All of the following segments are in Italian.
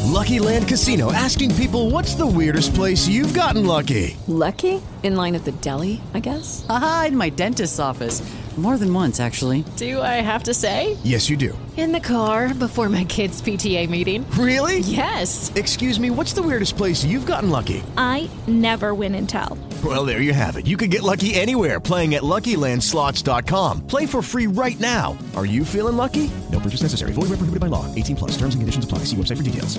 Lucky Land Casino, asking people, what's the weirdest place you've gotten lucky? Lucky? In line at the deli, I guess? Aha, in my dentist's office. More than once, actually. Do I have to say? Yes, you do. In the car before my kids' PTA meeting. Really? Yes. Excuse me, what's the weirdest place you've gotten lucky? I never win and tell. Well, there you have it. You can get lucky anywhere, playing at LuckyLandSlots.com. Play for free right now. Are you feeling lucky? No purchase necessary. Void where prohibited by law. 18+. Terms and conditions apply. See website for details.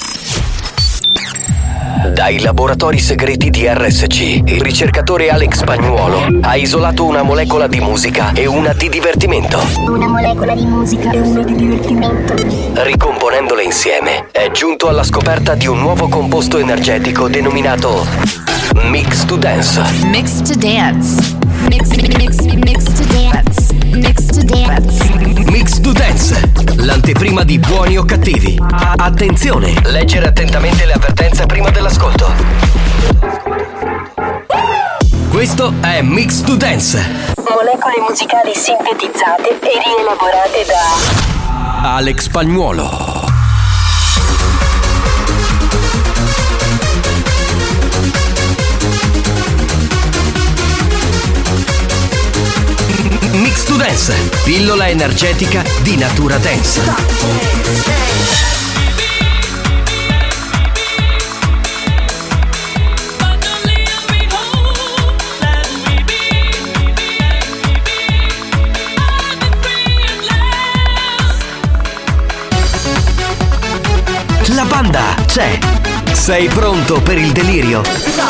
Dai laboratori segreti di RSC, il ricercatore Alex Spagnuolo ha isolato una molecola di musica e una di divertimento. Una molecola di musica e una di divertimento. Ricomponendole insieme, è giunto alla scoperta di un nuovo composto energetico denominato Mix to Dance. Mix to Dance. Mix to dance. Mix to dance. Mix to Dance, l'anteprima di Buoni o Cattivi. Attenzione, leggere attentamente le avvertenze prima dell'ascolto. Questo è Mix to Dance. Molecole musicali sintetizzate e rielaborate da Alex Spagnuolo. Mix to Dance, pillola energetica di Natura Dance. La banda c'è. Sei pronto per il delirio?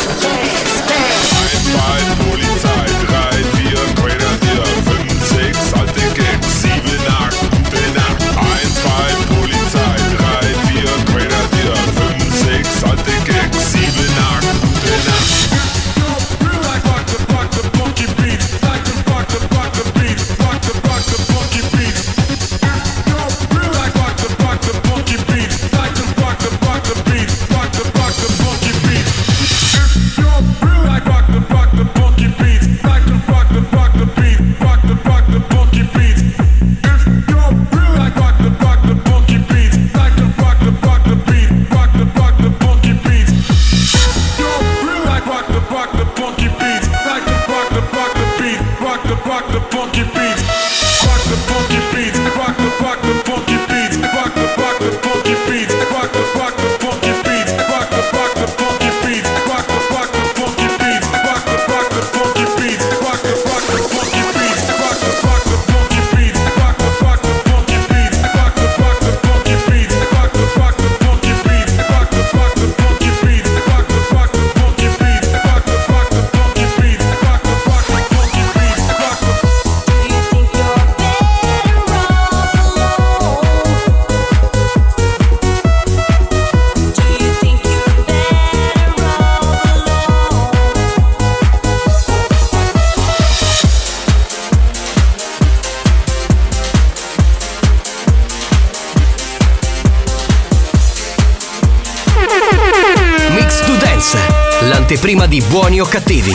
L'anteprima di Buoni o Cattivi.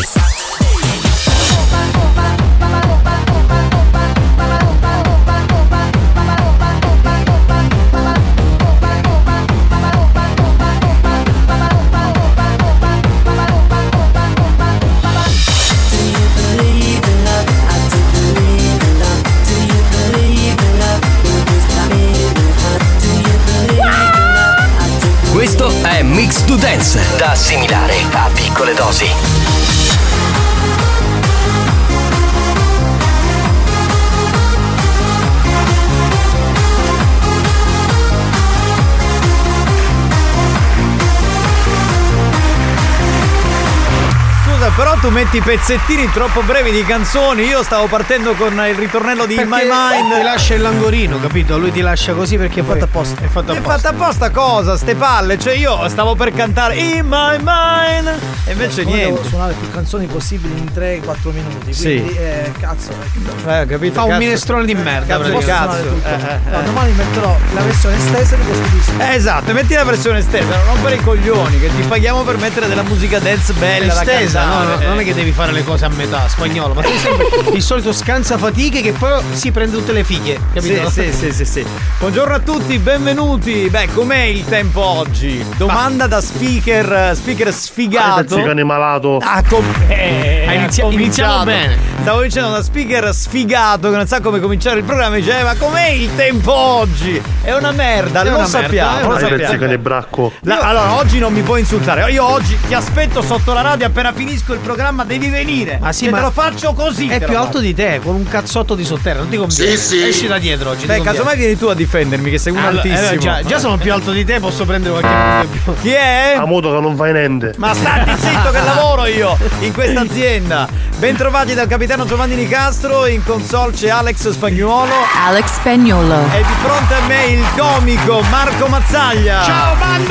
Questo è Mix to Dance, da assimilare a piccole dosi. Però tu metti pezzettini troppo brevi di canzoni. Io stavo partendo con il ritornello di In My Mind. Ti lascia il langorino, capito? Lui ti lascia così perché è fatto apposta. È fatta apposta cosa? Ste palle. Cioè io stavo per cantare In My Mind e invece niente. Devo suonare più canzoni possibili in 3-4 minuti. Quindi cazzo. Capito? Fa un minestrone di merda. Cazzo. No, domani metterò la versione estesa di questo disco. Esatto, metti la versione estesa, non rompere i coglioni, che ti paghiamo per mettere della musica dance bella estesa, da cantare. non è che devi fare le cose a metà, Spagnolo, ma sei sempre il solito scansafatiche che poi si prende tutte le fighe, capito? Sì. Buongiorno a tutti, benvenuti. Beh, com'è il tempo oggi? Domanda da speaker sfigato. Cane malato. Iniziamo bene. Stavo dicendo da speaker sfigato che non sa come cominciare il programma, dice ma com'è il tempo oggi? È una merda, lo sappiamo. Allora, oggi non mi puoi insultare. Io oggi ti aspetto sotto la radio, appena finisco il programma devi venire. Ma sì, te ma lo faccio così. È più alto di te, con un cazzotto di sotterra, non ti conviene. Sì. Esci da dietro oggi. Beh, casomai vieni tu a difendermi, che sei un altissimo. Già sono più alto di te, posso prendere qualche punto in più. Chi è? A modo che non fai niente. Ma stati zitto che lavoro io in questa azienda. Bentrovati dal capitano Giovanni Nicastro, in console c'è Alex Spagnuolo. Alex Spagnuolo. E di fronte a me il comico Marco Mazzaglia. Ciao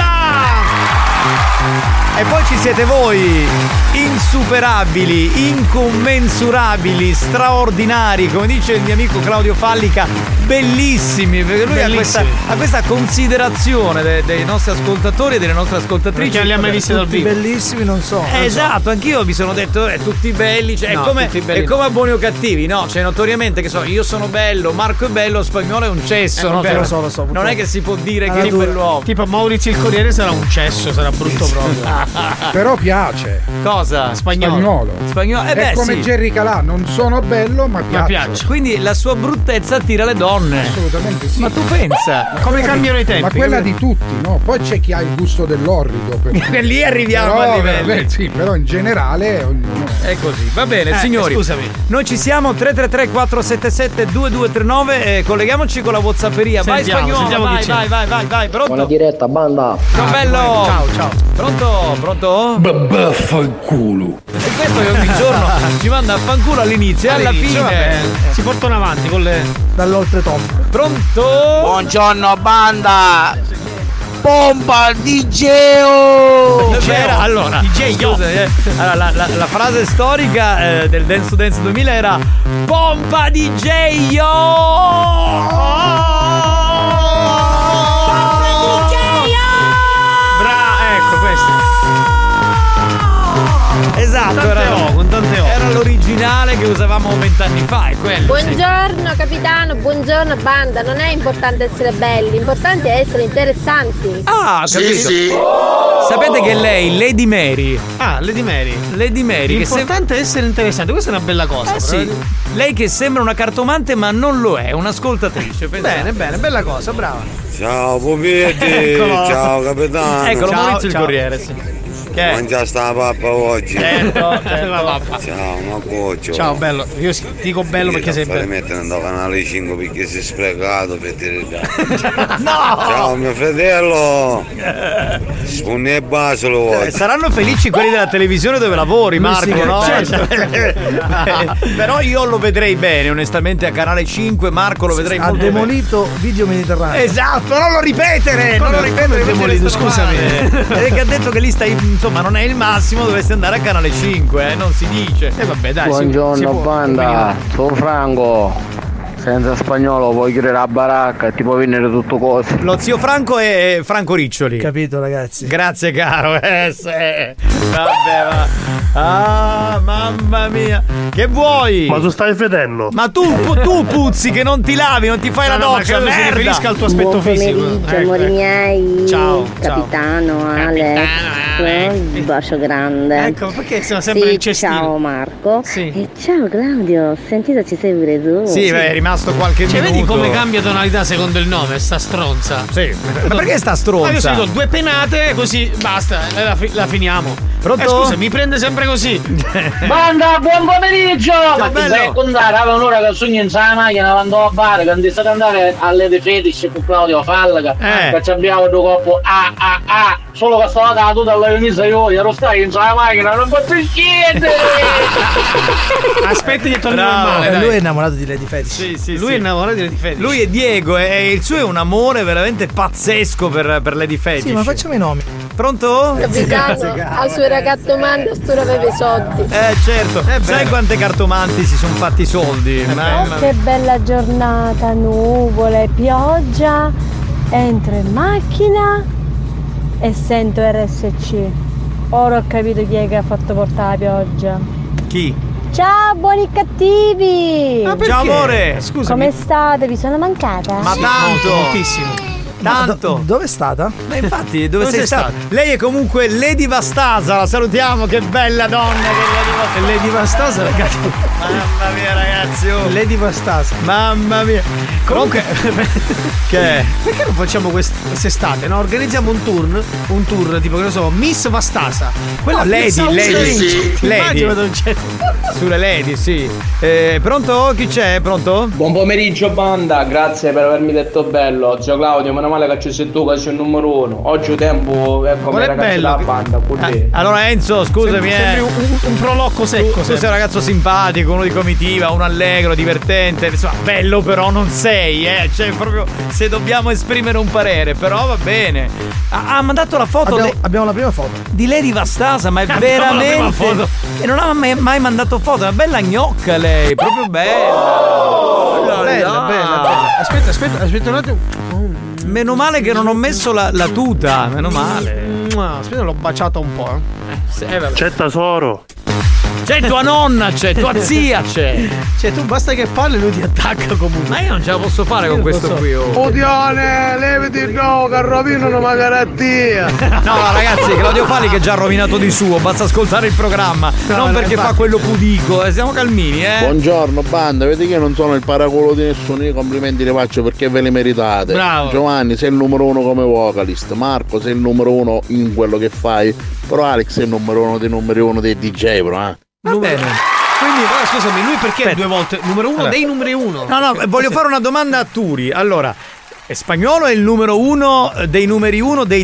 banda! E poi ci siete voi, insuperabili, incommensurabili, straordinari, come dice il mio amico Claudio Fallica, bellissimi, perché lui ha questa considerazione dei nostri ascoltatori e delle nostre ascoltatrici. Perché li ha mai visti dal vivo? Bellissimi non sono. Esatto, anch'io mi sono detto, tutti belli, cioè No, è come a buoni o cattivi, no? Cioè notoriamente che so, io sono bello, Marco è bello, Spagnolo è un cesso, no? Lo so, non è che si può dire che è un bell'uomo. Tipo Maurizio il Corriere sarà un cesso, sarà brutto proprio. Però piace. Cosa? Spagnolo. È come Jerry Calà, non sono bello, ma piace. Quindi la sua bruttezza attira le donne. Assolutamente sì. Ma tu pensa? Come cambiano i tempi? Ma quella di tutti, no? Poi c'è chi ha il gusto dell'orrido. Lì arriviamo a livelli. Sì, però in generale è così. Va bene, signori. Scusami. Noi ci siamo 333 477 2239. Colleghiamoci con la WhatsApperia. Vai Spagnolo, vai. Pronto? Buona diretta, banda. Ciao bello. Ciao. Pronto? Vaffanculo. E questo che ogni giorno ci manda a fanculo all'inizio e alla fine. Vabbè. Si portano avanti con le dall'oltretomba. Pronto? Buongiorno banda. Pompa DJ. Allora, allora la frase storica del Dance to Dance 2000 era pompa DJ Esatto, con tante O. Era l'originale che usavamo 20 anni fa, è quello. Buongiorno capitano, buongiorno banda. Non è importante essere belli, l'importante è essere interessanti. Ah, capito. Sì. Sapete che lei, Lady Mary. Lady Mary. L'importante è essere interessante, questa è una bella cosa. Sì. Lei che sembra una cartomante ma non lo è, un'ascoltatrice. Bene, bella cosa, brava. Ciao Pupetti. Ciao capitano. Eccolo, Maurizio il Corriere, sì. Mangia sta pappa oggi. Certo. Ciao, ma cuccio. Ciao bello, io dico bello perché sei bello. Mettere da canale 5 perché sei sprecato per te. No! Ciao mio fratello. Spunni e basolo oggi. Saranno felici quelli della televisione dove lavori, Marco, no? Certo. Però io lo vedrei bene, onestamente, a canale 5 Marco lo vedrei molto bene. Ha demolito Video Mediterraneo. Esatto, non lo ripetere, demolito, scusami. Perché ha detto che lì stai, insomma, non è il massimo, dovresti andare a canale 5, non si dice. Vabbè, dai. Buongiorno banda, sono Franco. Senza Spagnolo puoi chiudere la baracca e ti può venire tutto cose. Lo zio Franco è Franco Riccioli. Capito ragazzi. Grazie caro. Vabbè, va. Ah, mamma mia. Che vuoi? Ma tu stai fedendo? Ma tu puzzi che non ti lavi, non ti fai la doccia. Si riferisca al tuo aspetto buon fisico. Pomeriggio, amori miei. Ciao. Capitano, Alex. Un bacio grande. Ecco, perché siamo sempre in cestino. Ciao Marco. Sì. E ciao Claudio, ho sentito ci sei pure tu. Sì, beh, è rimasto qualche minuto. Vedi come cambia tonalità secondo il nome, sta stronza. Sì. Ma perché sta stronza? Ma io sento 2 penate così basta, la finiamo. Pronto? Scusa, mi prende sempre così. Banda, buon pomeriggio! Ma bello. ti sai raccontare, aveva un'ora che sogno in la macchina, andò a bar, che andai ad andare alle The Fetish con Claudio Fallaca, che ci abbiamo due coppo solo che stava da tutta alla venisa io ero stai in la macchina, non posso scendere! Aspetti che torni normale. Lui è innamorato di Lady Fetish. Sì, lui è innamorato di Lady Fetish. Lui è Diego e il suo è un amore veramente pazzesco per Lady Fetish. Sì, ma facciamo i nomi. Pronto? Capitano, al suo ragazzo sto aveva i soldi. Certo. Sai quante cartomanti si sono fatti soldi? Che bella giornata, nuvole, pioggia. Entro in macchina e sento RSC. Ora ho capito chi è che ha fatto portare la pioggia. Chi? Ciao buoni e cattivi! Ciao amore! Scusami. Come state? Vi sono mancata? Ma tanto! Moltissimo. Tanto! Dove è stata? Ma infatti, dove sei stata? Lei è comunque Lady Vastasa, la salutiamo, che bella donna che è Lady Vastasa, ragazzi. Mamma mia, ragazzi. Oh. Lady Vastasa. Mamma mia. Comunque, che è? Perché non facciamo quest'estate, no? Organizziamo un tour tipo, che ne so, Miss Vastasa. Quella Lady. Immagino Sulle Lady, sì. Pronto? Chi c'è? Pronto? Buon pomeriggio banda, grazie per avermi detto bello. Zio Claudio, meno male che ci sei tu che sei il numero uno. Oggi il tempo è come i ragazzi della banda. Allora Enzo, scusami, sembri un prolocco secco. Tu sei un ragazzo simpatico, uno di comitiva, uno allegro, divertente. Insomma, bello però non sei, cioè proprio se dobbiamo esprimere un parere, però va bene. Ha mandato la foto. Abbiamo la prima foto di Lady Vastasa, ma è veramente foto. E non ha mai mandato foto, è una bella gnocca lei, proprio bella. Bella. Aspetta un attimo. Meno male che non ho messo la tuta, meno male. Aspetta, l'ho baciata un po'. C'è tesoro. C'è tua nonna, c'è tua zia, c'è. Cioè tu basta che parli e lui ti attacca comunque. Ma io non ce la posso fare con questo qui. Odione, levati il no, che rovinano una garantia. No ragazzi, Claudio Falli che è già rovinato di suo, basta ascoltare il programma. Non perché fa quello pudico, siamo calmini, Buongiorno banda, vedi che io non sono il paraculo di nessuno, io complimenti li faccio perché ve li meritate. Bravo. Giovanni sei il numero uno come vocalist, Marco sei il numero uno in quello che fai, però Alex è il numero uno dei numeri uno dei DJ, bro. Va bene. Quindi, scusami, lui perché due volte? Numero uno dei numeri uno? No, voglio fare una domanda a Turi. Allora, Spagnolo è il numero uno dei numeri uno dei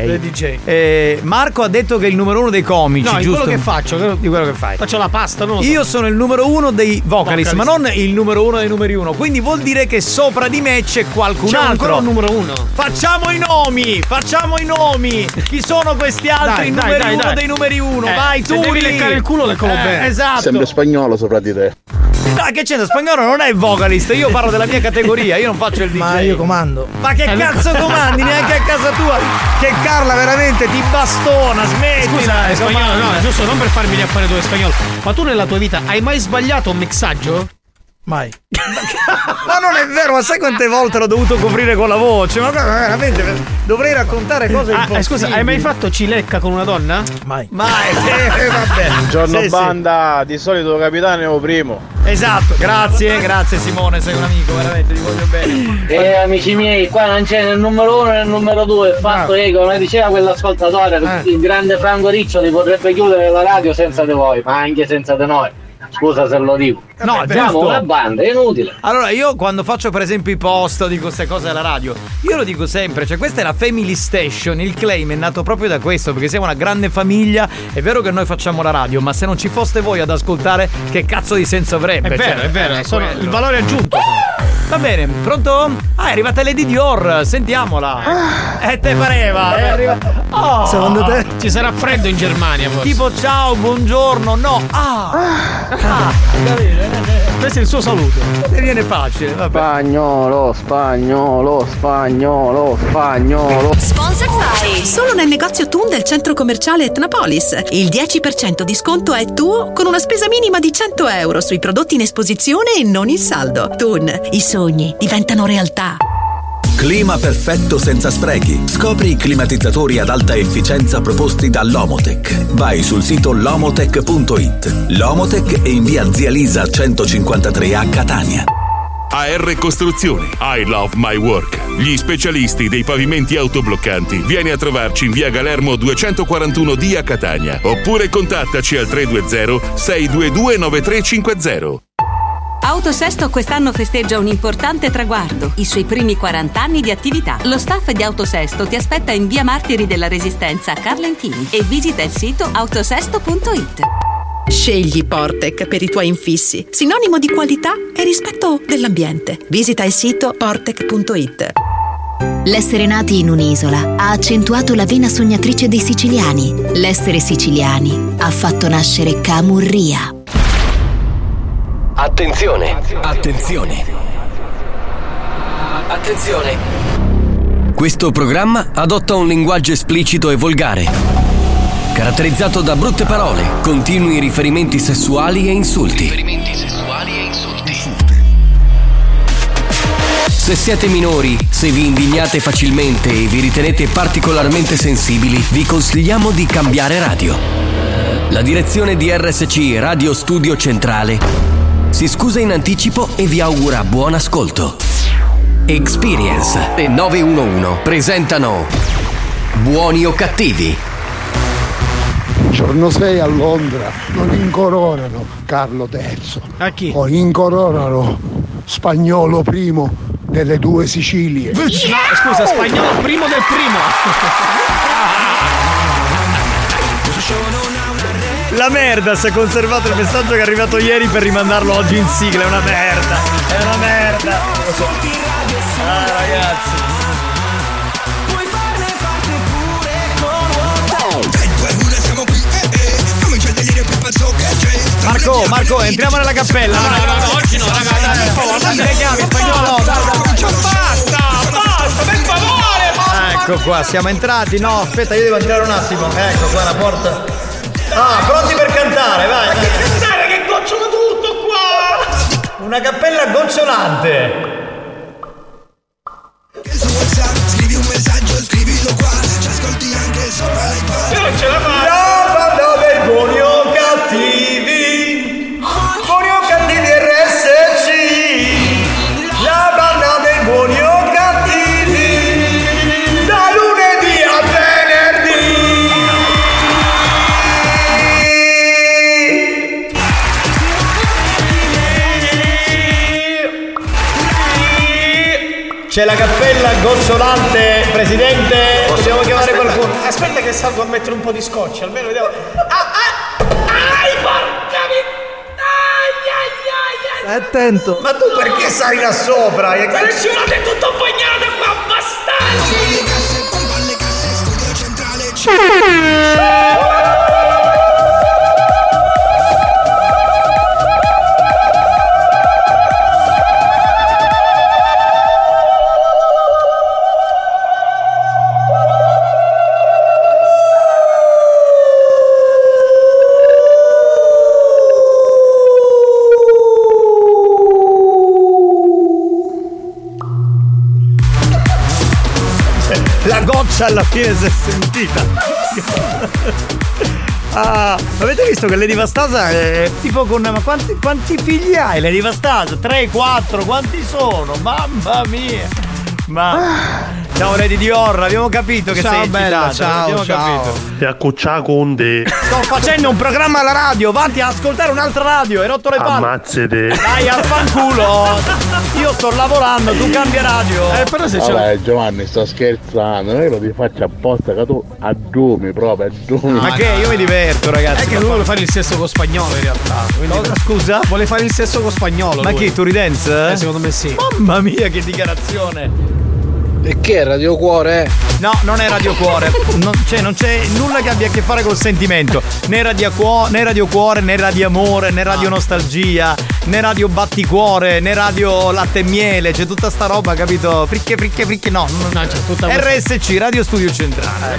DJ. Marco ha detto che è il numero uno dei comici, no, giusto? Quello che faccio, di quello che fai. Faccio la pasta, non lo so. Io sono il numero uno dei vocalist, ma non il numero uno dei numeri uno. Quindi vuol dire che sopra di me c'è qualcun altro. Ancora un numero uno. Facciamo i nomi. Chi sono questi altri numeri uno dei numeri uno? Vai, tu. Turi. Devi leccare il culo, leccolo bene. Esatto. Sempre Spagnolo sopra di te. No, che c'entra? Spagnolo non è il vocalist, io parlo della mia categoria, io non faccio il DJ. Ma io comando. Ma che cazzo comandi? Neanche a casa tua. Che Carla veramente ti bastona, smetti. Scusa, Spagnolo, no, giusto, non per farmi gli affari tuoi, Spagnolo. Ma tu nella tua vita hai mai sbagliato un mixaggio? Mai. Ma non è vero, ma sai quante volte l'ho dovuto coprire con la voce? Ma veramente dovrei raccontare cose impossibili. Scusa, hai mai fatto cilecca con una donna? Mai. Vabbè. Buongiorno banda, di solito capitano primo. Esatto, grazie Simone, sei un amico, veramente ti voglio bene. Amici miei, qua non c'è né il numero uno né il numero due. Il fatto è che, come diceva quell'ascoltatore, il grande Franco Riccioli potrebbe chiudere la radio senza di voi, ma anche senza di noi. Scusa se lo dico. No, siamo una banda, è inutile. Allora io quando faccio per esempio i post o dico queste cose alla radio, io lo dico sempre, cioè questa è la Family Station, il claim è nato proprio da questo, perché siamo una grande famiglia. È vero che noi facciamo la radio, ma se non ci foste voi ad ascoltare, che cazzo di senso avrebbe? È vero, sono il valore aggiunto. Va bene, pronto? È arrivata Lady Dior, sentiamola. Te pareva? È arrivata. Secondo te? Ci sarà freddo in Germania forse. Tipo ciao, buongiorno, no. Questo è il suo saluto. E viene facile, vabbè. Spagnolo. Sponsored by. Solo nel negozio Thun del centro commerciale Etnapolis. Il 10% di sconto è tuo con una spesa minima di 100 euro sui prodotti in esposizione e non in saldo. Thun, i sogni diventano realtà. Clima perfetto senza sprechi. Scopri i climatizzatori ad alta efficienza proposti da Lomotec. Vai sul sito lomotec.it. Lomotec è in via Zia Lisa 153 a Catania. AR Costruzioni, I Love My Work. Gli specialisti dei pavimenti autobloccanti. Vieni a trovarci in via Galermo 241D a Catania. Oppure contattaci al 320-622-9350. Autosesto quest'anno festeggia un importante traguardo, i suoi primi 40 anni di attività. Lo staff di Autosesto ti aspetta in via Martiri della Resistenza a Carlentini e visita il sito autosesto.it. Scegli Portec per i tuoi infissi, sinonimo di qualità e rispetto dell'ambiente. Visita il sito portec.it. L'essere nati in un'isola ha accentuato la vena sognatrice dei siciliani. L'essere siciliani ha fatto nascere Camurria. Attenzione! Questo programma adotta un linguaggio esplicito e volgare. caratterizzato da brutte parole, continui riferimenti sessuali e insulti. Se siete minori, se vi indignate facilmente e vi ritenete particolarmente sensibili, vi consigliamo di cambiare radio. La direzione di RSC Radio Studio Centrale si scusa in anticipo e vi augura buon ascolto. Experience e 911 presentano Buoni o Cattivi. Giorno 6 a Londra non incoronano Carlo III. A chi? O incoronano Spagnolo I delle due Sicilie. No, scusa, Spagnolo primo del primo. La merda, si è conservato il messaggio che è arrivato ieri per rimandarlo oggi in sigla. È una merda. È una merda. Lo so. Ah, ragazzi. Marco, entriamo nella cappella. No, oggi no, ragazzi. Le chiavi, Spagnolo. Basta, per favore. Ecco qua, siamo entrati. No, aspetta, io devo entrare un attimo. Ecco qua la porta. Ah, pronti per cantare, vai. Ma che cantare, che gocciola tutto qua. Una cappella gocciolante. Su WhatsApp scrivi un messaggio, scrivilo qua. Ci ascolti anche sopra l'iPad. Io non ce la faccio. La banda dei buoni o cattivi. Buoni o cattivi RSC. La banda dei buoni o cattivi. Da lunedì a venerdì. C'è la cappella gocciolante, presidente. Dobbiamo chiamare qualcuno. Aspetta che salgo a mettere un po' di scotch, almeno vediamo. Stai attento. Ma tu perché sali là sopra? Ma nessuno è tutto bagnato qua, bastardi! Alle casse, studio centrale. La goccia alla fine si è sentita. Ah, avete visto che Lady Vastasa è tipo con... Ma quanti figli hai Lady Vastasa? 3, 4, quanti sono? Mamma mia. Ma... Ciao Lady Dior, abbiamo capito che sei bella, ciao. capito. Ti accuccia con te. Sto facendo un programma alla radio, vatti ad ascoltare un'altra radio, hai rotto le palle. Ammazzate. Dai, al fanculo. Io sto lavorando, tu cambia radio. Però se Vabbè, Giovanni, sto scherzando, non è che lo ti faccio apposta, che tu addumi proprio, addumi. Ma che io mi diverto, ragazzi. È che lui vuole fare il sesso con Spagnolo in realtà. Cosa, scusa? Vuole fare il sesso con Spagnolo. Ma lui. chi, Turidenz? Secondo me sì. Mamma mia, che dichiarazione. E che è Radio Cuore? No, non è Radio Cuore. Non c'è nulla che abbia a che fare col sentimento. Né Radio Cuore, né Radio Amore, né Radio Nostalgia, né Radio Batticuore, né Radio Latte e Miele. C'è tutta sta roba, capito? Fricche. No, c'è tutta RSC, Radio Studio Centrale.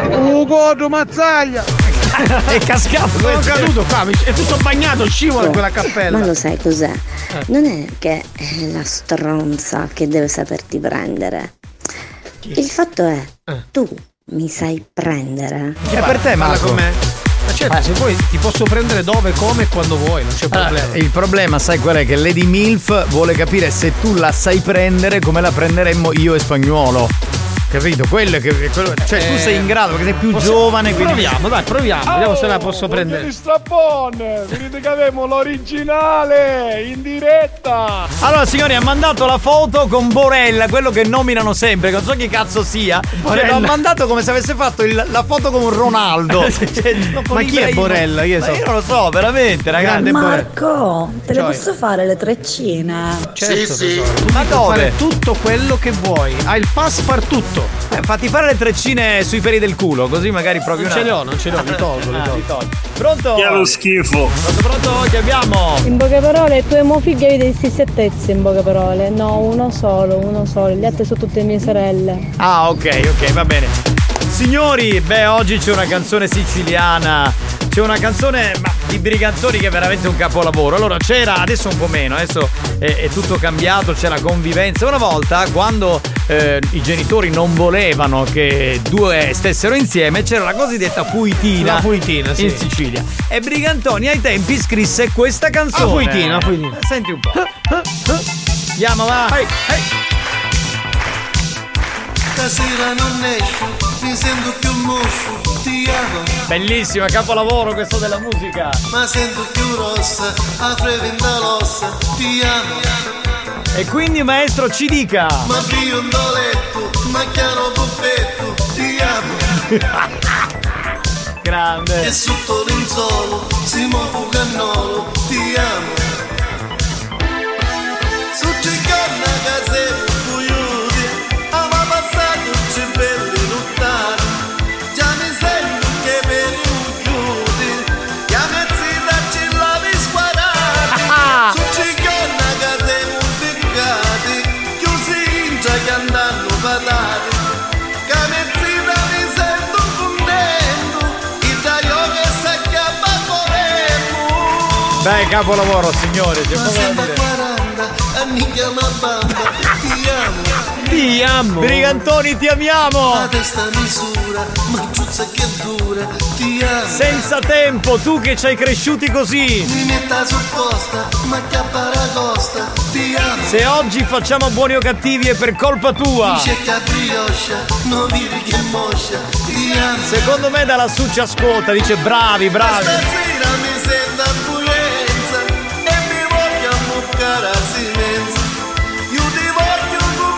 Ugo Mazzaglia. È cascato. Sono caduto qua, è tutto bagnato, scivola in quella cappella. Ma lo sai cos'è? Non è che è la stronza che deve saperti prendere. Il fatto è, tu mi sai prendere. È per te, Parla Marco. con me. Ma certo, se vuoi ti posso prendere dove, come e quando vuoi, non c'è problema. Il problema, sai qual è? Che Lady Milf vuole capire se tu la sai prendere come la prenderemmo io e Spagnolo. Capito? Quello che cioè tu sei in grado perché sei più giovane, quindi proviamo, vediamo se la posso prendere. Il strappone, vedete che abbiamo l'originale in diretta. Allora signori, ha mandato la foto con Borella, quello che nominano sempre, non so chi cazzo sia. Cioè, l'ha mandato come se avesse fatto la foto con Ronaldo. Cioè, ma chi è Borella? Io non lo so, veramente, ragazzi. Marco, te le posso fare le treccine? Certo, sì. Ma dove? Fare tutto quello che vuoi. Hai il passepartout. Fatti fare le treccine sui peli del culo, così magari proprio non ce li ho, li tolgo. Pronto? Che è lo schifo. Pronto? Chi abbiamo? In poche parole, tu e mio figlio avete le stesse altezze, in poche parole. No, uno solo. Gli altri sono tutte mie sorelle. Ah, ok, va bene. Signori, oggi c'è una canzone siciliana, c'è una canzone di Brigantoni che è veramente un capolavoro. Allora c'era, adesso un po' meno, adesso è tutto cambiato, c'è la convivenza. Una volta, quando i genitori non volevano che due stessero insieme, c'era la cosiddetta fuitina. La fuitina, sì. In Sicilia. E Brigantoni ai tempi scrisse questa canzone. Fuitina. Senti un po'. Andiamo, va. Stasera non esci, mi sento più moscio, ti amo. Bellissima, capolavoro questo della musica. Ma sento più rossa, a freventa l'ossa, ti amo. E quindi maestro ci dica. Ma biondoletto, ma chiaro puppetto, ti amo. Grande. E sotto l'insolo, si muove un cannolo, ti amo. Su Ciccarna casetta, belli lottare, già mi sento che per i chiudi, che mezzina ci lavi squadrati, su Ciccarna che siamo piccati, chiusi in già che andando patati, che mezzina mi sento contento, il taglio che si acchiappa corremo. Beh, capolavoro signore, c'è poco da dire. 40 anni chiama bamba, ti amo. Ti amo. Brigantoni, ti amiamo. La testa misura, ma giuzza che dura, ti amo. Senza tempo, tu che ci hai cresciuti così. Mi metta supposta, ma che paracosta, ti amo. Se oggi facciamo buoni o cattivi è per colpa tua. Dice che brioscia, non vivi che moscia, ti amo. Secondo me da lassù ci ascolta, dice bravi. Stasera mi sento affluenza e mi voglio ammuccare a silenza. Io ti voglio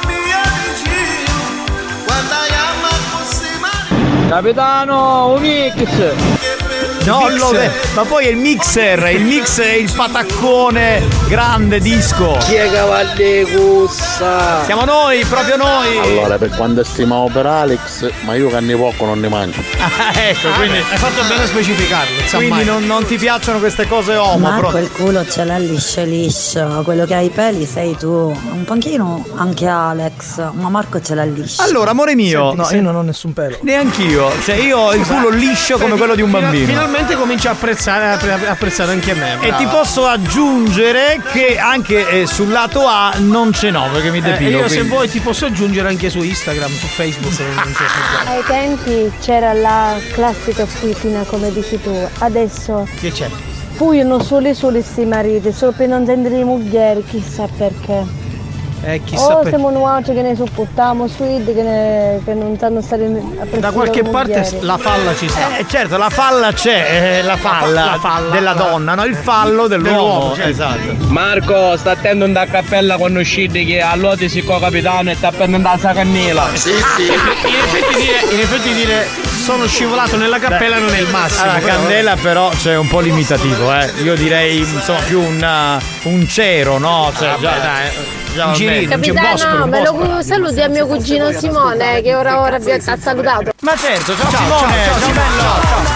Capitano, un mix! No, ma poi è il mixer è il pataccone grande disco. Chi è cavalli cussa? Siamo noi, proprio noi. Allora, per quanto stimavo per Alex, ma io canne poco non ne mangio. Ecco, quindi hai fatto bene a specificarlo. Quindi non ti piacciono queste cose omo. Ma quel culo ce l'ha liscio, quello che ha i peli sei tu, un pochino anche Alex, ma Marco ce l'ha liscio. Allora, amore mio, Senti, io non ho nessun pelo. Neanch'io, cioè io ho il culo liscio come quello di un bambino. Finalmente comincio a apprezzare anche me. Brava. E ti posso aggiungere che anche sul lato A non ce n'ho perché mi depilo. Io quindi. Se vuoi ti posso aggiungere anche su Instagram, su Facebook. Non c'è. Ai tempi c'era la classica fuitina come dici tu, adesso che c'è? Fuiono soli sti mariti, solo per non sentire le mogli, chissà perché. Chissà siamo noi che ne sopportiamo sweet che non sanno stare a prendere. Da qualche parte la falla ci sta. Certo, la falla c'è, la falla della donna, no? Il fallo dell'uomo. Certo. Esatto. Marco, sta attento da cappella quando uscite che all'ora si co capitano e sta prendendo la cannella. Sì. In effetti dire sono scivolato nella cappella non è il massimo. La candela però c'è un po' limitativo, Io direi insomma più un cero, no? Cioè, un girino, Capitano, me lo saluti a mio cugino Simone che ora vi ha salutato. Ma certo, ciao Simone, ciao bello.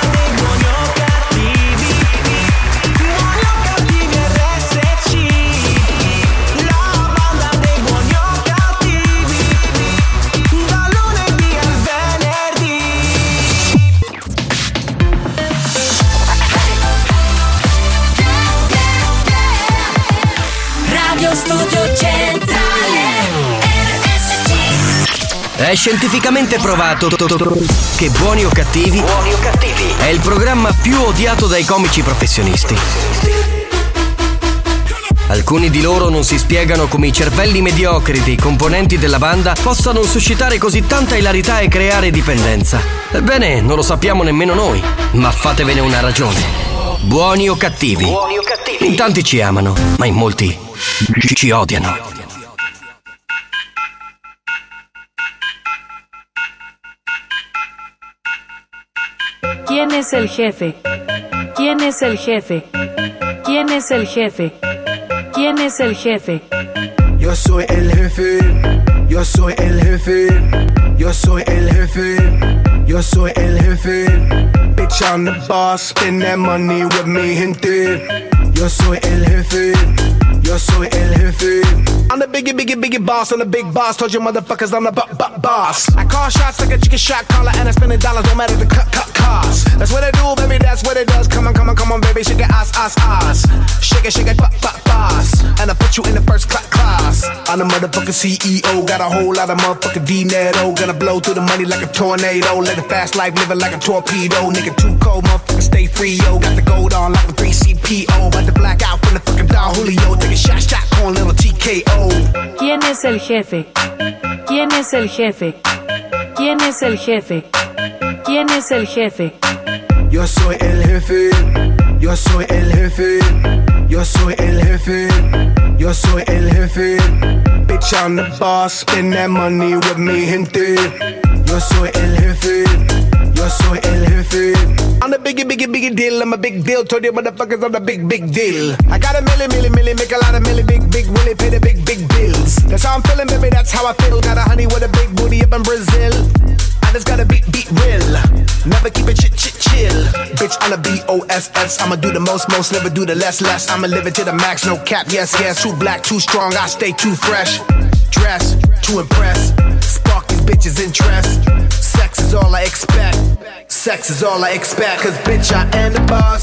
Studio Centrale RSC. È scientificamente provato che Buoni o Cattivi è il programma più odiato dai comici professionisti. Alcuni di loro non si spiegano come i cervelli mediocri dei componenti della banda possano suscitare così tanta ilarità e creare dipendenza. Ebbene, non lo sappiamo nemmeno noi, ma fatevene una ragione. Buoni o Cattivi. In tanti ci amano, ma in molti ci odiano. ¿Quién es el jefe? ¿Quién es el jefe? ¿Quién es el jefe? ¿Quién es el jefe? Yo soy el jefe. Yo soy el jefe. Yo soy el jefe. Yo soy el jefe. Bitch, I'm the boss. Spend that money with me, gente. Yo soy el jefe. Yo soy el jefe. I'm the biggie boss. I'm the big boss. Told you motherfuckers I'm the boss. I call shots like a chicken shot caller, and I spend the dollars no matter the cut cost. That's what I do, baby. That's what it does. Come on, baby. Shake it, ass. Shake it, boss. And I put you in the first class. I'm the motherfucking CEO. Got a whole lot of motherfucking dinero. Gonna blow through the money like a tornado. Live a fast life, living like a torpedo. Nigga too cold, motherfucker, stay free, yo. Got the gold on like a 3CPO. About to black out from the fucking Don Julio. Take a shot, con little TKO. ¿Quién es el jefe? ¿Quién es el jefe? ¿Quién es el jefe? ¿Quién es el jefe? Yo soy el jefe. Yo soy el jefe. Yo soy el jefe. Yo soy el jefe. Bitch, I'm the boss. Spend that money with me, gente. Yo soy el jefe. Yo soy el jefe. I'm the biggie deal. I'm a big deal. Told you motherfuckers I'm the big deal. I got a milli, make a lot of milli, big Willie, pay the big bills. That's how I'm feeling, baby. That's how I feel. Got a honey with a big booty up in Brazil. I just gotta beat real. Never keep it chill. Bitch, I'm a BOSS. I'ma do the most, never do the less. I'ma live it to the max, no cap. Yes. Too black, too strong. I stay too fresh. Dress to impress. Spark these bitches' interest. Sex is all I expect. Sex is all I expect. Cause bitch, I am the boss.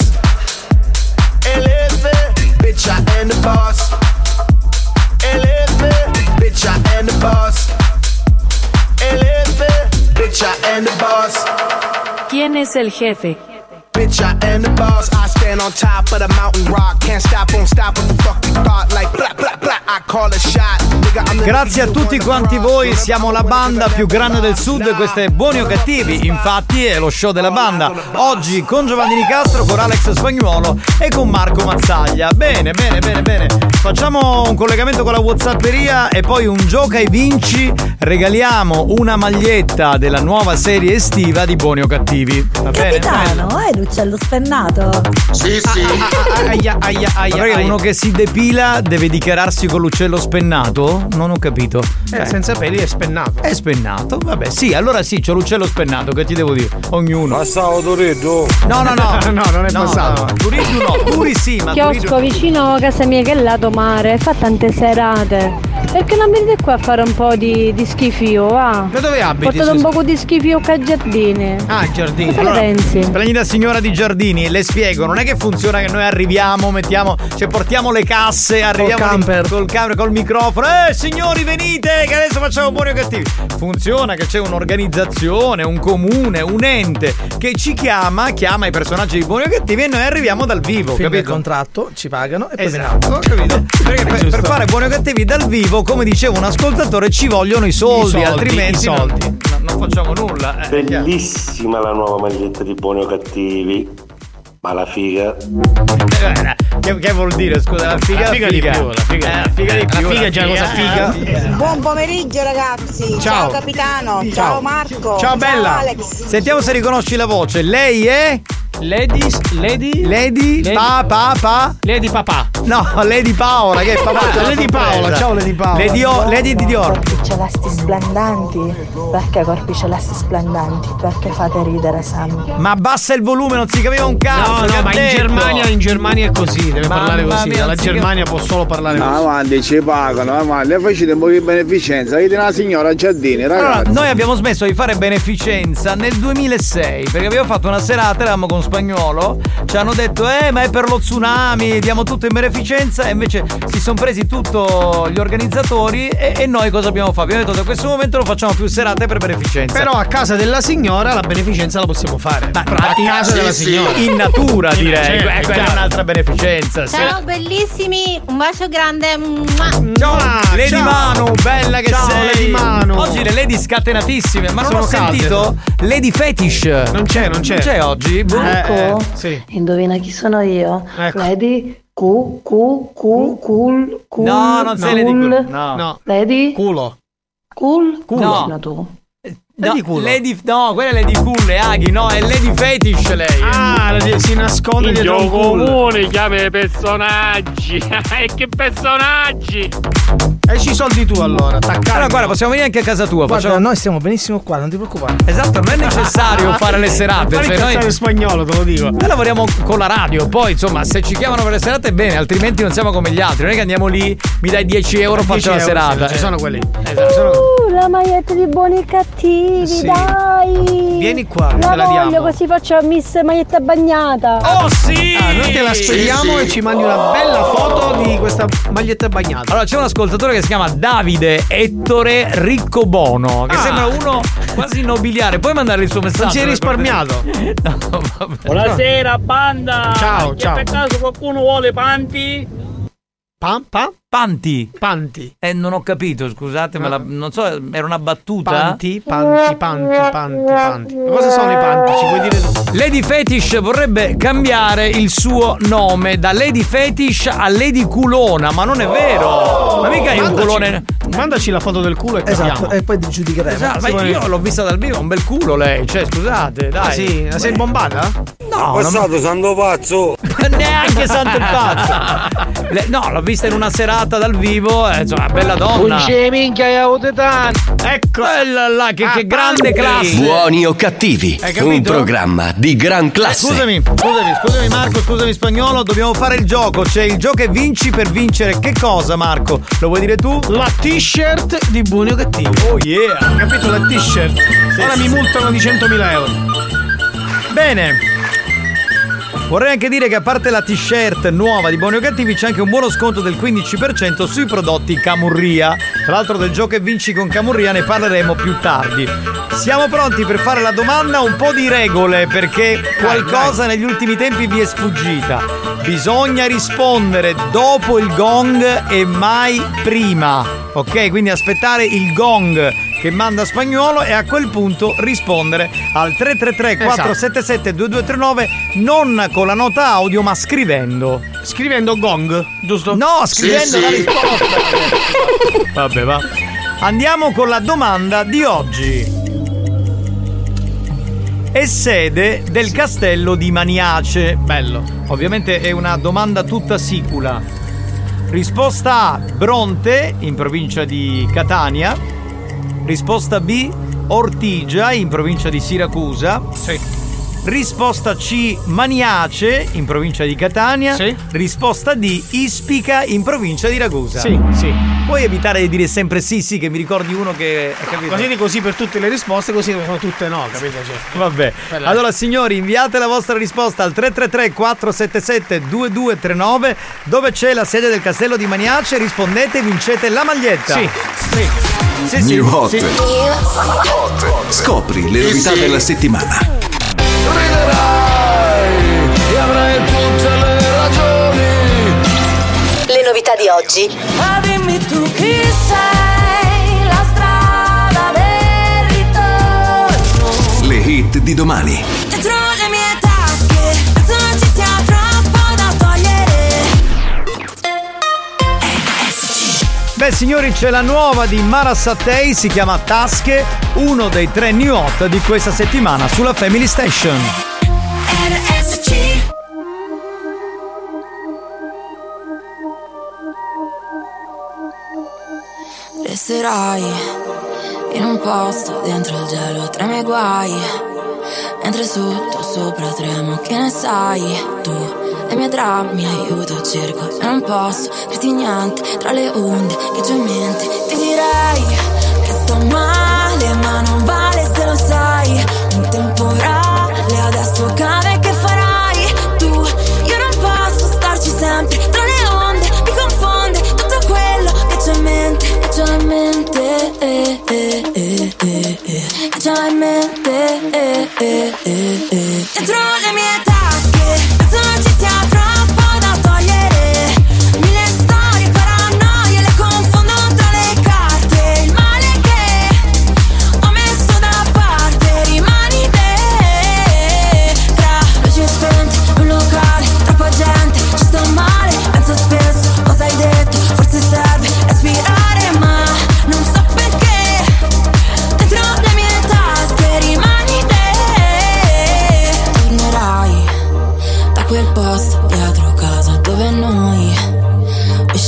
Bitch, I am the boss. Bitch, I am the boss. Bitch, I am the boss. ¿Quién es el jefe? Bitch, I am the boss. I stand on top of the mountain rock. Can't stop, won't stop. What the fuck you thought? Like blah blah blah. I call a shot. Grazie a tutti quanti voi, siamo la banda più grande del sud, questo è Buoni o Cattivi, infatti è lo show della banda, oggi con Giovanni Nicastro, con Alex Spagnuolo e con Marco Mazzaglia. Bene, facciamo un collegamento con la Whatsapperia e poi un gioca e vinci, regaliamo una maglietta della nuova serie estiva di Buoni o Cattivi. Va bene? Capitano, hai l'uccello spennato? Sì. Perché uno che si depila deve dichiararsi con l'uccello spennato? Non ho capito. Senza peli è spennato. È spennato? Vabbè, sì, allora sì, c'ho l'uccello spennato, che ti devo dire? Ognuno. Passavo Turiddu. No, non è passato. No. Turiddu no, Turi sì, ma Chiosco vicino a casa mia che è lato mare, fa tante serate. Perché non venite qua a fare un po' di schifio, va? Da dove abiti? Portate un po' di schifio a giardini. Ah, giardini. Cosa pensi? Splendida signora di giardini, le spiego, non è che funziona che noi arriviamo, portiamo le casse, arriviamo col microfono. Signori, venite che adesso facciamo Buoni o Cattivi. Funziona che c'è un'organizzazione, un comune, un ente che ci chiama i personaggi di Buoni o Cattivi e noi arriviamo dal vivo, capito? Il contratto, ci pagano e poi esatto, capito? Perché per fare Buoni o Cattivi dal vivo, come diceva un ascoltatore, ci vogliono i soldi, altrimenti non facciamo nulla. Bellissima la nuova maglietta di Buoni o Cattivi. Ma la figa. Che vuol dire? Scusa, la figa di più. La figa di più. La figa è già una cosa figa. Buon pomeriggio ragazzi. Ciao capitano. Ciao Marco. Ciao bella. Ciao Alex. Sentiamo se riconosci la voce. Lei è? Lady Papà. No, Lady Paola, che è papà. Lady Paola, ciao Lady Paola. Lady di Dior. Corpi celesti splendanti. Perché corpi celesti splendanti? Perché fate ridere sempre. Ma abbassa il volume, non si capiva un cazzo. No, ma in Germania è così, deve parlare così. La Germania può solo parlare così. Avanti, ci pagano, le facete un po' di beneficenza. Vedi una signora Giardini, ragazzi. Allora, noi abbiamo smesso di fare beneficenza nel 2006 perché abbiamo fatto una serata, eravamo con Spagnuolo, ci hanno detto ma è per lo tsunami, diamo tutto in beneficenza, e invece si sono presi tutto gli organizzatori e noi cosa abbiamo fatto? Abbiamo detto da questo momento non facciamo più serate per beneficenza. Però a casa della signora la beneficenza la possiamo fare. A casa della signora. In natura direi. Quella è un'altra beneficenza. Ciao bellissimi, un bacio grande. Ciao Lady Manu, bella che sei. Lady Manu. Oggi le lady scatenatissime, ma non ho sentito Lady Fetish. Non c'è oggi. Marco, sì. Indovina chi sono io? Ecco. Lady cool. No, non sei Lady Cool. No. Lady Culo. Cool? No. Sono tu. No, quella è Lady Cool, le Aghi, no, è Lady Fetish lei. Ah, si nasconde dietro un comune, chiama i personaggi. E che personaggi? E ci soldi tu allora, attaccare. Allora guarda, possiamo venire anche a casa tua. Guarda, noi stiamo benissimo qua, non ti preoccupare. Esatto, non è necessario fare le serate. Fare noi spagnolo, te lo dico. Noi lavoriamo con la radio, poi insomma, se ci chiamano per le serate bene, altrimenti non siamo come gli altri. Non è che andiamo lì, mi dai 10 euro, faccio la serata. Sì, ci sono quelli. La maglietta di Buoni e Cattivi, dai! Vieni qua, la te la voglio, diamo. così faccio Miss Maglietta Bagnata. Oh sì! Noi te la spediamo e ci mandi una bella foto di questa maglietta bagnata. Allora c'è un ascoltatore che si chiama Davide Ettore Riccobono, che sembra uno quasi nobiliare. Puoi mandare il suo messaggio? Non si è risparmiato. No, vabbè. Buonasera banda. Ciao. Per caso qualcuno vuole panti? Panti. Non ho capito, scusate, non so, era una battuta. Panti. Ma cosa sono i panti? Ci puoi dire tu? Lady Fetish vorrebbe cambiare il suo nome da Lady Fetish a Lady Culona, ma non è vero. Ma mica è un culone. Mandaci la foto del culo e capiamo. Esatto, e poi ti giudicheremo. Esatto, ma io l'ho vista dal vivo, un bel culo lei, cioè scusate, dai. Ah sì, la sei bombata? No, passato santo pazzo. Neanche santo il pazzo. No, l'ho vista in una serata dal vivo, insomma, bella donna. Non c'è minchia Ecco quella là, che grande classe. Buoni o cattivi, un programma di gran classe. Scusami Marco, scusami spagnolo, dobbiamo fare il gioco. C'è il gioco e vinci per vincere che cosa, Marco? Lo vuoi dire tu? La t-shirt di Buoni o Cattivi. Oh yeah, capito, la t-shirt. Ora mi multano di 100.000 euro. Bene. Vorrei anche dire che a parte la t-shirt nuova di Buoni o Cattivi c'è anche un buono sconto del 15% sui prodotti Camurria. Tra l'altro del gioco e vinci con Camurria ne parleremo più tardi. Siamo pronti per fare la domanda, un po' di regole perché qualcosa negli ultimi tempi vi è sfuggita. Bisogna rispondere dopo il gong e mai prima. Ok, quindi aspettare il gong che manda Spagnuolo e a quel punto rispondere al 333-477-2239 non con la nota audio ma scrivendo gong, giusto? No, scrivendo la risposta. Vabbè, va. Andiamo con la domanda di oggi. È sede del castello di Maniace. Bello. Ovviamente è una domanda tutta sicula. Risposta A, Bronte, in provincia di Catania. Risposta B, Ortigia, in provincia di Siracusa. Sì. Risposta C, Maniace, in provincia di Catania. Sì. Risposta D, Ispica, in provincia di Ragusa. Sì. Puoi evitare di dire sempre sì, che mi ricordi uno che... capito? Così di così per tutte le risposte, così sono tutte no, capito? Cioè. Vabbè. Allora signori, inviate la vostra risposta al 333-477-2239 dove c'è la sede del castello di Maniace. Rispondete e vincete la maglietta. Sì. New Hot. Scopri le novità della settimana. Riderai e avrai tutte le ragioni. Le novità di oggi. Ma dimmi tu chi sei, la strada del ritorno. Le hit di domani. Dentro le mie tasche, penso non ci sia troppo da togliere. Beh signori, c'è la nuova di Mara Sattei, si chiama Tasche, uno dei 3 new hot di questa settimana sulla Family Station. Resterai in un posto dentro il gelo tra i miei guai, mentre sotto sopra tremo, che ne sai tu? Le mie drammi aiuto, cerco e non posso dirti niente tra le onde che già in mente. Ti direi che sto male ma non vale se lo sai. Un temporale adesso cade, che farai tu? Io non posso starci sempre tra le onde, mi confonde tutto quello che c'è in mente. E c'ho in mente, e c'ho in mente, dentro le mie tasche, penso non ci sia troppo da togliere. Mille storie, paranoie, le confondo tra le carte. Il male che ho messo da parte rimani te. Tra luci spente, un locale, troppa gente, ci sto male, penso spesso, cosa hai detto, forse serve respirare ma non so perché. Dentro le mie tasche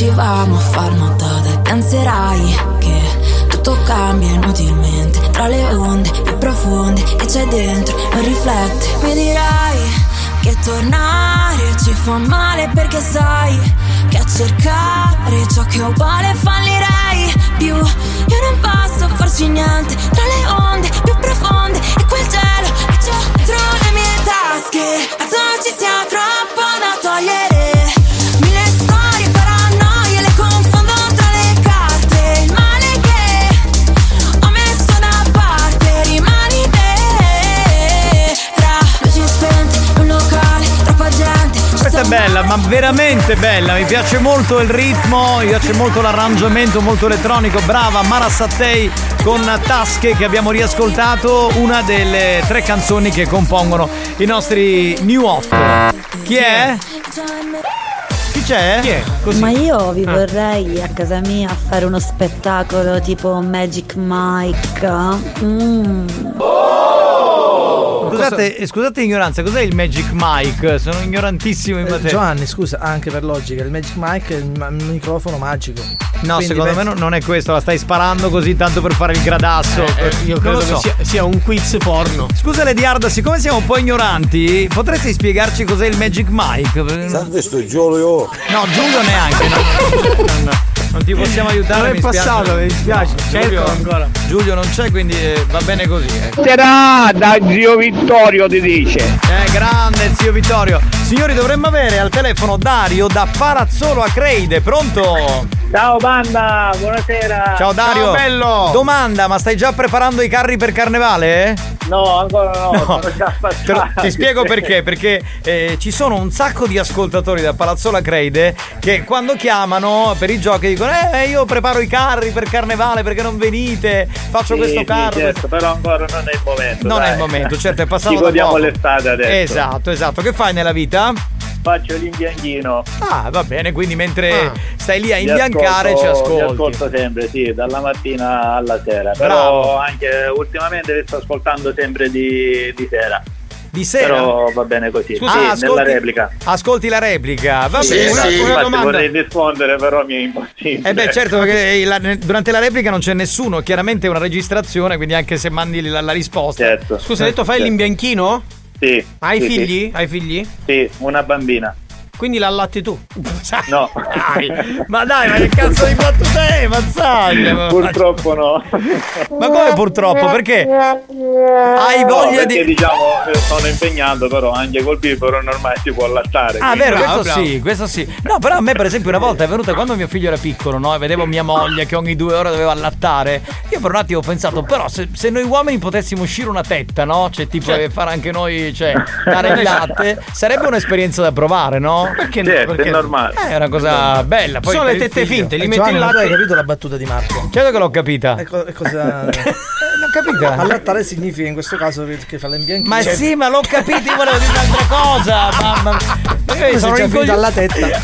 ci vamo a far notate. Penserai che tutto cambia inutilmente, tra le onde più profonde che c'è dentro non riflette. Mi dirai che tornare ci fa male perché sai che a cercare ciò che è uguale fallirei più. Io non posso farci niente, tra le onde più profonde e quel cielo che c'ho dentro le mie tasche. Penso ci sia troppo da togliere, mille storie paranoie le confondo tra le carte. Il male che ho messo da parte rimani te, tra luci spente, un locale, troppa gente. Questa è bella, ma veramente bella, mi piace molto il ritmo, mi piace molto l'arrangiamento, molto elettronico. Brava Mara Sattei con Tasche, che abbiamo riascoltato, una delle 3 canzoni che compongono i nostri New Hot. Chi è? Chi c'è? Chi è? Così. Ma io vi vorrei a casa mia fare uno spettacolo tipo Magic Mike. Scusate ignoranza, cos'è il Magic Mike? Sono ignorantissimo in materia. Giovanni, scusa, anche per logica, il Magic Mike è il microfono magico. No, quindi secondo me non è questo, la stai sparando così tanto per fare il gradasso. Io credo che sia un quiz porno. Scusa Lady Arda, siccome siamo un po' ignoranti, potresti spiegarci cos'è il Magic Mike? Santo sto Giulio. No, Giulio neanche. Non ti possiamo aiutare. Non è passato, mi dispiace. Giulio ancora. Giulio non c'è, quindi va bene così. Da zio Vittorio ti dice. Grande zio Vittorio. Signori, dovremmo avere al telefono Dario da Palazzolo Acreide. Pronto? Ciao banda, buonasera. Ciao Dario. Ciao bello. Domanda, ma stai già preparando i carri per carnevale? No, ancora no. Sono già passati. Ti spiego perché. Perché ci sono un sacco di ascoltatori da Palazzolo Acreide che quando chiamano per i giochi dicono io preparo i carri per carnevale perché non venite, faccio questo carro. Certo, però ancora non è il momento. Non è il momento, certo, è passato ci da godiamo poco. l'estate adesso. Esatto. Che fai nella vita? Faccio l'imbianchino. Ah, va bene, quindi mentre stai lì a imbiancare ci ascolti. Ti ascolto sempre, sì, dalla mattina alla sera. Però anche ultimamente vi sto ascoltando sempre di sera. Di sera? Però va bene così. Scusa, sì, nella replica. Ascolti la replica. Va sì, bene. Una domanda. Vorrei rispondere, però mi è impossibile. Certo, perché durante la replica non c'è nessuno. Chiaramente è una registrazione, quindi anche se mandi la risposta. Certo. Scusa, hai detto fai l'imbianchino? Sì. Hai figli? Sì. Hai figli? Sì, una bambina. Quindi l'allatti tu? No. Ma che cazzo di battute mazzaglia? Purtroppo no. Ma come purtroppo? Perché? Hai voglia perché, diciamo, sono impegnato, però anche col bibero normale si può allattare. Ah, vero, questo sì. No, però a me per esempio una volta è venuta quando mio figlio era piccolo, no? E vedevo mia moglie che ogni 2 ore doveva allattare. Io per un attimo ho pensato, però se noi uomini potessimo uscire una tetta, no? Cioè tipo fare anche noi, dare il latte, sarebbe un'esperienza da provare, no? Perché no? Certo, Perché è normale. È una cosa bella. Poi sono le tette finte, li metti Giovanni, in ma latte. tu hai capito la battuta di Marco? Certo che l'ho capita. Cosa? L'ho capita. Allattare significa in questo caso che fa l'imbianchino. Ma sì, ma l'ho capito, io volevo dire un'altra cosa. Mamma. Io sono finito alla tetta.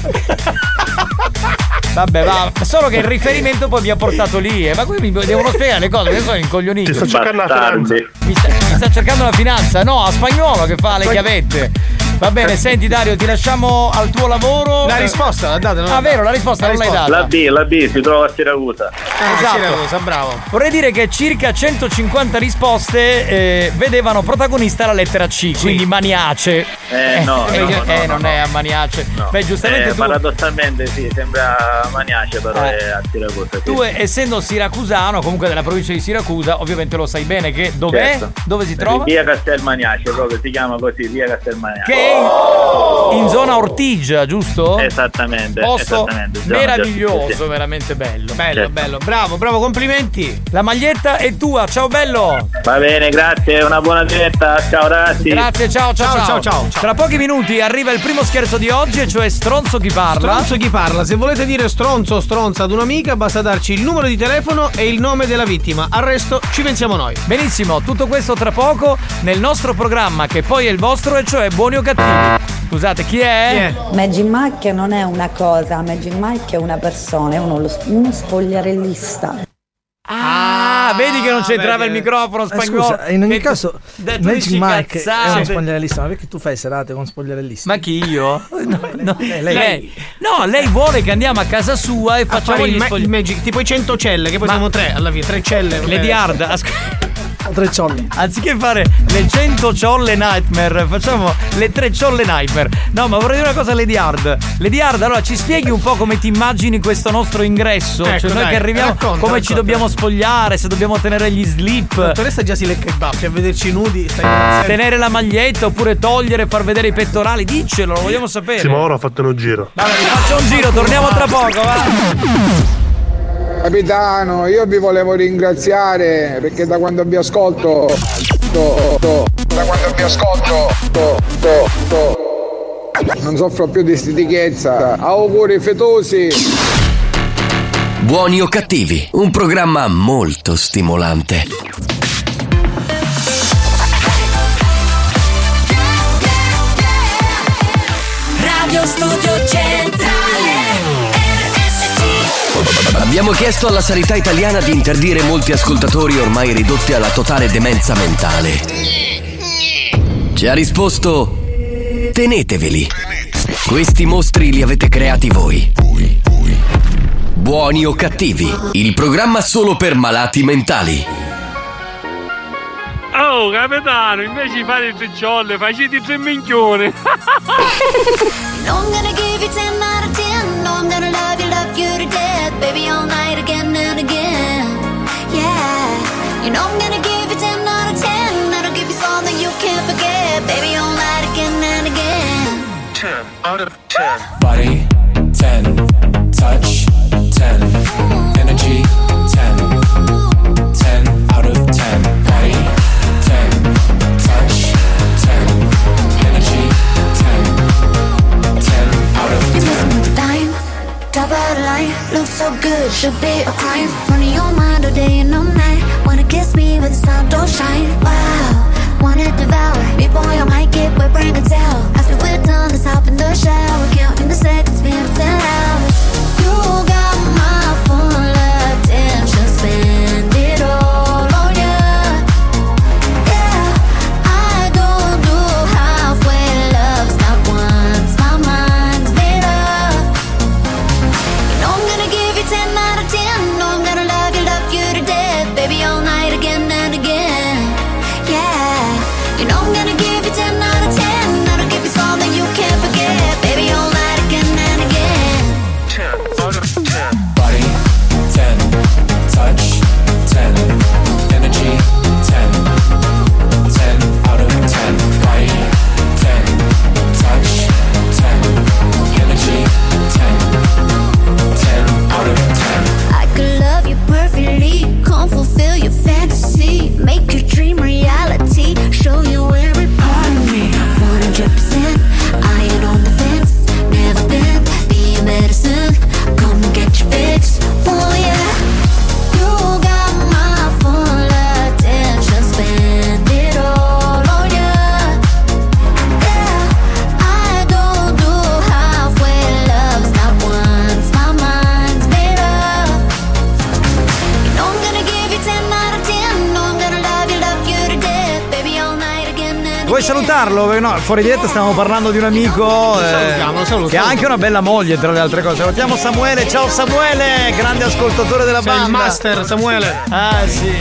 Vabbè, va. Solo che il riferimento poi mi ha portato lì. Ma qui mi devono spiegare le cose, che sono incoglionito. Ti sto cercando la finanza. Mi sta cercando la finanza? No, a Spagnolo che fa le chiavette. Va bene, senti Dario, ti lasciamo al tuo lavoro. La risposta l'ha data? Ah, vero, la risposta non l'hai data. La B si trova a Siracusa. Esatto. Siracusa, bravo. Vorrei dire che circa 150 risposte vedevano protagonista la lettera C, quindi Maniace. No, non è a Maniace. No. Beh, giustamente tu. Paradossalmente sì, sembra Maniace, però è a Siracusa. Sì. Tu, essendo siracusano, comunque della provincia di Siracusa, ovviamente lo sai bene che dov'è? Certo. Dove si trova? Via Castelmaniace, proprio si chiama così, via Castelmaniace. Che in zona Ortigia, giusto? Esattamente. Posto meraviglioso, sì. Veramente bello. Bello. Bravo, complimenti. La maglietta è tua, ciao bello. Va bene, grazie, una buona diretta. Ciao ragazzi. Grazie, ciao. Tra pochi minuti arriva il primo scherzo di oggi, e cioè Stronzo chi parla. Stronzo chi parla. Se volete dire stronzo o stronza ad un'amica, basta darci il numero di telefono e il nome della vittima. Al resto ci pensiamo noi. Benissimo, tutto questo tra poco nel nostro programma, che poi è il vostro, e cioè Buoni o Cattivi. Scusate, chi è? Magic Mike non è una cosa, Magic Mike è una persona, è uno spogliarellista. Ah, vedi che non c'entrava il microfono spagnolo. Scusa, in ogni caso Magic Mike cazzate. è uno spogliarellista, ma perché tu fai serate con spogliarellisti? Ma chi io? No, lei. No, lei vuole che andiamo a casa sua e facciamo il Magic, tipo i 100 celle, che poi siamo 3 alla fine, 3 celle. Lady Hard, 3 ciolle. Anziché fare le 100 ciolle Nightmare, facciamo le 3 ciolle Nightmare. No, ma vorrei dire una cosa a Lady Hard. Lady Hard, allora ci spieghi un po' come ti immagini questo nostro ingresso? Ecco, cioè noi che arriviamo, come ci dobbiamo spogliare, se dobbiamo tenere gli slip. La dottoressa già si lecca i baffi a vederci nudi. Tenere la maglietta oppure togliere e far vedere i pettorali. Diccelo, lo vogliamo sapere. Sì, ma ora ho fatto un giro. Vabbè, faccio un giro, torniamo tra poco, va. Capitano, io vi volevo ringraziare perché da quando vi ascolto non soffro più di stitichezza. Auguri fetosi. Buoni o cattivi, un programma molto stimolante. Radio Studio Centrale. Abbiamo chiesto alla sanità italiana di interdire molti ascoltatori ormai ridotti alla totale demenza mentale. Ci ha risposto: teneteveli. Questi mostri li avete creati voi. Buoni o cattivi, il programma solo per malati mentali. Oh capitano, invece di fare 3 ciolle, facete 3 minchioni. I'm gonna give you 10 out of 10. No, I'm gonna love you to death, baby, all night again and again. Yeah, you know I'm gonna give you 10 out of 10. That'll give you something you can't forget, baby, all night again and again. 10 out of 10. Body 10, touch 10, energy 10, 10 out of 10. Body 10, touch 10, energy 10, 10 out of 10. Time, top of the line, looks so good, should be a crime. Running your mind all day and all night. Wanna kiss me with the sun, don't shine. Wow, wanna devour me, boy, I might get wet, bring a towel. After we're done, let's hop in the shower. Counting the seconds, been 10 hours. You got my full attention, spend it all on you. Yeah, I don't do halfway loves, not once, my mind's made up. You know I'm gonna give you 10 out of 10. No, I'm gonna love you to death, baby, all night again and again. Yeah, you know I'm gonna give you 10 out of 10. That'll give you something you can't forget, baby, all night again and again. 10 out of 10. Body 10, touch 10, energy 10, 10 out of 10. Body 10, touch 10, energy 10, 10 out of 10. I could love you perfectly, come fulfill your fantasy, make your dream reality, show you every part of me. 100%, I ain't on the fence, never been, be a medicine, come and get your fix. Oh yeah, you got my full attention, spend it all on you. Yeah, I don't do halfway loves, not once, my mind's made up. You know I'm gonna give you 10 out of 10. No, I'm gonna love you to death, baby, all night again and Vuoi salutarlo? No, fuori diretta stavamo parlando di un amico che ha anche una bella moglie, tra le altre cose. Salutiamo Samuele. Ciao Samuele, grande ascoltatore della banda. Il master Samuele. Sì.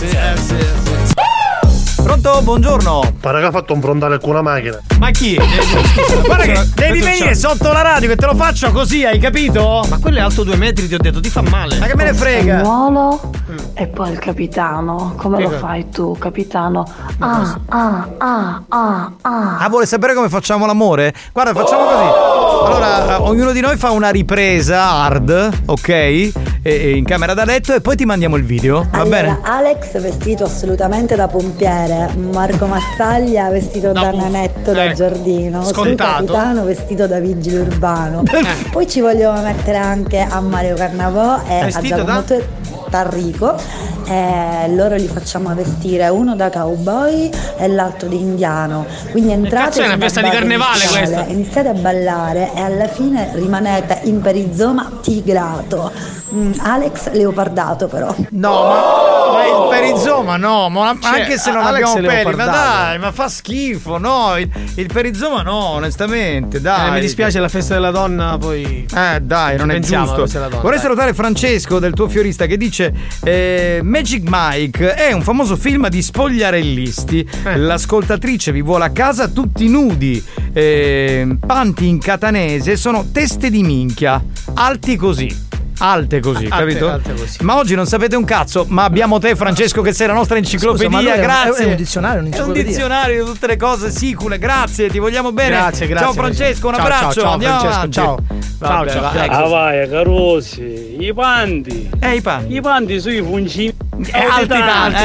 Pronto? Buongiorno. Pare che ha fatto un frontale con una macchina. Ma chi? Guarda che devi venire sotto la radio che te lo faccio così, hai capito? Ma quello è alto 2 metri, ti ho detto, ti fa male. Ma che me ne frega? Spagnolo e poi il capitano. Come lo fai tu, capitano? Ah, vuole sapere come facciamo l'amore? Guarda, facciamo così. Allora, ognuno di noi fa una ripresa hard, ok? E in camera da letto e poi ti mandiamo il video, va bene? Alex vestito assolutamente da pompiere, Marco Mazzaglia vestito da nanetto da giardino, sul capitano vestito da vigile urbano. Poi ci vogliamo mettere anche a Mario Carnavò e vestito a Giacomo Tarrico. Loro li facciamo vestire uno da cowboy e l'altro di indiano. Quindi entrate, è una festa di carnevale questa. Iniziate a ballare e alla fine rimanete in perizoma tigrato. Alex leopardato però. No, ma il perizoma no, ma anche se non Alex abbiamo peli, ma Leopardato. dai, ma fa schifo, no, il perizoma no, onestamente, dai. Mi dispiace la festa della donna, poi. Dai, non è Pensiamo alla giusto. festa della donna, Vorrei dai. salutare Francesco del tuo fiorista che dice Magic Mike è un famoso film di spogliarellisti. L'ascoltatrice vi vuole a casa tutti nudi. Panti in catanese sono teste di minchia, alti così. Alte così, capito? Alte così. Ma oggi non sapete un cazzo, ma abbiamo te, Francesco, che sei la nostra enciclopedia. Scusa, ma lui grazie. è un dizionario, È un dizionario di tutte le cose sicule. Grazie, ti vogliamo bene. Grazie. Ciao Francesco, un Ciao, abbraccio. ciao, Andiamo Francesco, avanti. ciao. Vabbè, Ciao. vai. Ah vai, carosi, i panti. I panti. Sui funcini. Alti tanti,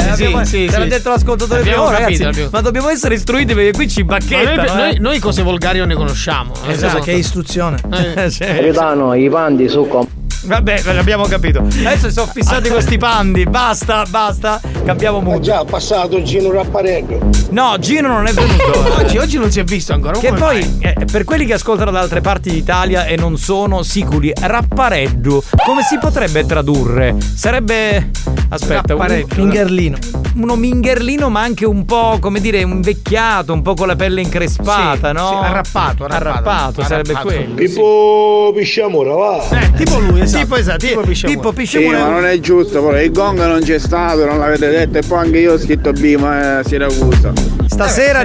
sì, te l'ha detto l'ascoltatore prima. Abbiamo Ragazzi, capito. ma dobbiamo essere istruiti perché qui ci bacchettano. Noi cose volgari non ne conosciamo. Esatto, che è istruzione. Capitano, i panti su Vabbè, l'abbiamo capito. Adesso sono fissati questi pandi. Basta. Cambiamo mood. già passato Gino Rappareggio. No, Gino non è venuto. Oggi non si è visto ancora. Che Come poi, per quelli che ascoltano da altre parti d'Italia e non sono sicuri, rappareddu, come si potrebbe tradurre? Sarebbe. Aspetta, Mingherlino. Uno mingherlino, ma anche un po', come dire, invecchiato, un po' con la pelle increspata, no? Sì, arrappato, sarebbe quello. Pippo Pisciamura, va. Tipo lui, esatto. Tipo esatto, Pippo Pisciamura. ma non è giusto, però il gong non c'è stato, non l'avete detto, e poi anche io ho scritto B, ma Siracusa. Stasera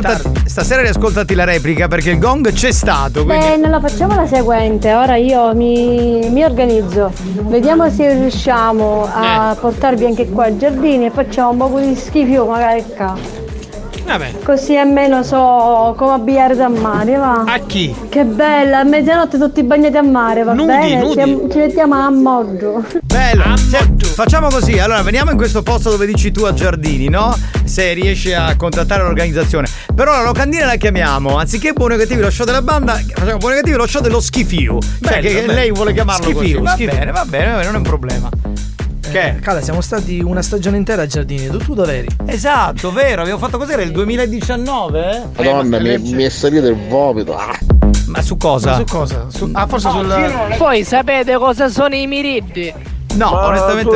riascoltati la replica perché il gong c'è stato. Quindi. Beh, non la facciamo la seguente. Ora io mi organizzo. Vediamo se riusciamo a portarvi anche qua ai giardini e facciamo un po' di schifo magari qua. Vabbè. Così almeno so come abbigliare da mare, va. A chi? Che bella, a mezzanotte tutti bagnati a mare, va bene? Ci mettiamo a moggio. Bello. Facciamo così, allora veniamo in questo posto dove dici tu a Giardini, no? Se riesci a contattare l'organizzazione. Però la locandina la chiamiamo, anziché Buoni o Cattivi lo show della banda, facciamo Buoni o Cattivi lo show dello schifio. Cioè che lei vuole chiamarlo Schifio, così. schifio. Va bene, non è un problema. Che? Cala, siamo stati una stagione intera a Giardini, tu dove eri? Esatto, vero, abbiamo fatto cos'era il 2019? Madonna, mi è salito il vomito. Ma su cosa? Ma su cosa? Forse sul. Poi sapete cosa sono i miriddi? No, onestamente.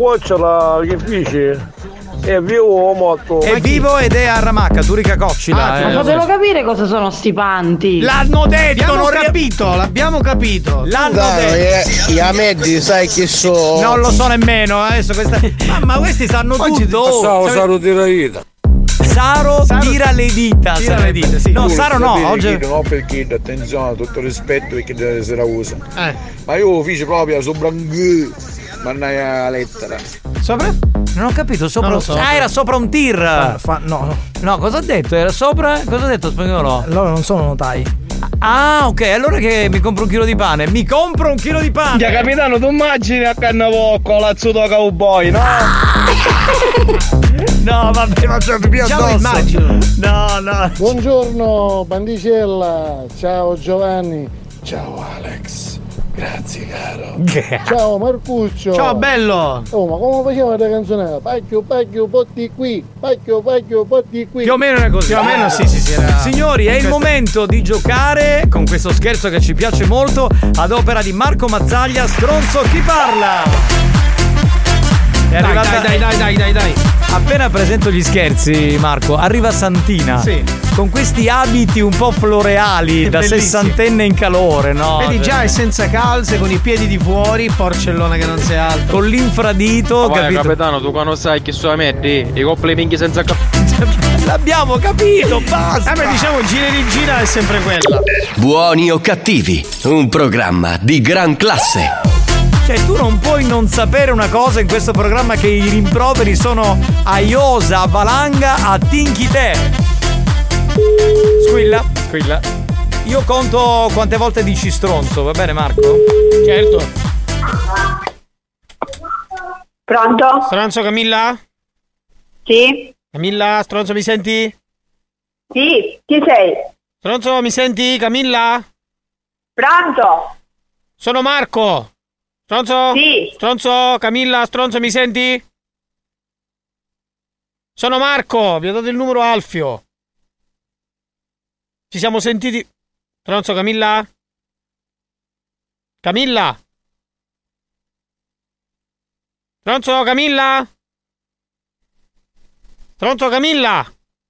Che dice? È vivo morto? È vivo ed è a Ramacca, Turica Coccila. Ma fatelo capire cosa sono sti panti. L'hanno detto, L'abbiamo capito. L'hanno detto. I Ameddi sai chi sono? Non lo so nemmeno, adesso questa. Ma questi sanno tutto. Saro di la vita. Saro tira le dita. Tira le dita, sì. No, Saro no, oggi. No, perché attenzione, tutto rispetto perché se la usa. Ma io feci proprio sopra mandai la lettera. Sopra? Non ho capito, sopra. Non lo so. Era sopra un tir. No. No, cosa ha detto? Era sopra? Cosa ha detto spagnolo? Loro non sono notai. Ah, ok, allora che mi compro un chilo di pane. Mi compro un chilo di pane. Già capitano, tu immagini a Cannavocco l'azzuto cowboy, no? No, vabbè, ma c'è più Già lo addosso. immagino. No. Buongiorno, Bandicella. Ciao Giovanni. Ciao Alex. Grazie caro. Ciao Marcuccio. Ciao bello. Oh, ma come faceva la canzone? Pacchio, porti qui. Pacchio, porti qui. Più o meno è così. Più o meno sì. Era... Signori, è il momento di giocare con questo scherzo che ci piace molto ad opera di Marco Mazzaglia, Stronzo chi parla. È arrivata... Dai. Appena presento gli scherzi, Marco, arriva Santina. Sì. Con questi abiti un po' floreali da Bellissimi. sessantenne in calore, no? Vedi già è senza calze, con i piedi di fuori, porcellona che non sei altro. Con l'infradito, capito? Capitano, tu quando sai che sono metti i complimenti senza L'abbiamo capito, basta! Ma diciamo gira e rigira è sempre quella. Buoni o cattivi, un programma di gran classe. Cioè tu non puoi non sapere una cosa in questo programma, che i rimproveri sono a Iosa, a Valanga, a Tinchite. Squilla. Io conto quante volte dici stronzo, va bene Marco? Certo. Pronto? Stronzo Camilla? Sì? Camilla, stronzo mi senti? Sì, chi sei? Stronzo mi senti Camilla? Pronto? Sono Marco. Stronzo? Sì. Stronzo, Camilla, stronzo mi senti? Sono Marco, vi ho dato il numero Alfio. Ci siamo sentiti. Stronzo, Camilla? Camilla? Stronzo, Camilla? Pronto Camilla?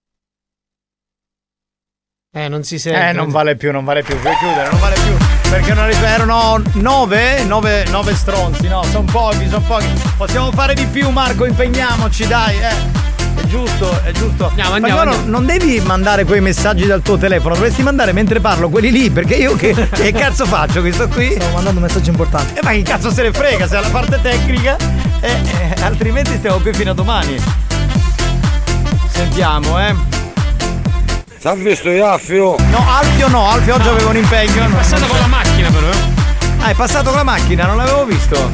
Non si sente. Non vale più, puoi chiudere, non vale più. Perché non erano 9 stronzi, no, sono pochi. Possiamo fare di più, Marco, impegniamoci, dai, È giusto. Andiamo. Non devi mandare quei messaggi dal tuo telefono, dovresti mandare mentre parlo quelli lì, perché io che cazzo faccio? Che sto qui? Stavo mandando un messaggio importante. Ma che cazzo se ne frega, se è la parte tecnica, altrimenti stiamo qui fino a domani. Sentiamo, S'ha visto Alfio? No, Alfio oggi aveva un impegno. È passato con la macchina però. Ah, è passato con la macchina, non l'avevo visto.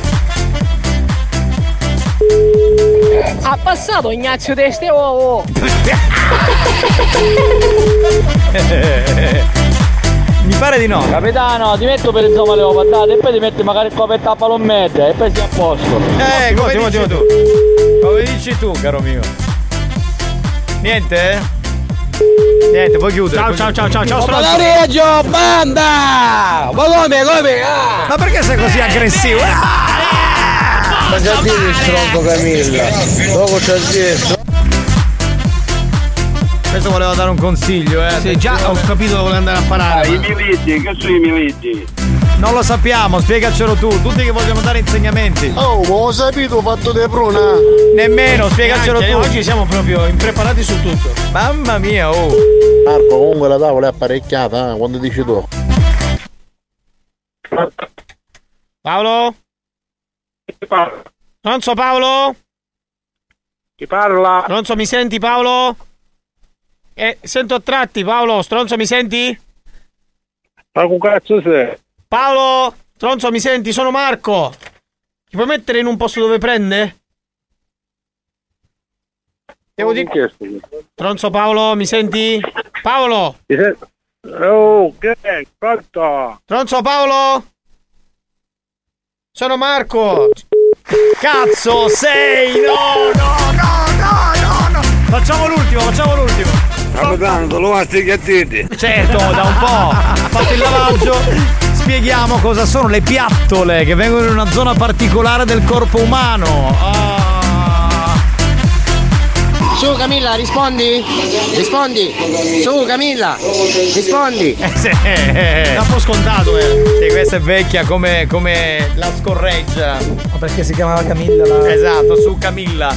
Ha passato Ignazio Teste uovo. Mi pare di no. Capitano, ti metto per il zoma leopardato e poi ti metti magari il copetta a palommette e poi sei a posto. Come dici tu, caro mio. Niente, puoi chiudere. Ciao, Ma Reggio, banda! Ma come? Ma perché sei così aggressivo? Ma già dire stronzo Camilla. Dopo c'è chiesto. Questo voleva dare un consiglio, Sì, già ho capito dove andare a parare. I militi, che sono i militi? Non lo sappiamo, spiegacelo tu. Tutti che vogliono dare insegnamenti. Oh, ma ho sapito fatto de pruna. Nemmeno, spiegacelo tu. Oggi siamo proprio impreparati su tutto. Mamma mia, Marco, comunque la tavola è apparecchiata, quando dici tu. Paolo? Stronzo Paolo? Chi parla? Stronzo mi senti Paolo? Sento a tratti Paolo, stronzo mi senti? Ma con cazzo sei? Paolo, stronzo mi senti? Sono Marco. Ti puoi mettere in un posto dove prende? Devo dire. Stronzo Paolo, mi senti? Paolo? Oh, che è? Pronto? Stronzo Paolo? Sono Marco. Cazzo, sei! No! Facciamo l'ultimo. Capitano, te lo vasti che attenti. Certo, da un po'. Fatto il lavaggio. Spieghiamo cosa sono le piattole che vengono in una zona particolare del corpo umano. Su Camilla, rispondi? Su Camilla, rispondi. Sì. È un po' scontato, Sì, questa è vecchia come la scorreggia. Ma perché si chiamava Camilla? Esatto, su Camilla.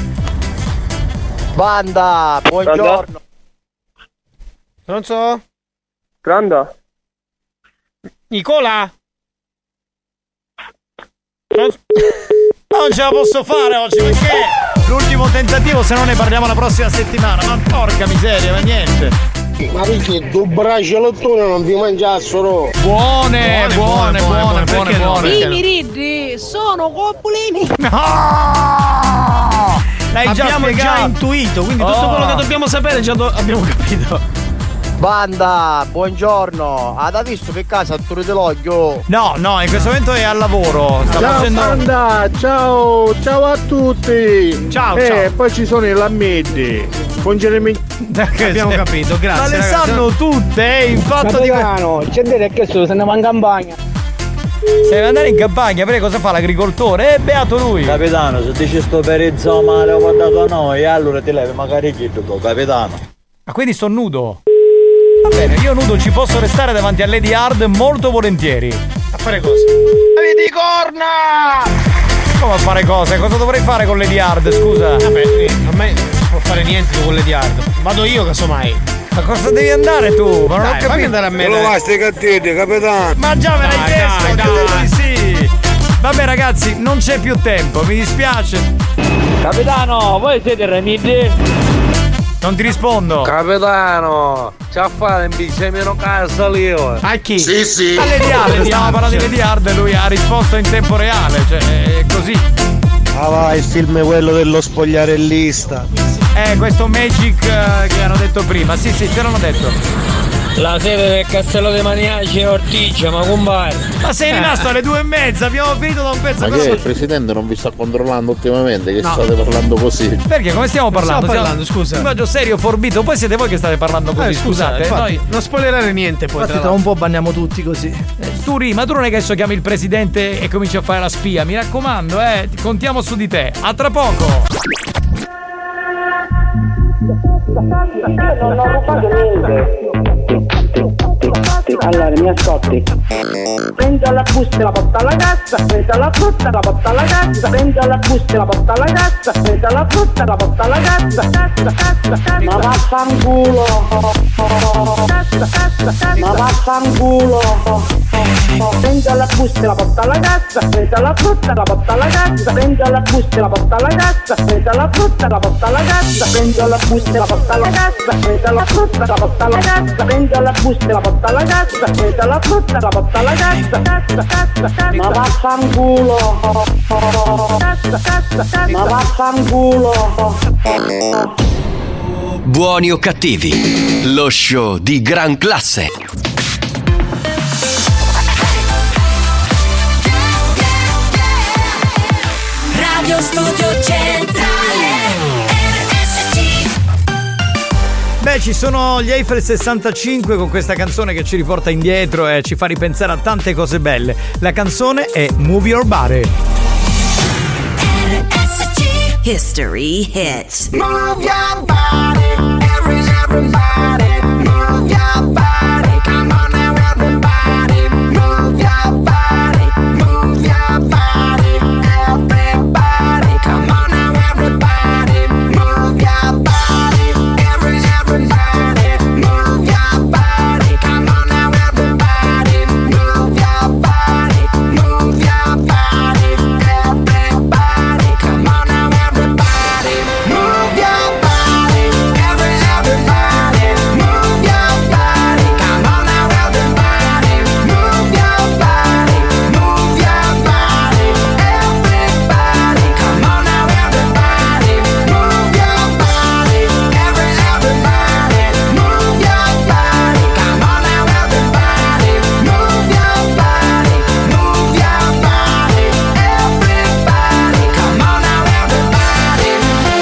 Banda, buongiorno. Stronzo? Pronto? Nicola? Non ce la posso fare oggi perché l'ultimo tentativo, se no ne parliamo la prossima settimana. Ma porca miseria, ma niente. Ma perché due braccia lottone non vi mangiassero? Buone. I miriddi sono copulini. No! L'abbiamo già intuito, quindi tutto quello che dobbiamo sapere già abbiamo capito. Banda, buongiorno. Ha visto per casa il tour dell'occhio? No, in questo momento è al lavoro. Ciao banda, ciao a tutti. Ciao. Poi ci sono i lammetti. Abbiamo capito, grazie. Ma le sanno tutte, il fatto Capitano, c'è dire che se ne va in campagna. Deve andare in campagna, perché cosa fa l'agricoltore? Beato lui. Capitano, se dici sto per il zoma l'ho guardato a noi, allora ti levi magari chiedo, capitano. Ah, quindi sto nudo. Va bene, io nudo ci posso restare davanti a Lady Hard molto volentieri. A fare cosa? Avete corna! Come a fare cose? Cosa dovrei fare con Lady Hard, scusa? Vabbè, a me non può fare niente tu con Lady Hard. Vado io casomai. Ma cosa devi andare tu? Ma non ho capito. Fammi andare a me. Lo vasti cattivi, capitano. Ma già me l'hai chiesto, ho detto di sì. Vabbè ragazzi, non c'è più tempo, mi dispiace. Capitano, voi siete remidi? Non ti rispondo. Capitano, c'ha fare in bici meno casa lì. A chi? Sì. A Lady Hard, stiamo parlando di Lady Hard e lui ha risposto in tempo reale, cioè è così. Ah va, il film è quello dello spogliarellista. Questo Magic che hanno detto prima, sì, ce l'hanno detto. La sede del Castello dei Maniaci è Ortigia, ma compare. Ma sei rimasto alle 2:30, abbiamo finito da un pezzo. Ma che il presidente non vi sta controllando ultimamente? Che state parlando così? Perché? Come stiamo parlando? Stiamo parlando, scusa. Un linguaggio serio, forbito, poi siete voi che state parlando così, scusate. Noi non spoilerare niente poi. Infatti tra un po' banniamo tutti così. Tu ma tu non è che adesso chiami il presidente e cominci a fare la spia, mi raccomando, contiamo su di te. A tra poco. Non ho rubato niente. Allora, mi ascolti. Prendi la busta e la porta alla cassa, prendi la frutta e la porta alla cassa, prendi la busta e la porta alla cassa, prendi la frutta e la porta alla cassa, ma vaffanculo, ma vaffanculo. Prendi la busta e la porta alla cassa, prendi la frutta e la porta alla cassa, prendi la busta e la porta alla cassa, prendi la frutta e la porta alla cassa, prendi la busta e la porta alla cassa, prendi la frutta e la porta alla cassa, prendi la busta e la porta alla cassa, prendi la frutta e la porta alla cassa, ma vaffanculo, ma vaffanculo. Buoni o cattivi, lo show di gran classe. Radio Studio Centrale RSC. Beh, ci sono gli Eiffel 65 con questa canzone che ci riporta indietro e ci fa ripensare a tante cose belle. La canzone è Move Your Body. RSC History Hits. Move your body, everybody, move your body, come on now everybody, move your body, move your body, everybody, come on now everybody, move your body, everybody, move your body, come on now everybody, move your body, move your body, everybody, come on now everybody, move your body, everybody, move your body, come on now everybody, move your body, move your body, everybody, come on now everybody, move your body, everybody, move your body, come on now everybody, move your body, move your body, everybody, come on now everybody.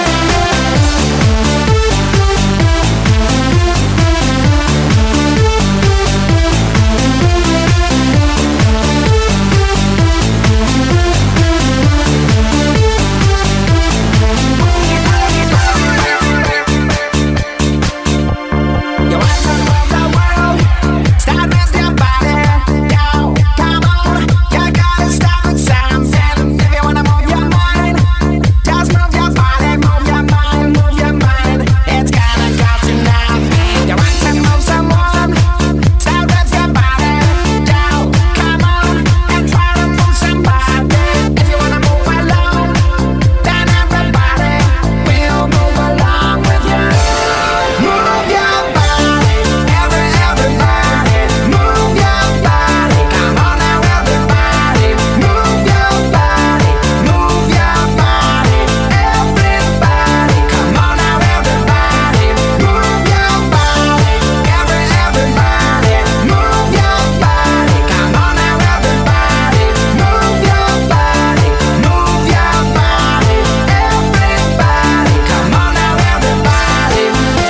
Start with your body, yo, come on, you gotta start with something. If you wanna move your mind, just move your body, move your mind, move your mind. It's gonna cost you nothing. You want to move someone? Start with your body, yo, come on, and try to move somebody. If you wanna move alone, then everybody will move along with you. Move your body, everybody, move your body, come on now everybody, move your body, move your body, everybody, come on now everybody, move your body, everybody, move your body, come on now everybody, move your body, move your body, everybody, come on now everybody.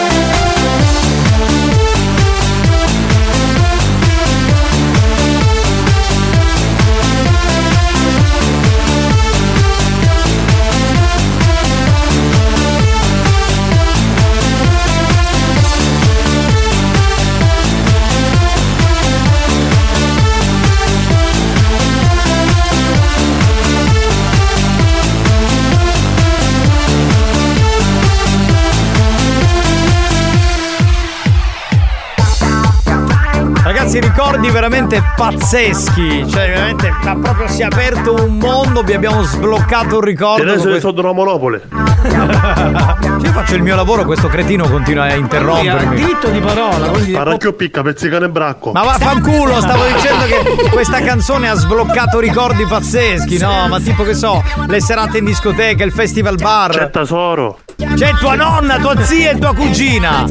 Ragazzi, ricordi veramente pazzeschi. Cioè, veramente proprio si è aperto un mondo. Vi abbiamo sbloccato un ricordo. E adesso sono una monopoli. Io faccio il mio lavoro, questo cretino continua a interrompermi. Diritto di parola. Paracchio picca, pezzicane e bracco. Ma vaffanculo, stavo dicendo che questa canzone ha sbloccato ricordi pazzeschi, no? Ma tipo che so, le serate in discoteca, il festival bar. C'è tesoro. C'è tua nonna, tua zia e tua cugina.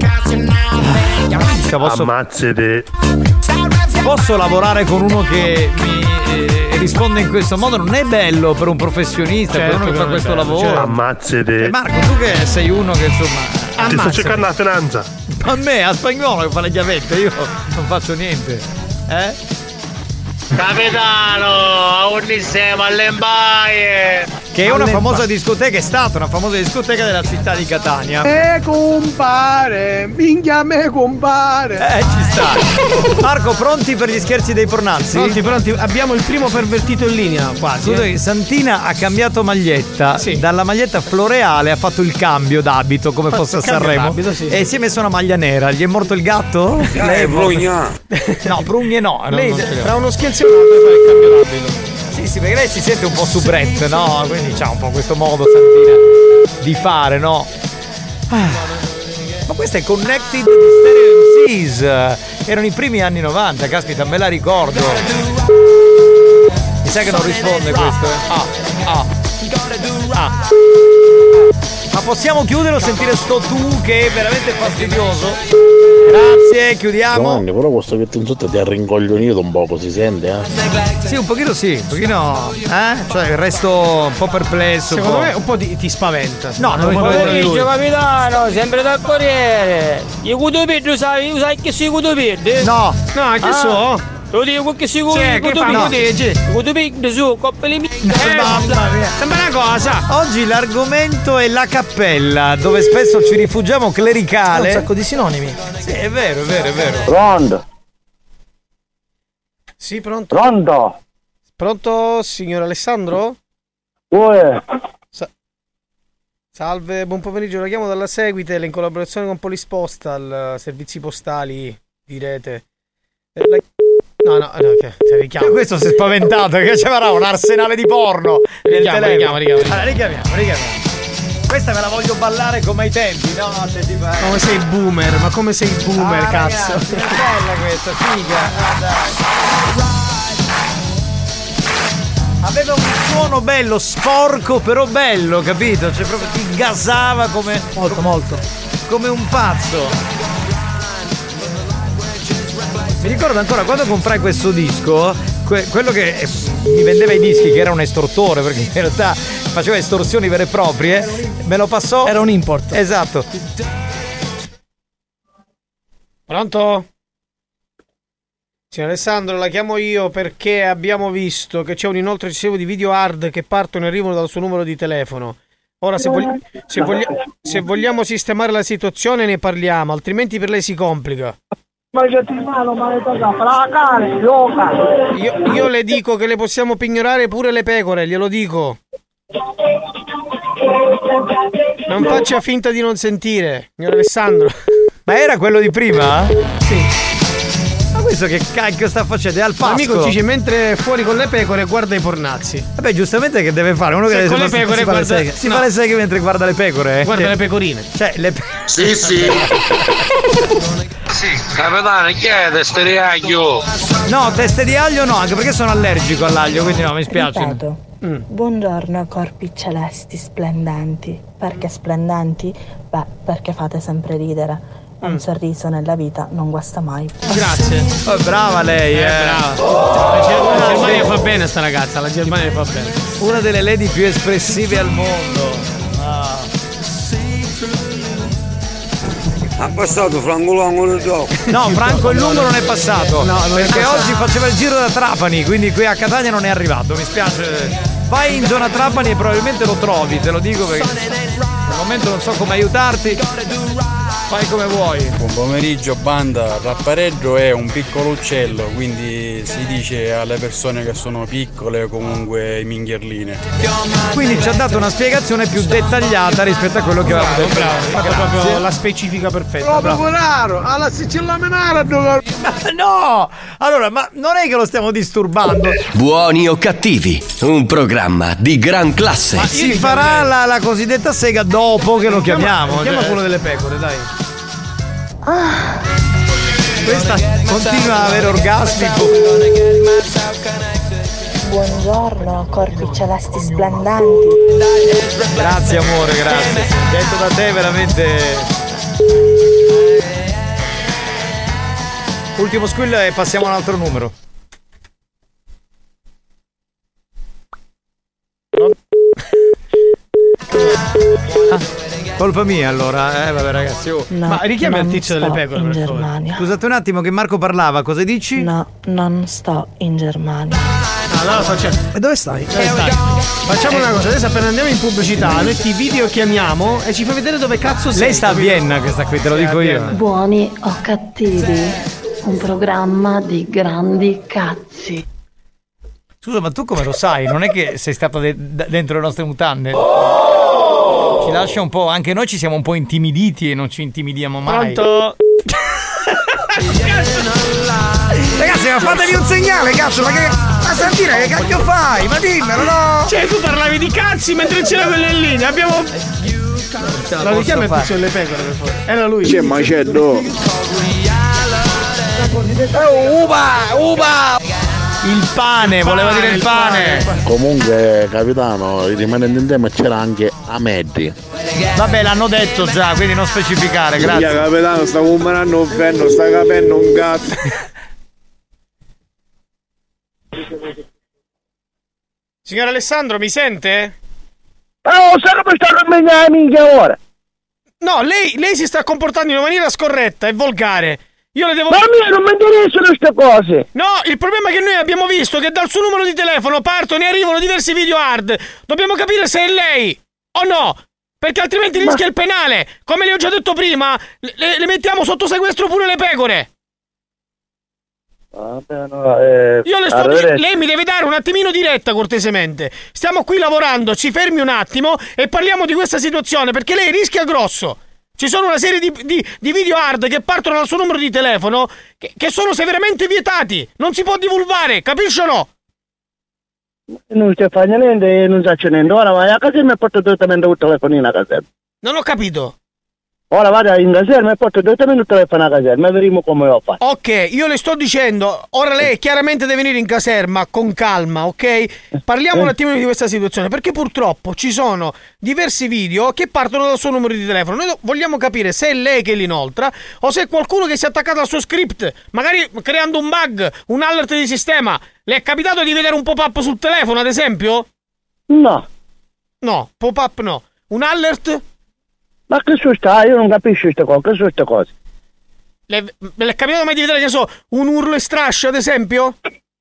Ammazzate. Posso lavorare con uno che mi risponde in questo modo? Non è bello per un professionista, Certo per uno che fa questo bello, lavoro. certo. Ammazzate. Marco, tu che sei uno che insomma. Ti sto cercando la finanza. A me, a Spagnolo che fa le chiavette, io non faccio niente. Capitano, insieme alle imbaie. che è una famosa discoteca, è stata una famosa discoteca della città di Catania. Compare, minchia me compare. Ci sta. Marco, pronti per gli scherzi dei pornazzi? Pronti. Abbiamo il primo pervertito in linea, quasi. Scusa, Santina ha cambiato maglietta. Sì. Dalla maglietta floreale ha fatto il cambio d'abito come fosse a Sanremo. E si è messo una maglia nera. Gli è morto il gatto? Lei Brugna. No, Brugne no. Lei fra uno scherzo e un altro fa il cambio d'abito. Sì, perché lei si sente un po' su Brett, no? Quindi c'ha un po' questo modo, Santina, di fare, no? Ma questo è Connected di Stereo MCs. Erano i primi anni 90, caspita, me la ricordo. Mi sa che non risponde questo, Ma possiamo chiudere o sentire sto tu che è veramente fastidioso? Grazie, chiudiamo. Giovanni, però questo che ti sotto ti ha rincoglionito un poco, si sente, Sì, un pochino, Cioè il resto un po' perplesso. Secondo me un po' ti spaventa. No, non mi pomeriggio capitano, sempre dal Corriere. I cutopirdi, sai che sei cutopirdi? No, che so? Lo dico che si cutopirdi su coppeli mamma mia. Sembra una cosa. Oggi l'argomento è la cappella, dove spesso ci rifugiamo clericale. Un sacco di sinonimi. Sì, è vero. Pronto? Sì, pronto? Pronto? Pronto, signor Alessandro? Salve, buon pomeriggio, la chiamo dalla Seguitel in collaborazione con Polispostal, servizi postali di rete. No, che ti richiamo. Questo si è spaventato perché c'era un arsenale di porno. Richiamiamo. Allora, richiamiamo. Questa me la voglio ballare come ai tempi, no? Se ti fa... Come sei boomer, ma come sei boomer, cazzo. Ragazzi, è bella questa, figa. Aveva un suono bello, sporco però bello, capito? Cioè proprio ti gasava come... Molto. Come un pazzo. Mi ricordo ancora quando comprai questo disco, quello che mi vendeva i dischi, che era un estortore, perché in realtà faceva estorsioni vere e proprie, me lo passò. Era un import. Esatto. Pronto? Signor Alessandro, la chiamo io perché abbiamo visto che c'è un inoltre eccessivo di video hard che partono e arrivano dal suo numero di telefono. Ora se vogliamo sistemare la situazione ne parliamo, altrimenti per lei si complica. Io le dico che le possiamo pignorare pure le pecore, glielo dico. Non faccia finta di non sentire, signor Alessandro. Ma era quello di prima? Sì. Ma questo che cacchio sta facendo? È al pascolo. L'amico dice mentre è fuori con le pecore guarda i pornazzi. Vabbè, giustamente che deve fare? Uno che con le pecore guarda... Si fa le seghe mentre guarda le pecore? Guarda le pecorine. Cioè, Sì. Sì, capitano, chi è teste di aglio? No, teste di aglio no, anche perché sono allergico all'aglio, quindi no, mi spiace. Buongiorno corpi celesti splendenti. Perché splendenti? Beh, perché fate sempre ridere. Un sorriso nella vita non guasta mai. Grazie. Oh, brava lei, brava. La Germania fa bene sta ragazza, la Germania fa bene. Una delle lady più espressive al mondo. Ha passato Franco Longo del gioco. No, Franco il lungo non è passato. No, perché oggi faceva il giro da Trapani, quindi qui a Catania non è arrivato. Mi spiace. Vai in zona Trapani e probabilmente lo trovi, te lo dico perché al momento non so come aiutarti. Fai come vuoi. Buon pomeriggio banda, Rappareggio è un piccolo uccello, quindi si dice alle persone che sono piccole o comunque minghierline. Quindi ci ha dato una spiegazione più dettagliata rispetto a quello che avevamo detto. Bravo, ha fatto proprio la specifica perfetta. Proprio raro, alla Sicilia menara dove... No! Allora, ma non è che lo stiamo disturbando. Buoni o cattivi, un programma di gran classe. Ma si farà la cosiddetta sega dopo che lo chiamiamo. Chiama quello delle pecore, dai. Questa continua ad avere orgasmi. Buongiorno corpi celesti splendenti. Grazie amore, grazie. Detto da te veramente. Ultimo squill e passiamo a un altro numero. Colpa mia allora, vabbè ragazzi. Ma richiami il tizio delle pecore in per favore. Germania. Scusate un attimo che Marco parlava, cosa dici? No, non sto in Germania. Allora facciamo. E dove stai? Facciamo una cosa, adesso appena andiamo in pubblicità, noi ti videochiamiamo e ci fai vedere dove cazzo sei. Lei sta a Vienna, questa qui, te lo dico io. Buoni o cattivi, un programma di grandi cazzi. Scusa, ma tu come lo sai? Non è che sei stata dentro le nostre mutande? Ci lascia un po', anche noi ci siamo un po' intimiditi e non ci intimidiamo mai. Pronto? Ragazzi, ma fatevi un segnale, cazzo, ma sentire che cacchio fai? Ma dimmelo, no? Cioè, tu parlavi di cazzi mentre c'era quello in linea, abbiamo... La richiama il tizio delle pecore, per favore. Era lui. C'è macello. Uba! Il pane, voleva dire il pane. Comunque, capitano, rimanendo in tema c'era anche Ameddi. Vabbè, l'hanno detto già, quindi non specificare, grazie. Capitano, stavo umanando un fenno, sta capendo un gatto. Signor Alessandro, mi sente? Sai come sta cambiando la minchia ora? No, lei si sta comportando in una maniera scorretta e volgare. Io le devo... Ma a me non mi interessano queste cose. No, il problema è che noi abbiamo visto che dal suo numero di telefono partono e arrivano diversi video hard. Dobbiamo capire se è lei o no, perché altrimenti rischia il penale. Come le ho già detto prima, le mettiamo sotto sequestro pure le pecore. Vabbè, no, io le sto dicendo, lei mi deve dare un attimino di retta cortesemente. Stiamo qui lavorando, ci fermi un attimo e parliamo di questa situazione, perché lei rischia grosso. Ci sono una serie di video hard che partono dal suo numero di telefono che sono severamente vietati. Non si può divulgare, capisci o no? Non si fa niente, non si c'è niente. Ora vai a casa e mi porto direttamente il telefonino a casa. Non ho capito. Ora vado in caserma e porto direttamente il telefono a caserma e vedremo come lo fa. Ok, io le sto dicendo, ora lei chiaramente deve venire in caserma con calma, ok? Parliamo un attimo di questa situazione, perché purtroppo ci sono diversi video che partono dal suo numero di telefono. Noi vogliamo capire se è lei che li inoltra o se è qualcuno che si è attaccato al suo script, magari creando un bug, un alert di sistema. Le è capitato di vedere un pop-up sul telefono, ad esempio? No. No, pop-up no. Un alert? Ma che su sta? Io non capisco queste cose, che sono queste cose? Le è capitato mai di vedere, che so, un urlo e strascio, ad esempio?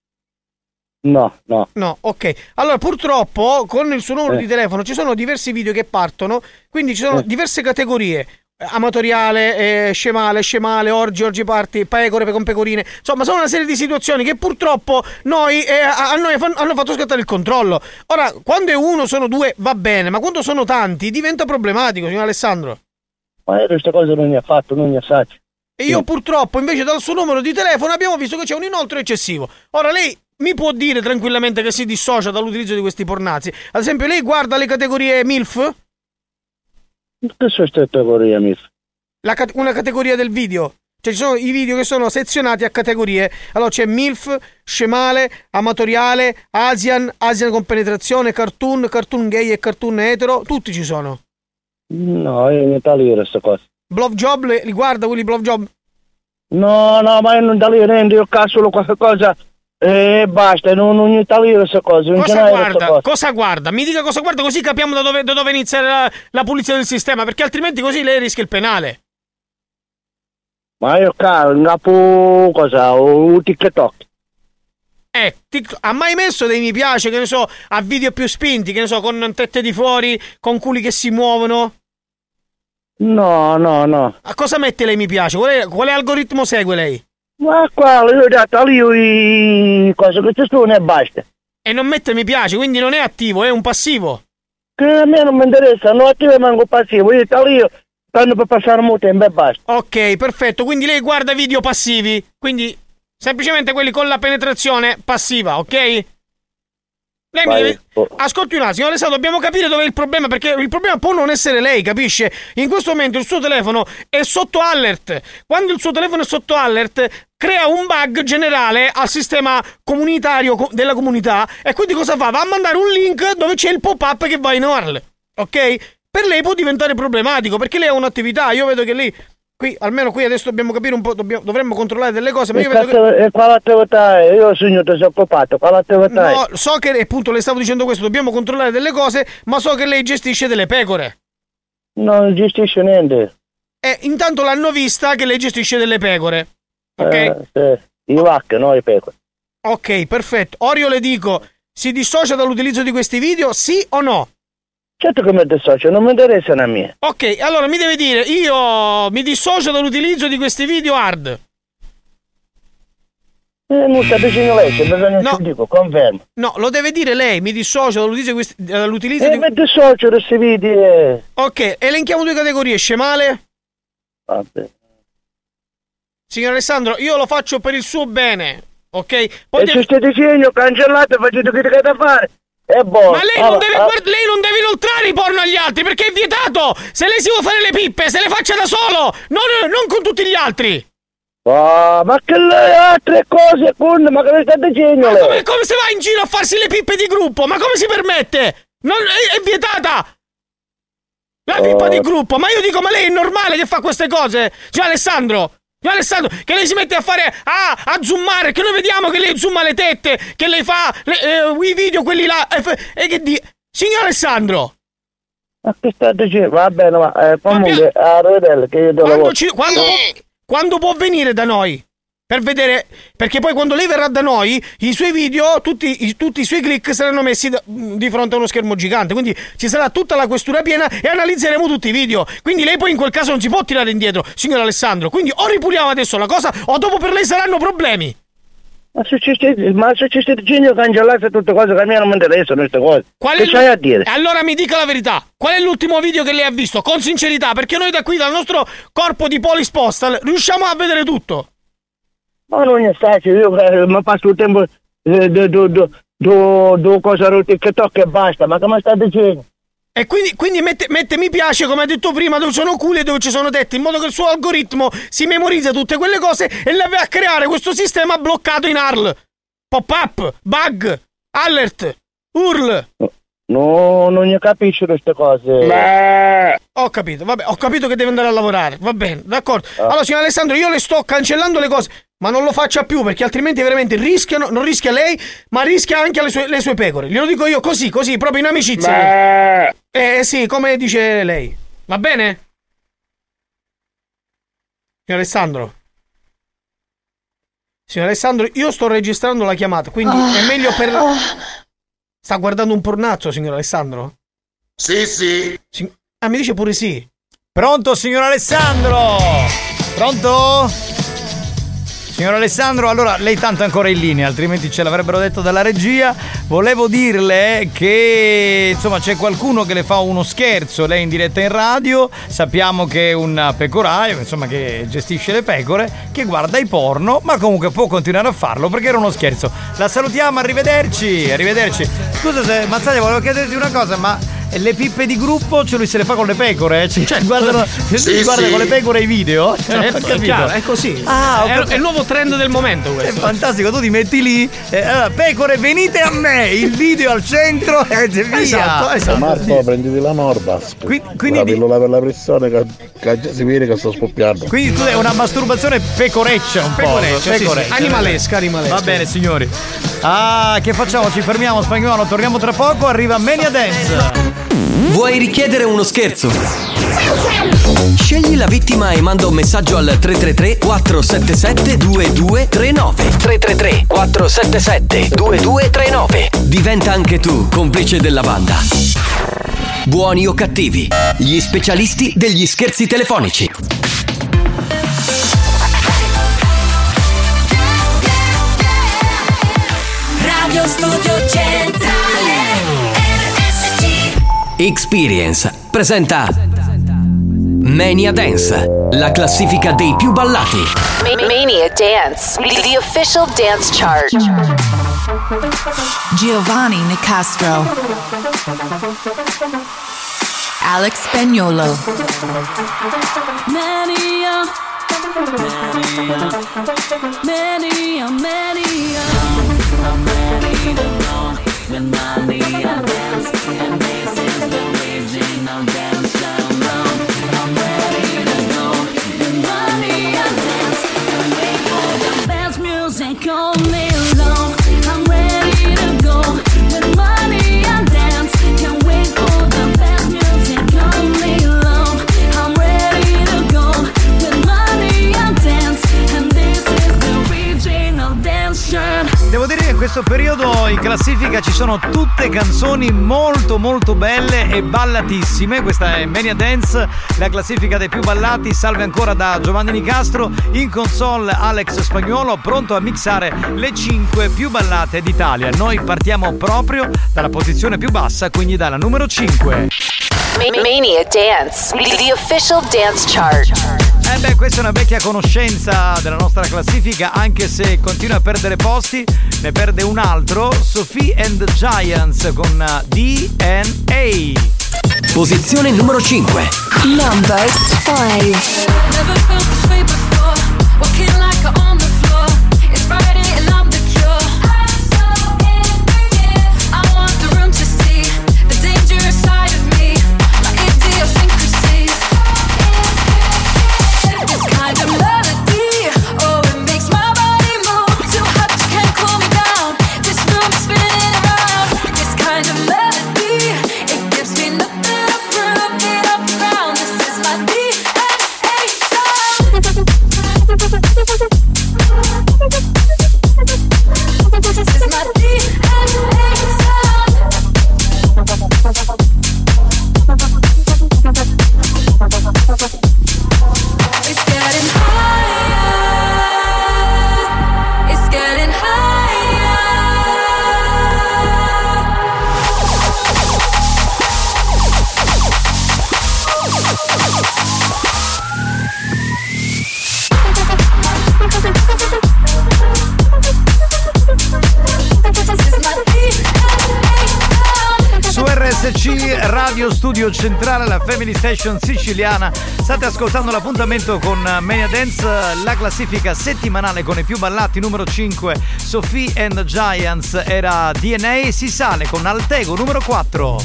No. No, ok. Allora, purtroppo, con il suo numero di telefono ci sono diversi video che partono, quindi ci sono diverse categorie. Amatoriale, scemale, orgi party, pecore con pecorine. Insomma, sono una serie di situazioni che purtroppo a noi hanno fatto scattare il controllo. Ora, quando è uno, sono due, va bene, ma quando sono tanti diventa problematico, signor Alessandro. Ma io queste cose non ne ho fatto, non ne assaggio. E io purtroppo, invece, dal suo numero di telefono abbiamo visto che c'è un inoltro eccessivo. Ora, lei mi può dire tranquillamente che si dissocia dall'utilizzo di questi pornazzi? Ad esempio, lei guarda le categorie MILF? Che sono queste categorie, MILF? Una categoria del video. Cioè ci sono i video che sono sezionati a categorie. Allora c'è MILF, scemale, amatoriale, Asian con penetrazione, cartoon gay e cartoon etero. Tutti ci sono. No, io non taglio queste cose. Blowjob, li guarda quelli blowjob? No, ma io non taglio niente, io caso solo qualche cosa e basta, non taglio queste cose. Cosa guarda? Mi dica cosa guarda, così capiamo da dove inizia la pulizia del sistema, perché altrimenti così lei rischia il penale. Ma io capo cosa? O TikTok. Ha mai messo dei mi piace, che ne so, a video più spinti, che ne so, con tette di fuori, con culi che si muovono? No. A cosa mette lei mi piace? Quale algoritmo segue lei? Ma qua io ho dato i cose che ci sono e basta. E non mette mi piace, quindi non è attivo, è un passivo. Che a me non mi interessa, non attivo e manco passivo, io taglio tanto per passare molto tempo e basta. Ok, perfetto, quindi lei guarda video passivi, quindi semplicemente quelli con la penetrazione passiva, ok? Lei mi deve... Ascolti un attimo, signor Alessandro, dobbiamo capire dov'è il problema, perché il problema può non essere lei, capisce? In questo momento il suo telefono è sotto alert. Quando il suo telefono è sotto alert, crea un bug generale al sistema comunitario della comunità, e quindi cosa fa? Va a mandare un link dove c'è il pop-up che va in URL, ok? Per lei può diventare problematico, perché lei ha un'attività, io vedo che lei... Qui, almeno qui adesso dobbiamo capire un po', dovremmo controllare delle cose, ma io vedo che... E quale attività è? Io sogno ti sono occupato, quale attività è? No, so che, appunto, le stavo dicendo questo, dobbiamo controllare delle cose, ma so che lei gestisce delle pecore. Non gestisce niente. Intanto l'hanno vista che lei gestisce delle pecore. Ok? Sì. I vacche, no i pecore. Ok, perfetto. Ora io le dico, si dissocia dall'utilizzo di questi video, sì o no? Certo che mi dissocio, non mi interessano a me. Ok, allora mi deve dire, io mi dissocio dall'utilizzo di questi video hard. Non sta dicendo lei, se bisogna che dico, confermo. No, lo deve dire lei, mi dissocio dall'utilizzo mi dissocio da questi video. Ok, elenchiamo 2 categorie, scemale. Vabbè. Signor Alessandro, io lo faccio per il suo bene, ok? Poi se stai dicendo cancellate e facete che dovete fare. È buono. Ma lei non deve inoltrare i porno agli altri perché è vietato. Se lei si vuole fare le pippe, se le faccia da solo, non con tutti gli altri. Ma che lei ha 3 cose, ma che stai dicendo? Ma come se va in giro a farsi le pippe di gruppo? Ma come si permette? È vietata la pippa di gruppo. Ma io dico, ma lei è normale che fa queste cose? Signor Alessandro, che lei si mette a fare a zoomare, che noi vediamo che lei zooma le tette, che lei fa i video quelli là signor Alessandro, ma che sta dicendo? Va bene, ma comunque arrivederci che io do lavoro. Quando può venire da noi per vedere, perché poi quando lei verrà da noi i suoi video, tutti i suoi click saranno messi di fronte a uno schermo gigante, quindi ci sarà tutta la questura piena e analizzeremo tutti i video, quindi lei poi in quel caso non si può tirare indietro, signor Alessandro, quindi o ripuliamo adesso la cosa o dopo per lei saranno problemi. Ma se ci stai dicendo cancellate tutte cose che a me non mi interessano queste cose, che c'hai a dire? Allora mi dica la verità, qual è l'ultimo video che lei ha visto, con sincerità, perché noi da qui dal nostro corpo di Police Postal riusciamo a vedere tutto. Ma non è stato, io mi passo il tempo due cose rotte che tocca e basta, ma che mi sta dicendo? E quindi mette mi piace, come ha detto prima, dove sono culi e dove ci sono tetti, in modo che il suo algoritmo si memorizza tutte quelle cose e le va a creare questo sistema bloccato in ARL. Pop-up, bug, alert, URL. No, non ne capisco queste cose. Ho capito, vabbè, ho capito che deve andare a lavorare, va bene, d'accordo. Allora, signor Alessandro, io le sto cancellando le cose, ma non lo faccia più perché altrimenti veramente rischiano, non rischia lei, ma rischia anche le sue pecore. Glielo dico io così, proprio in amicizia. Sì, come dice lei. Va bene? Signor Alessandro. Signor Alessandro, io sto registrando la chiamata, quindi è meglio per... Sta guardando un pornaccio, signor Alessandro? Sì. Mi dice pure sì. Pronto, signor Alessandro? Pronto? Signor Alessandro, allora lei tanto è ancora in linea, altrimenti ce l'avrebbero detto dalla regia. Volevo dirle che insomma c'è qualcuno che le fa uno scherzo, lei in diretta in radio, sappiamo che è un pecoraio, insomma, che gestisce le pecore, che guarda i porno, ma comunque può continuare a farlo perché era uno scherzo. La salutiamo, arrivederci. Scusa se Mazzaglia, volevo chiederti una cosa, ma le pippe di gruppo lui se le fa con le pecore? Guarda con le pecore i video? Certo, è chiaro, è così. È il nuovo trend del momento questo. È fantastico, tu ti metti lì, allora, pecore venite a me, il video al centro e via. Esatto. Marco, prenditi la Norbas. Quindi la pillola per la pressione che già si vede che sto scoppiando. Quindi scusa, è una masturbazione pecoreccia un po'. Sì. Animalesca. Va bene, signori. Che facciamo? Ci fermiamo, spagnolo, torniamo tra poco, arriva Mania Dance. Vuoi richiedere uno scherzo? Scegli la vittima e manda un messaggio al 333-477-2239. 333-477-2239. Diventa anche tu complice della banda. Buoni o cattivi, gli specialisti degli scherzi telefonici. Radio Studio Centrale Experience presenta Mania Dance, la classifica dei più ballati. Mania Dance, the official dance chart. Giovanni Nicastro, Alex Spagnolo, Mania Dance, and this is the reason I'll dance down low. I'm ready to go, the Mania Dance, and wait for the dance music all day long. I'm ready to go, the Mania Dance, can't wait for the dance music all day long. Devo dire che in questo periodo in classifica ci sono tutte canzoni molto molto belle e ballatissime. Questa è Mania Dance, la classifica dei più ballati. Salve ancora da Giovanni Nicastro, in console Alex Spagnuolo, pronto a mixare le 5 più ballate d'Italia. Noi partiamo proprio dalla posizione più bassa, quindi dalla numero 5. Mania Dance, the official dance chart. Questa è una vecchia conoscenza della nostra classifica, anche se continua a perdere posti, ne perde un altro, Sophie and the Giants con DNA. Posizione numero 5. Number 5. Radio Studio Centrale, la Family Station siciliana. State ascoltando l'appuntamento con Mania Dance, la classifica settimanale con i più ballati. Numero 5 Sophie and the Giants era DNA. Si sale con Altego numero 4.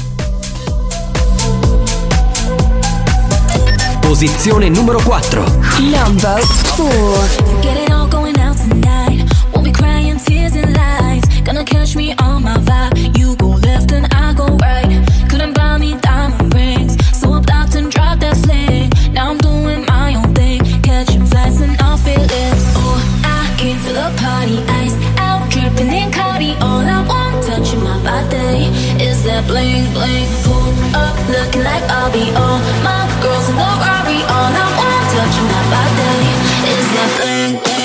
Posizione numero 4. Number 4. Get it all going out tonight. Won't be crying tears and lies. Gonna catch me on my vibe. You go left and I go right. Couldn't buy me diamond rings, so I blocked and dropped that fling. Now I'm doing my own thing, catching flights and off feelings. Oh, I came for the party, iced out, dripping in Cardi. All I want, touching my body, is that bling bling. Pull up, looking like Bobby. All my girls in the Rari. All I want, touching my body, is that bling bling.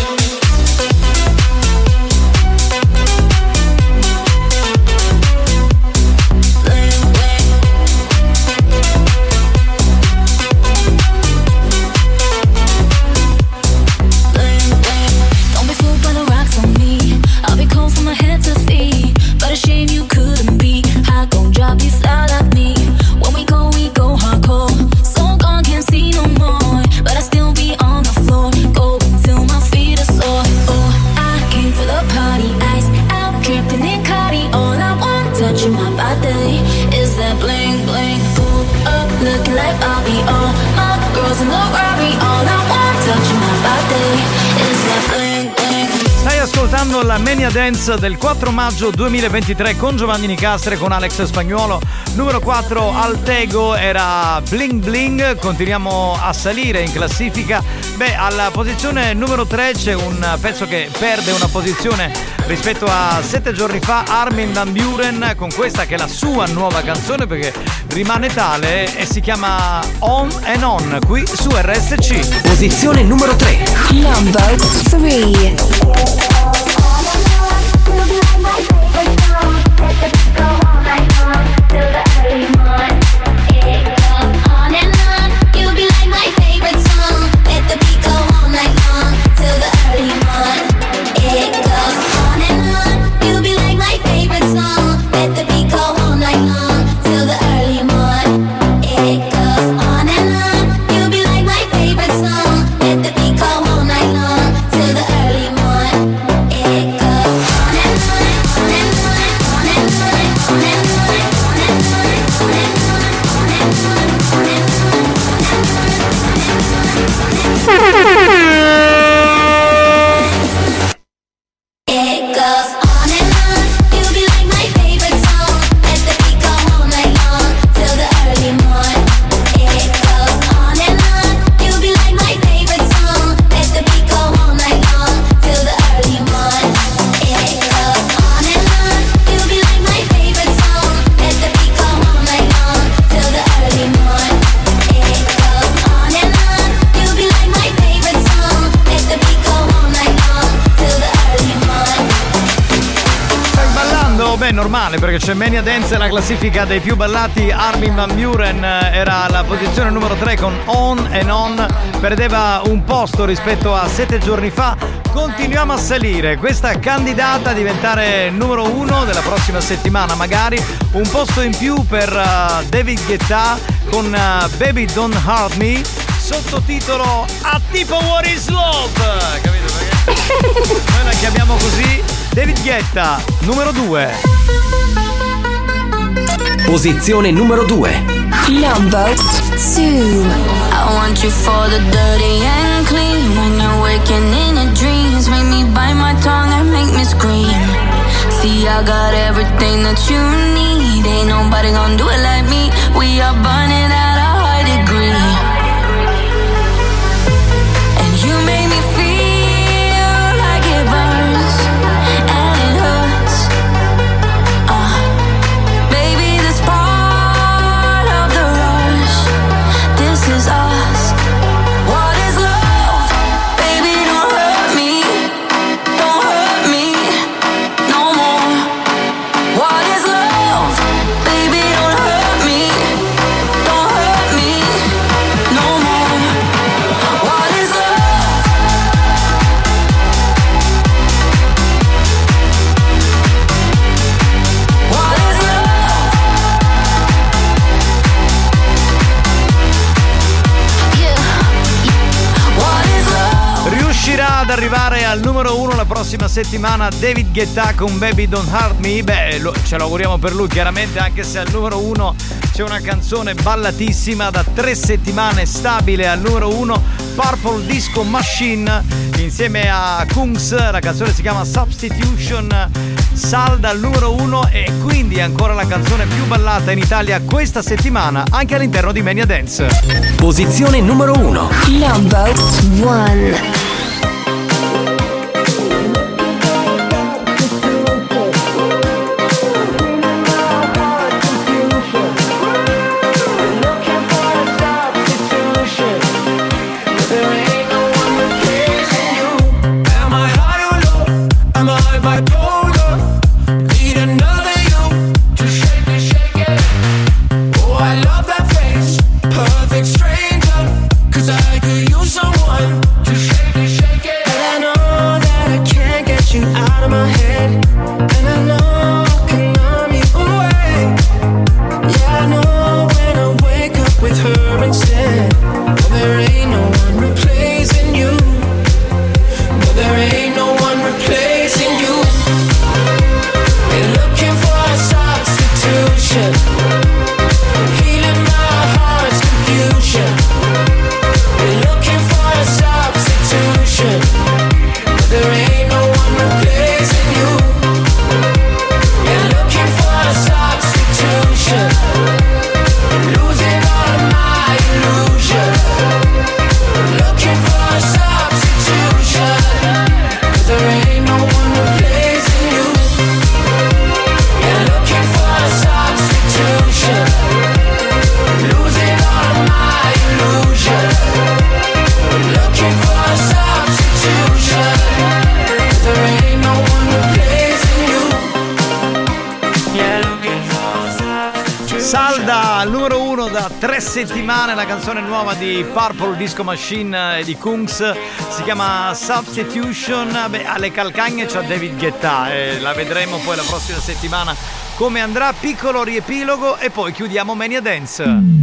La Mania Dance del 4 maggio 2023 con Giovanni Nicastre, con Alex Spagnuolo. Numero 4 Altego era Bling Bling. Continuiamo a salire in classifica. Alla posizione numero 3 c'è un pezzo che perde una posizione rispetto a 7 giorni fa, Armin van Buuren, con questa che è la sua nuova canzone, perché rimane tale, e si chiama On and On, qui su RSC. Posizione numero 3. Number 3. normale perché c'è Mania Dance, la classifica dei più ballati. Armin van Buuren era alla posizione numero 3 con On and On, perdeva un posto rispetto a 7 giorni fa. Continuiamo a salire, questa candidata a diventare numero 1 della prossima settimana, magari un posto in più per David Guetta con Baby Don't Hurt Me, sottotitolo A tipo What is Love, capito? Perché noi la chiamiamo così. David Guetta, numero 2. Posizione numero 2. Number 2. I want you for the dirty and clean. When you're waking in your dreams, make me bite my tongue and make me scream. See, I got everything that you need. Ain't nobody gonna do it like me. We are burning at a high degree. And you make me feel like it burns and it hurts. Baby, this part of the rush. This is us. What is love? Baby, don't hurt me. Don't hurt me no more. What is love? Baby, don't hurt me. Don't hurt me no more. What is love? What is love? Yeah. What is love? Riuscirà ad arrivare al numero 1 la prossima settimana David Guetta con Baby Don't Hurt Me? Beh, ce lo auguriamo per lui chiaramente, anche se al numero 1 c'è una canzone ballatissima da 3 settimane, stabile al numero 1, Purple Disco Machine insieme a Kungs. La canzone si chiama Substitution, salda al numero 1 e quindi ancora la canzone più ballata in Italia questa settimana anche all'interno di Mania Dance. Posizione numero 1. Number 1. Am I high or low? Am I bipolar? Need another you to shake it. Oh, I love that face, perfect stranger. 'Cause I could use someone to shake it. And I know that I can't get you out of my head. And I know I can numb you away. Yeah, I know when I wake up with her instead. Oh, there ain't no one replacing you. No, there ain't no one replacing you. We're looking for a substitution, healing my heart's confusion. We're looking for a substitution. No, there ain't no one replacing you. We're looking for a substitution, losing all of my illusion. Looking for a substitution. There ain't no one replacing you. We're looking for a substitution, losing all of my illusion. Looking for a substitution. There ain't no one replacing you. Yeah, looking for a substitution. Salda al numero 1 da 3 settimane la canzone nuova di Purple Disco Machine e di Kungs, si chiama Substitution. Beh, alle calcagne c'ha David Guetta e la vedremo poi la prossima settimana come andrà. Piccolo riepilogo e poi chiudiamo Mania Dance.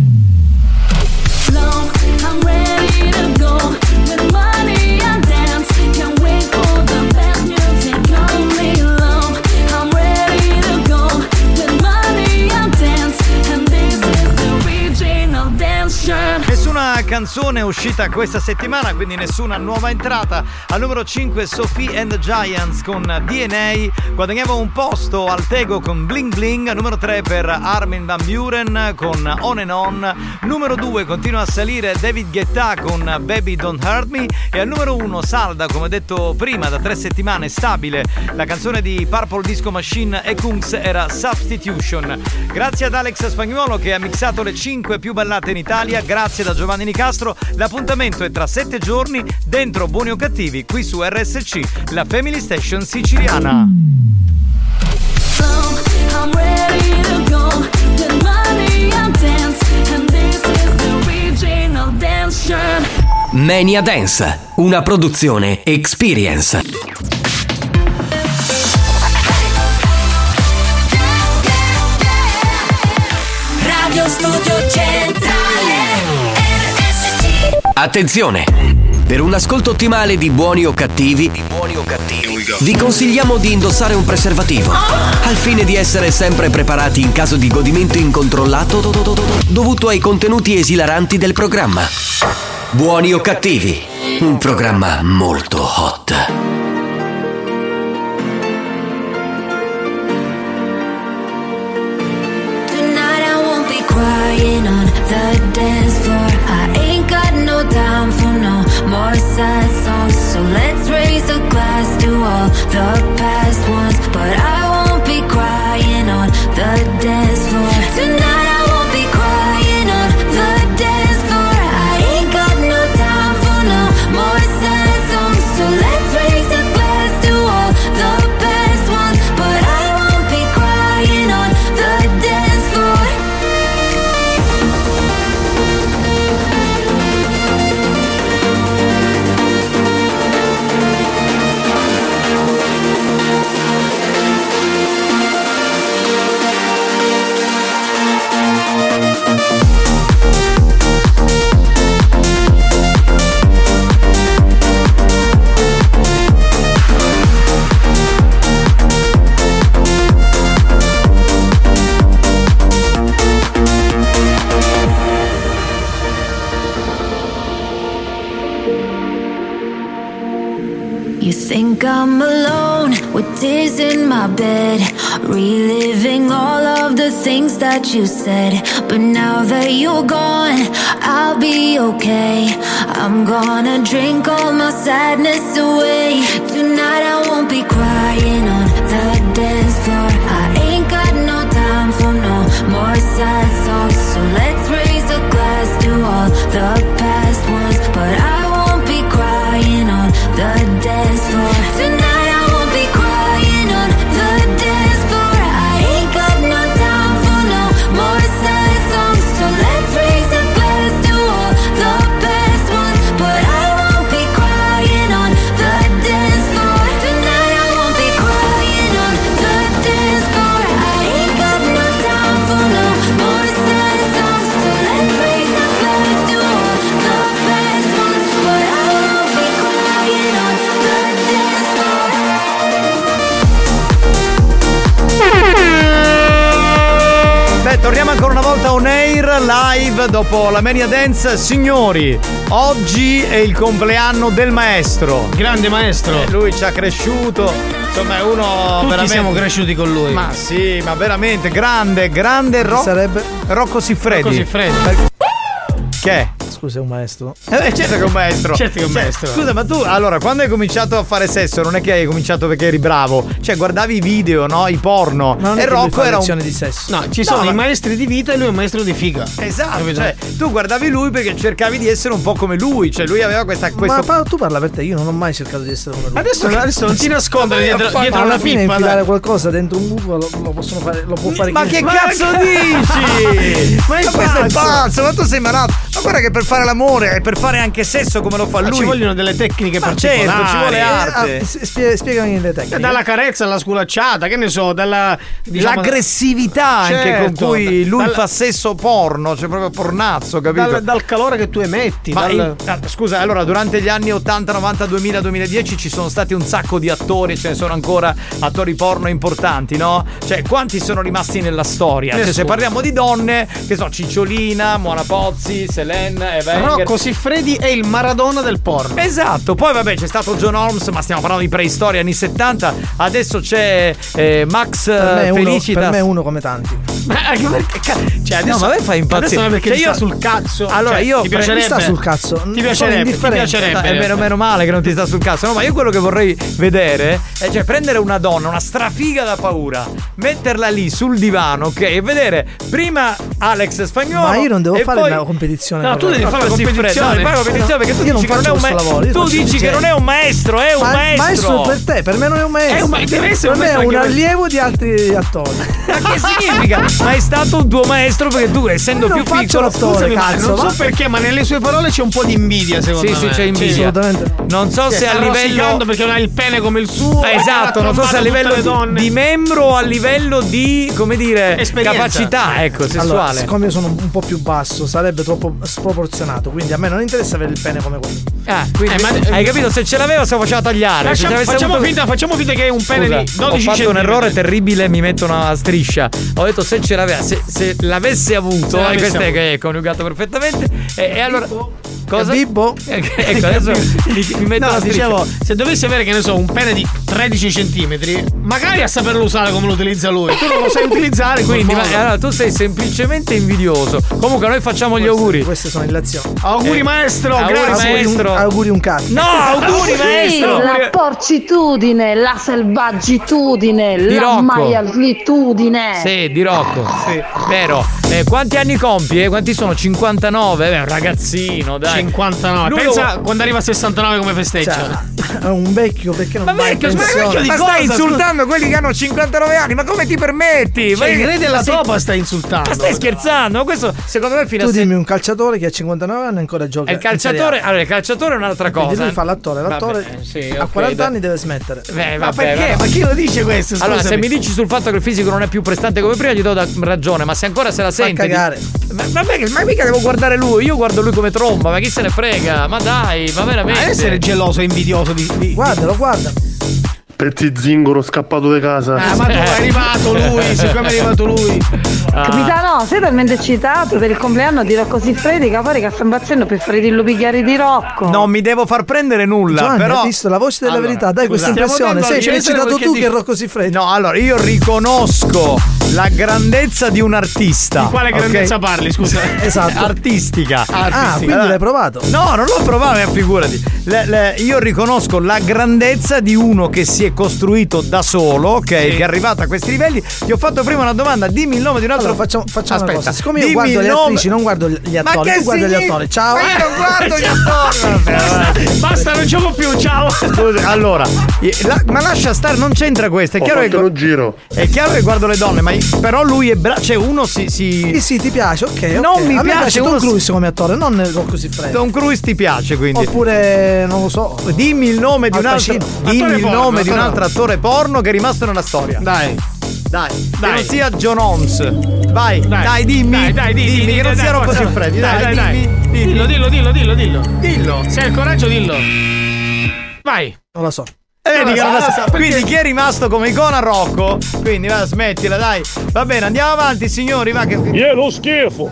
I'm ready to go with money and dance. Can't wait for the best music only love. I'm ready to go with money and dance. And this is the original dance shirt. Nessuna canzone uscita questa settimana, quindi nessuna nuova entrata. Al numero 5 Sophie and the Giants con DNA. Guadagniamo un posto al Tego con Bling Bling. Al numero 3 per Armin van Buuren con On and On. Numero 2 continua a salire David Guetta con Baby Don't Hurt Me. E al numero 1 salda, come detto prima, da 3 settimane, stabile, la canzone di Purple Disco Machine e Kungs era Substitution. Grazie ad Alex Spagnuolo che ha mixato le 5 più ballate in Italia. Grazie da Giovanni Nicastro. L'appuntamento è tra 7 giorni dentro Buoni o Cattivi qui su RSC, la Family Station siciliana. I'm ready to go. Get money and dance, and this is the original dance shirt. Mania Dance, una produzione Experience. Radio Studio Centrale RSC. Attenzione! Per un ascolto ottimale di Buoni o Cattivi, vi consigliamo di indossare un preservativo, al fine di essere sempre preparati in caso di godimento incontrollato dovuto ai contenuti esilaranti del programma. Buoni o Cattivi, un programma molto hot. Crying on the dance floor. I ain't got no time for no more sad songs. So let's raise a glass to all the past ones. But I won't be crying on the dance floor. Tonight I won't be crying on the dance floor. I ain't got no time for no more sad songs. So let's raise a glass to all the past ones. But I won't be crying on the dance floor. You think I'm alone with tears in my bed, reliving all of the things that you said. But now that you're gone, I'll be okay. I'm gonna drink all my sadness away. Tonight I won't be crying on the dance floor. I ain't got no time for no more sad songs. So let's raise a glass to all the past ones. But I won't be crying on the dance floor. Tonight I won't be crying on the dance floor. I ain't got no time for no more sad songs. So let's raise a glass to all the past ones. But I won't be crying on the dance floor. Tonight I won't be crying on the dance floor. I ain't got no time for no more sad songs. So let's raise a glass to all the past ones. But I won't be crying on the dance floor. Beh, torniamo ancora una volta on air live dopo la Mania Dance. Signori, oggi è il compleanno del maestro. Grande maestro. Lui ci ha cresciuto. Insomma, è uno Tutti veramente. siamo cresciuti con lui. Ma sì, ma veramente grande Sarebbe Rocco Siffredi. Rocco Siffredi. Che è? Scusa, è un maestro. Certo che è un maestro. Certo che è un maestro. Scusa, ma tu allora quando hai cominciato a fare sesso non è che hai cominciato perché eri bravo, cioè guardavi i video, no? I porno. Ma non e è che Rocco fa era lezioni di sesso. No, ci sono i maestri di vita e lui è un maestro di figa. Esatto, Capito? cioè tu guardavi lui perché cercavi di essere un po' come lui, cioè lui aveva questo. Ma tu parla per te, io non ho mai cercato di essere come lui. Adesso non ti nascondere dietro alla una fine pippa. infilare qualcosa dentro un buco lo possono fare, lo può fare Ma che chiunque. cazzo dici? Ma questo è pazzo, ma tu sei malato. Ma guarda che per fare l'amore e per fare anche sesso come lo fa lui ci vogliono delle tecniche ma particolari. certo, ci vuole arte. Spiegami le tecniche. Dalla carezza alla sculacciata, che ne so, dalla l'aggressività anche Certo, con cui lui fa sesso porno, cioè proprio pornazzo, capito? dal calore che tu emetti. Ma scusa, allora durante gli anni 80, 90, 2000, 2010 ci sono stati un sacco di attori, ce ne sono ancora attori porno importanti, no? Cioè quanti sono rimasti nella storia? Cioè, se parliamo di donne, che so, Cicciolina, Mona Pozzi, Selene, Eva Enger. Rocco Siffredi è il Maradona del porno. Esatto, poi vabbè c'è stato John Holmes, ma stiamo parlando di preistoria anni 70. Adesso c'è Max Felicitas. Per me è uno come tanti. Ma anche perché cioè adesso, no, ma me fa impazzire. Adesso non è perché cioè, ti sta sul cazzo. Allora cioè, io ti piacerebbe. sta sul cazzo. Ti piacerebbe. È meno male che non ti sta sul cazzo. No, ma io quello che vorrei vedere è cioè prendere una donna, una strafiga da paura, metterla lì sul divano, ok, e vedere prima Alex Spagnolo. Ma io non devo e fare poi una competizione. No, tu devi fare la competizione. Fai la competizione perché tu Io non dici che non è faccio un questo lavoro. maestro. Tu dici che non è un maestro, è un maestro. Maestro per te, per me non è un maestro. Deve essere per me è un allievo di altri attori. Ma che significa? Ma è stato un tuo maestro perché tu, essendo più piccolo, l'attore, cazzo. Non so perché, ma nelle sue parole c'è un po' di invidia, secondo me. Sì, c'è invidia. Assolutamente. Non so se a livello perché non ha il pene come il suo. Esatto, non so se a livello di membro o a livello di, come dire, esperienza. Capacità, ecco, sessuale. Allora, siccome io sono un po' più basso, sarebbe troppo sproporzionato, quindi a me non interessa avere il pene come quello. Quindi hai capito? Se ce l'aveva se lo faceva tagliare. Facciamo finta che è un pene di 12 ho fatto centimetri. un errore terribile, mi metto una striscia. Ho detto se ce l'aveva, se l'avesse avuto, questo è che è coniugato perfettamente. E allora. Cosa? Bibbo? Ecco, adesso mi metto la striscia. Dicevo, se dovessi avere, che ne so, un pene di 13 centimetri, magari a saperlo usare come lo utilizza lui. Tu non lo sai utilizzare, quindi allora tu sei semplicemente invidioso. Comunque noi facciamo gli auguri. Queste sono illazioni. Auguri maestro, grazie maestro. Auguri un cazzo. No, auguri maestro. La porcitudine, la selvaggitudine, di la Rocco. maialitudine. Sì, di Rocco. Sì. Vero. Quanti anni compi? Quanti sono? 59? Un ragazzino, dai. 59. Lui pensa quando arriva a 69 come festeggia. È un vecchio, perché non ma vecchio, ma stai insultando quelli che hanno 59 anni, ma come ti permetti? Cioè, il re della topa stai insultando. Ma stai scherzando? Questo secondo me fino tu dimmi un calciatore che a 59 anni ancora gioca. Il calciatore, allora il calciatore è un'altra cosa. Quindi lui fa l'attore, a 40 anni deve smettere. Ma perché? Ma chi lo dice questo? Scusami. Allora, se mi dici sul fatto che il fisico non è più prestante come prima, gli do ragione, ma se ancora se la sente. Cagare. Ma mica devo guardare lui, io guardo lui come tromba, ma chi se ne frega? Ma dai, ma veramente. Ma essere geloso e invidioso di... Guardalo, guarda. Pezzi zingaro scappato di casa. Ma tu è arrivato lui, siccome è arrivato lui. Capitano, sei talmente eccitato per il compleanno di Rocco Siffredi che pare che sta impazzendo per fare i lupigliari di Rocco. Non mi devo far prendere nulla. Giovanni, però hai visto la voce della verità, dai questa impressione. Sei eccitato tu che Rocco Siffredi. No, allora io riconosco la grandezza di un artista. Di quale grandezza parli, scusa? Esatto. Artistica. Quindi l'hai provato? No, non l'ho provato, figurati. Io riconosco la grandezza di uno che si è costruito da solo, ok? Che è arrivato a questi livelli. Ti ho fatto prima una domanda, dimmi il nome di un altro. Allora, facciamo una cosa. Siccome io dimmi guardo le attrici, non guardo gli attori, tu guardi gli attori. Ciao. Ma io non guardo gli attori. Basta, non gioco più, ciao. Scusa, allora, ma lascia stare, non c'entra questo. È chiaro che giro. È chiaro che guardo le donne, ma però lui è bravo. Cioè, uno sì, ti piace, ok. Non mi piace Tom Cruise come attore, non Rocco Siffredi. Tom Cruise ti piace, quindi. Oppure non lo so. Dimmi il nome di un altro. Dimmi il nome di un altro attore porno che è rimasto nella storia. Dai. Che non sia John Holmes. Vai, dai, dimmi. Dimmi che non sia Rocco Siffredi. Dai. Dillo. Se hai il coraggio, dillo. Vai. Non lo so. Quindi chi è rimasto come icona Rocco? Quindi va, smettila, dai. Va bene, andiamo avanti, signori. Va che. Lo schifo.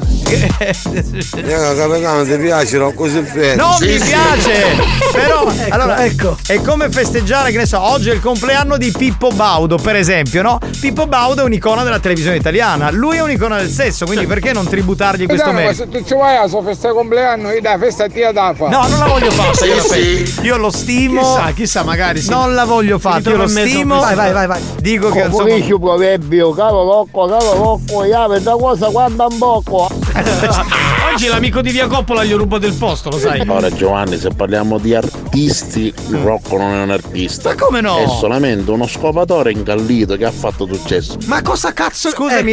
Capitano, ti piace Rocco Siffredi? Non mi piace. Però allora ecco. È come festeggiare, che ne so, oggi è il compleanno di Pippo Baudo, per esempio, no? Pippo Baudo è un'icona della televisione italiana. Lui è un'icona del sesso, quindi perché non tributargli questo merito? Ma se tu ci vai alla sua festa di compleanno, io da festa ti da fa. No, non la voglio fare. Io lo stimo. Chissà, magari sì. Non la voglio fare, io lo stimo. Vai. Dico che insomma. Proverbio, cavolo Rocco, da cosa quando un bocco. Oggi l'amico di Via Coppola gli ho rubato il posto, lo sai. Ora Giovanni, se parliamo di artisti, Rocco non è un artista. Ma come no? È solamente uno scopatore incallito che ha fatto successo. Ma cosa cazzo? Scusami,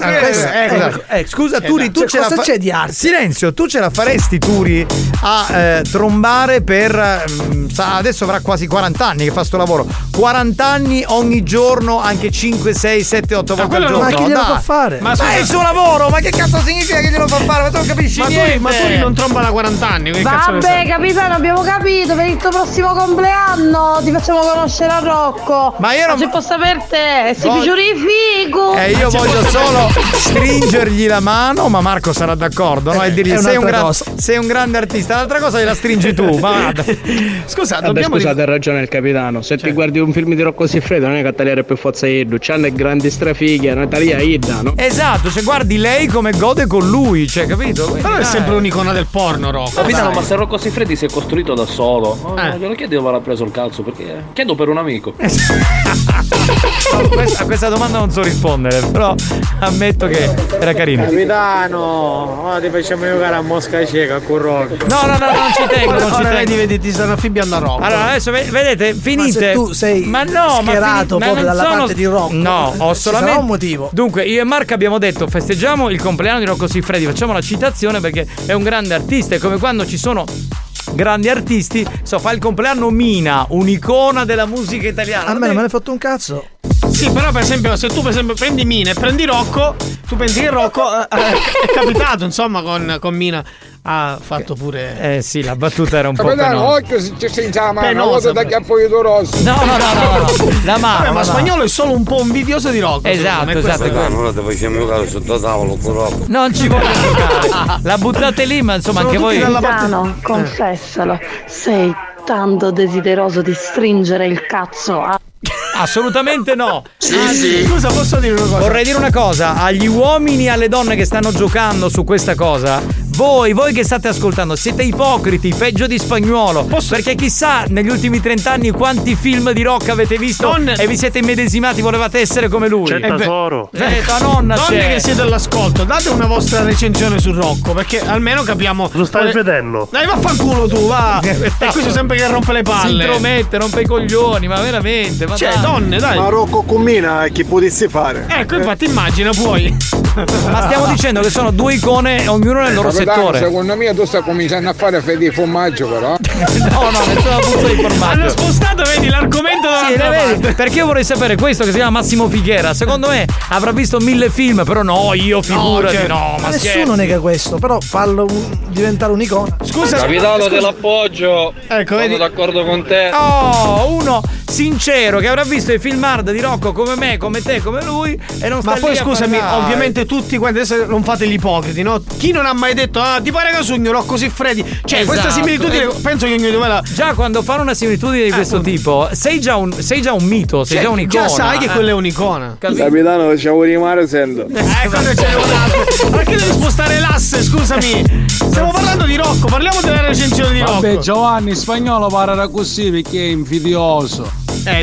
scusa, Turi, tu ce la cosa c'è di arte? Silenzio, tu ce la faresti, Turi, a trombare per adesso avrà quasi 40 anni che fa sto lavoro. 40 anni ogni giorno, anche 5, 6, 7, 8 volte al giorno. Ma chi glielo fa fare? Ma è il suo lavoro, ma che cazzo significa che glielo fa fare? Ma tu non capisci niente. Ma tu non tromba da 40 anni. Vabbè, capitano, abbiamo capito. Per il tuo prossimo compleanno ti facciamo conoscere a Rocco. Ma io non c'è posta per te. Si figo. Io voglio solo stringergli la mano, ma Marco sarà d'accordo, no? E dirgli sei un grande artista. L'altra cosa gliela stringi tu. Ma scusa, scusate, ha ragione il capitano. Se ti guardi un film di Rocco Siffredi, non è che tagliare per forza Iddu, c'hanno grandi strafighe, Natalia Idda, no? Esatto, se guardi lei come gode con lui, cioè, capito? Però è sempre un'icona del porno, Rocco. Capitano, ma se Rocco Siffredi si è costruito da solo, glielo chiedo dove avrà preso il cazzo, perché chiedo per un amico. A questa domanda non so rispondere, però ammetto che era carino. Capitano, ti facciamo giocare a Mosca Cieca con Rocco. No, non ci tengo, non ci tengo. Vedi, ti stanno affibbiando a Rocco. Allora, adesso vedete, finite. Ma se tu sei schierato proprio dalla parte di Rocco. No, ho solamente sarà un motivo. Dunque, io e Marco abbiamo detto festeggiamo il compleanno di Rocco Siffredi, facciamo la citazione perché è un grande artista, è come quando ci sono grandi artisti, fa il compleanno Mina, un'icona della musica italiana. A me non me ne hai fatto un cazzo. Sì, però per esempio se tu prendi Mina e prendi Rocco, tu pensi che Rocco è capitato insomma con Mina. Ha fatto pure. Sì, la battuta era un po'. Capitano, occhio se ci sentiamo, una volta da chiappo di rosso. No. La mano. Ma Spagnolo è solo un po' invidioso di Rocco. Esatto. Allora ti facciamo giocare sotto tavolo con Rocco. Non ci voglio giocare. La buttate lì, ma insomma anche voi. Capitano, confessalo, sei tanto desideroso di stringere il cazzo a... Assolutamente no. Sì. Scusa, posso dire una cosa? Vorrei dire una cosa agli uomini e alle donne che stanno giocando su questa cosa. Voi che state ascoltando siete ipocriti, peggio di Spagnuolo. Perché chissà negli ultimi 30 anni quanti film di rock avete visto e vi siete immedesimati, volevate essere come lui. C'è il tesoro. Tua nonna donne c'è. che siete all'ascolto, date una vostra recensione su Rocco, perché almeno capiamo. Lo stai vedendo? Dai, vaffanculo tu, va. E questo sempre che rompe le palle. Si intromette, rompe i coglioni, ma veramente. Ma cioè, donne, dai. Ma Rocco con Mina chi potessi fare? Ecco, infatti immagina puoi. Ma stiamo dicendo che sono due icone, ognuno nel loro settore. Secondo me tu stai cominciando a fare fede di formaggio, però. No, nessuna puzza di formaggio. Hanno spostato, vedi, l'argomento vedi, perché io vorrei sapere questo che si chiama Massimo Fighiera. Secondo me avrà visto 1000 film, però io figurati, ma nessuno nega questo, però fallo diventare un'icona. Scusa, capitano, te l'appoggio. Ecco, sono d'accordo con te. Uno sincero che avrà visto i film hard di Rocco come me, come te, come lui e non sta. Ma poi scusami, ovviamente tutti quanti adesso non fate gli ipocriti, no? Chi non ha mai detto ti pare che sogno Rocco Siffredi? Cioè, esatto. Questa similitudine penso che ognuno la. Già quando fanno una similitudine di questo tipo, sei già un mito, sei già un'icona. Già sai che quella è un'icona. Capitano, facciamo rimare sento. Quando c'è un altro. Perché devi spostare l'asse, scusami? Stiamo parlando di Rocco, parliamo della recensione di Rocco. Vabbè, Giovanni Spagnolo parla così perché è invidioso.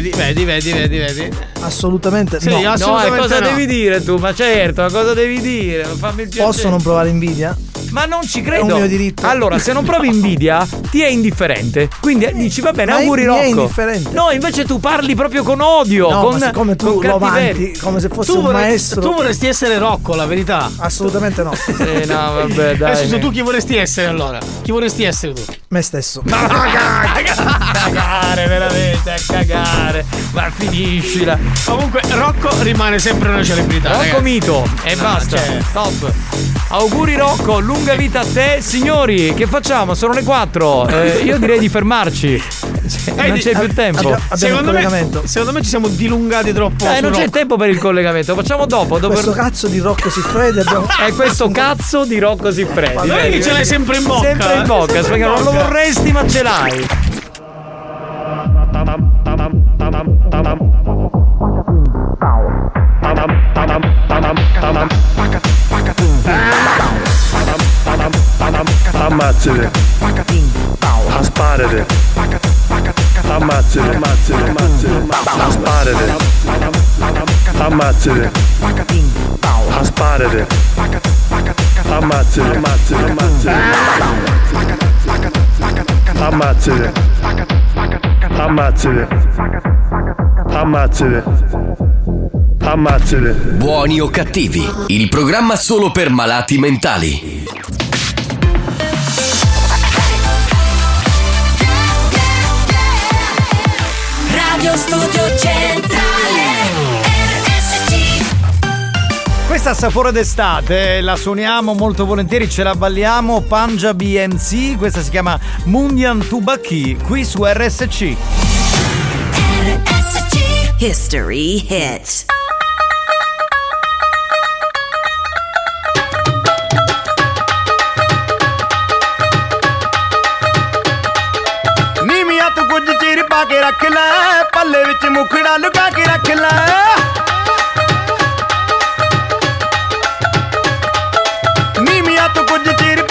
Vedi. Assolutamente sì, no. Assolutamente cosa no. devi dire tu? Ma certo, ma cosa devi dire? Fammi il piacere. Posso non provare invidia? Ma non ci credo. È un mio diritto. Allora, se non provi invidia, ti è indifferente. Quindi dici va bene, auguri Rocco. È indifferente. No, invece tu parli proprio con odio. No, con, ma siccome tu lo vanti come se fosse un maestro. Tu vorresti essere Rocco, la verità. Assolutamente no. No, vabbè, dai. Adesso tu chi vorresti essere allora? Chi vorresti essere tu? Me stesso. Ma cagare, veramente, a cagare. Ma finiscila. Comunque Rocco rimane sempre una celebrità. Rocco mito e basta. Top. Auguri Rocco, lunga vita a te. Signori, che facciamo? Sono le 4. Io direi di fermarci. Non c'è più tempo. Secondo me ci siamo dilungati troppo. Non c'è tempo per il collegamento. Facciamo dopo. Questo cazzo di Rocco Siffredi è questo cazzo di Rocco Siffredi. Ma vedi che ce l'hai sempre in bocca. Sempre in bocca, perché non lo vorresti, ma ce l'hai. Ammazzate. Asparate. Ammazzate. Asparate. Ammazzate. Asparate. Ammazzate. Ammazzate. Ammazzate. Buoni o cattivi, il programma solo per malati mentali. Radio Studio Centrale RSC. Questa sapore d'estate, la suoniamo molto volentieri, ce la balliamo. Punjabi MC, questa si chiama Mundian Tubaki, qui su RSC. RSC History Hits. ਨੀਵੀਆਂ ਤੂੰ ਕੁਝ ਚਿਰ ਪਾ ਕੇ ਰੱਖ ਲੈ ਪੱਲੇ ਵਿੱਚ ਮੁਖੜਾ ਲੁਕਾ ਕੇ ਰੱਖ ਲੈ ਨੀਵੀਆਂ ਤੂੰ ਕੁਝ ਚਿਰ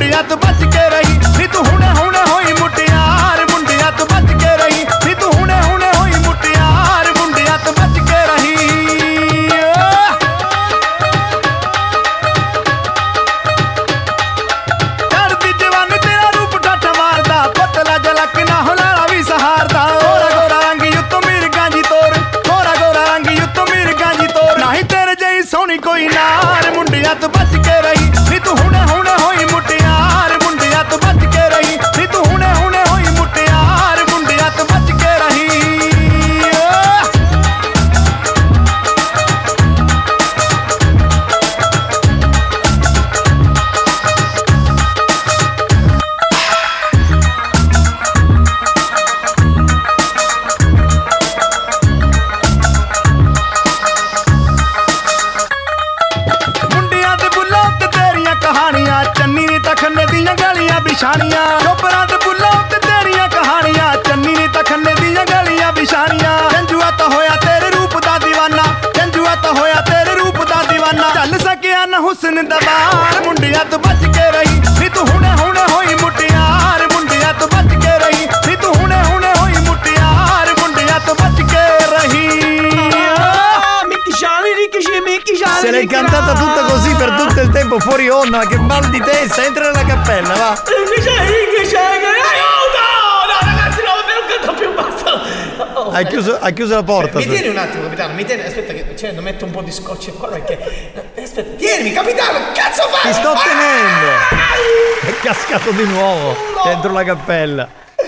ਮੁੰਡਿਆਂ ਤੋਂ ਬਚ ਕੇ ਰਹੀ ਨੀ ਤੂੰ ਹੁਣੇ ਹੁਣੇ ਹੋਈ ਮੁਟਿਆਰ ਮੁੰਡਿਆਂ ਤੋਂ ਬਚ ਕੇ ਰਹੀ ਨੀ ਤੂੰ ਹੁਣੇ ਹੁਣੇ ਹੋਈ ਮੁਟਿਆਰ ਮੁੰਡਿਆਂ ਤੋਂ ਬਚ ਕੇ ਰਹੀ ਚੜ੍ਹਦੀ ਜਵਾਨੀ ਤੇਰਾ ਰੂਪ ਠੱਠ ਮਾਰਦਾ ਪਤਲਾ ਜਲਕ ਨਾ ਹੁਲਾਰਾ ਵੀ ਸਹਾਰਦਾ ਗੋਰਾ ਗੋਰਾ ਰੰਗ ਉੱਤੋਂ ਮਿਰਗਾਂ ਦੀ ਤੋਰ ਗੋਰਾ ਗੋਰਾ ਰੰਗ ਉੱਤੋਂ ਮਿਰਗਾਂ ਦੀ ਤੋਰ ਨਹੀਂ ਤੇਰੇ ਜਿਹੀ ਸੋਹਣੀ ਕੋਈ ਨਾਰ ਮੁੰਡਿਆਂ ਤੋਂ ਬਚ ਕੇ ਰਹੀ ਨੀ ਤੂੰ ਹੁਣੇ ਹੁਣੇ ਹੋਈ ਮੁਟਿਆਰ ਮੁੰਡਿਆਂ ਤੋਂ ਬਚ ਕੇ ਰਹੀ ਨੀ ਤੂੰ ਹੁਣੇ ਹੁਣੇ ਹੋਈ ਮੁਟਿਆਰ ਮੁੰਡਿਆਂ ਤੋਂ ਬਚ ਕੇ ਰਹੀ ਮੁੰਡਿਆਂ ਦੇ ਬੁੱਲਾਂ ਤੇ ਤੇਰੀਆਂ ਕਹਾਣੀਆਂ ਚੰਨੀ ਨੇ ਤਾਂ ਖੰਨੇ ਦੀਆਂ ਗਲੀਆਂ ਵਿਛਾਣੀਆਂ ਚੋਪਰਾਂ ਦੇ ਬੁੱਲਾਂ ਤੇ ਤੇਰੀਆਂ ਕਹਾਣੀਆਂ ਚੰਨੀ ਨੇ ਤਾਂ ਖੰਨੇ ਦੀਆਂ ਗਲੀਆਂ ਵਿਛਾਣੀਆਂ ਜੰਜੂਆ ਤਾਂ ਹੋਇਆ ਤੇਰੇ ਰੂਪ ਦਾ دیਵਾਨਾ ਜੰਜੂਆ ਤਾਂ ਹੋਇਆ ਤੇਰੇ ਰੂਪ ਦਾ دیਵਾਨਾ ਚੱਲ ਸਕਿਆ ਨਾ ਹੁਸਨ ਦਾ ਬਾਰ ਮੁੰਡਿਆਂ ਤੋਂ ਬਚ ਕੇ ਰਹੀ ਨੀ ਤੂੰ ਹੁਣੇ ਹੁਣੇ ਹੋਈ ਮੁਟਿਆਰ ਮੁੰਡਿਆਂ ਤੋਂ ਬਚ ਕੇ ਰਹੀ ਨੀ ਤੂੰ ਹੁਣੇ ਹੁਣੇ ਹੋਈ ਮੁਟਿਆਰ ਮੁੰਡਿਆਂ ਤੋਂ ਬਚ ਕੇ ਰਹੀ Se l'hai cantata tutta così per tutto il tempo fuori onda, che mal di testa, entra nella cappella, va. Aiuto! No, ragazzi, no, non canto più, basta. Hai chiuso la porta. Mi tieni un attimo, capitano, mi tieni, aspetta che cioè, metto un po' di scotch qua perché aspetta, tienimi, capitano, cazzo fai? Ti sto tenendo. È cascato di nuovo dentro la cappella.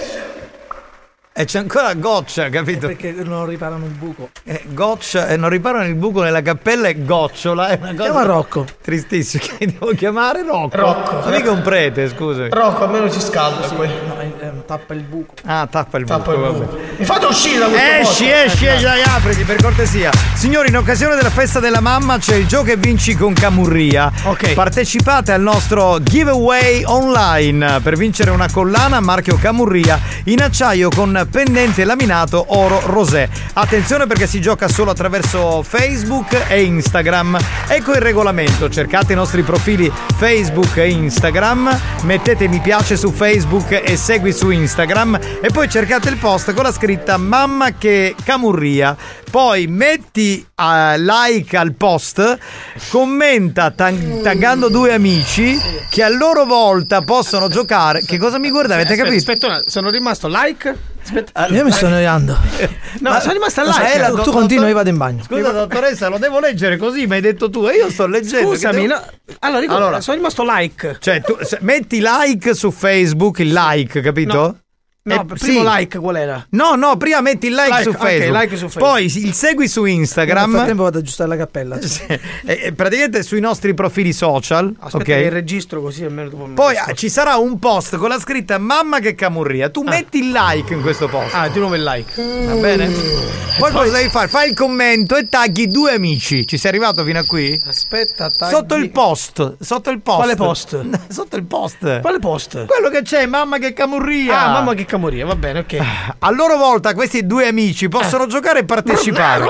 E c'è ancora goccia, capito? Perché non riparano il buco. Goccia e non riparano il buco nella cappella e gocciola. È una cosa. Chiama Rocco. Tristissimo. Che devo chiamare Rocco? Rocco. Ma mica un prete, scusa. Rocco, almeno ci scalda qui. Tappa il buco. Ah, tappa il buco. Vabbè. Mi fate uscire da questo Esci, dai, apriti per cortesia. Signori, in occasione della festa della mamma c'è il gioco e vinci con Camurria. Ok. Partecipate al nostro giveaway online per vincere una collana marchio Camurria in acciaio con pendente laminato oro rosé. Attenzione perché si gioca solo attraverso Facebook e Instagram. Ecco il regolamento: cercate i nostri profili Facebook e Instagram, mettete mi piace su Facebook e segui su Instagram e poi cercate il post con la scritta mamma che Camurria. Poi metti like al post, commenta taggando 2 amici che a loro volta possono giocare. Che cosa mi guardate? Avete capito? Aspetta, sono rimasto like. Aspetta, io mi sto annoiando. No, sono rimasta like. Tu continua, io vado in bagno. Scusa, dottoressa, lo devo leggere così, mi hai detto tu e io sto leggendo. Scusami, no. Allora, sono rimasto like. Cioè, tu metti like su Facebook, il like, capito? No, primo like qual era? No, prima metti il like su Facebook. Okay, like su Facebook. Poi il segui su Instagram. Nel frattempo vado ad aggiustare la cappella. Praticamente sui nostri profili social. Aspetta che registro così almeno dopo. Poi ci sarà un post con la scritta mamma che Camurria. Tu metti il like in questo post. Ah, di nuovo il like. Va bene? Poi cosa devi fare? Fai il commento e tagghi 2 amici. Ci sei arrivato fino a qui? Aspetta, tagli. Sotto il post. Quale post? Sotto il post. Quale post? Quello che c'è, mamma che Camurria. Ah, mamma che Camurria, va bene, ok. A loro volta questi 2 amici possono giocare e partecipare.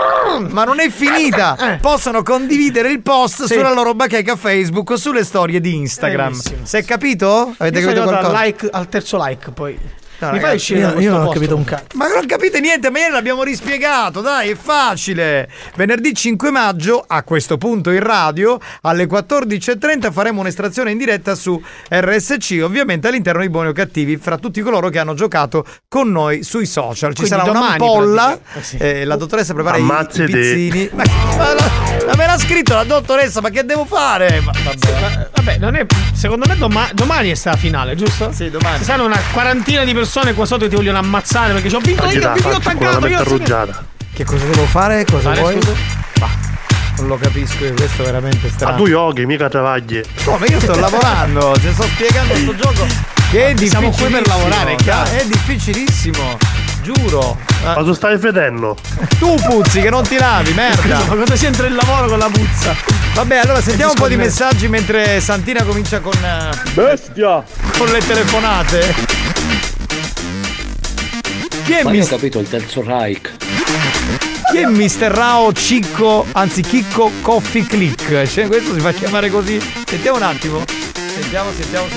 Ma non è finita. Possono condividere il post sulla loro bacheca Facebook o sulle storie di Instagram. Si è capito? Avete capito qualcosa? Al terzo like poi. No, mi ragazzi, fai io non ho capito un cazzo. Ma non capite niente, ma ieri l'abbiamo rispiegato, dai, è facile. Venerdì 5 maggio, a questo punto in radio, alle 14.30 faremo un'estrazione in diretta su RSC, ovviamente all'interno di Buoni o Cattivi, fra tutti coloro che hanno giocato con noi sui social. Ci sarà un'ampolla, la dottoressa prepara i pizzini. Ma me l'ha scritto la dottoressa, ma che devo fare? Vabbè, non è, secondo me domani è sta finale, giusto? Sì, domani. Ci saranno una quarantina di persone qua sotto che ti vogliono ammazzare perché ci ho vinto io, ho tancato io. Che cosa devo fare? Cosa vuoi? Non lo capisco, io questo è veramente strano. A tu yogi, mica travagli. Come io sto lavorando, ti sto spiegando sto gioco che è siamo qui per lavorare, è difficilissimo, giuro. Ma tu stai fedendo? Tu puzzi che non ti lavi, merda. Ma cosa c'entra il lavoro con la puzza? Vabbè, allora sentiamo un po' di messaggi mentre Santina comincia con bestia, con le telefonate. Chi è io ho capito il terzo Reich. Chi è Mr. Rao Cicco, anzi Chicco Coffee Click? Cioè, questo si fa chiamare così. Sentiamo un attimo. Sentiamo.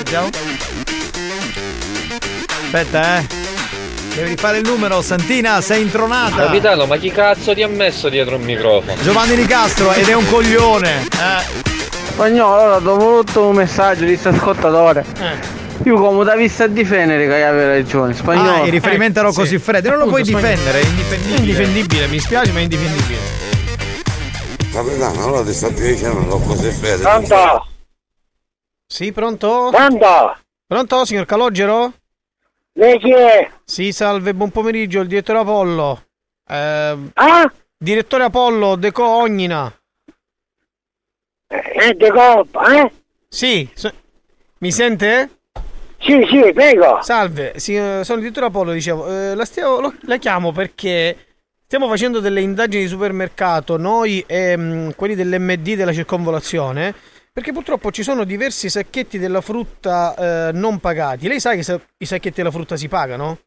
Aspetta, devi rifare il numero. Santina, sei intronata. Capitano, ma chi cazzo ti ha messo dietro un microfono? Giovanni Nicastro, ed è un coglione. Spagnolo, allora dopo voluto un messaggio di questo ascoltatore. Io come da vista a difendere che aveva ragione. Spagnolo. I riferimenti erano così freddi, non lo puoi difendere, è indifendibile. Indifendibile, mi spiace, ma è indifendibile. Capitano, allora ti sto dicendo non così freddo. Pronto? Sì, pronto? Pronto, signor Calogero? Lei chi è? Sì, salve, buon pomeriggio, il direttore Apollo. Direttore Apollo, Deco Ognina. Deco, Sì, mi sente? Sì, prego. Salve, sì, sono il direttore Apollo, dicevo. La chiamo perché stiamo facendo delle indagini di supermercato, noi e quelli dell'MD della circonvolazione, perché purtroppo ci sono diversi sacchetti della frutta non pagati. Lei sa che i sacchetti della frutta si pagano?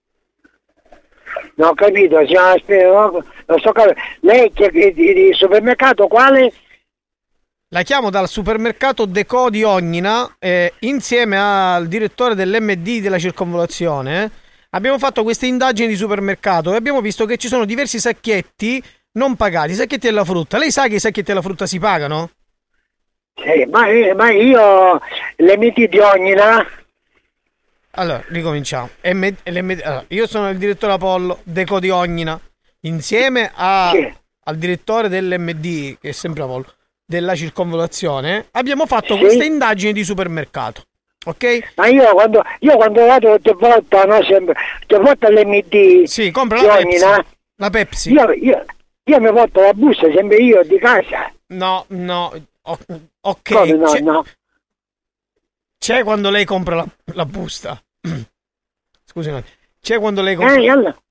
Non ho capito, non so capire. Lei che di supermercato quale? La chiamo dal supermercato Deco di Ognina insieme al direttore dell'MD della circonvolazione. Abbiamo fatto queste indagini di supermercato e abbiamo visto che ci sono diversi sacchetti non pagati, sacchetti della frutta. Lei sa che i sacchetti della frutta si pagano? Sì, ma io l'MD di Ognina. Allora, ricominciamo. Allora, io sono il direttore Apollo, Deco di Ognina, insieme al direttore dell'MD, che è sempre Apollo, della circonvolazione. Abbiamo fatto queste indagini di supermercato. Ok? Ma io quando vado te volta, no, sempre te volta l'MD. Sì, compra la Pepsi. La Pepsi. Io mi porto la busta sempre io di casa. No. Ok. Come no? C'è quando lei compra la busta. Scusi un attimo. C'è quando lei compra.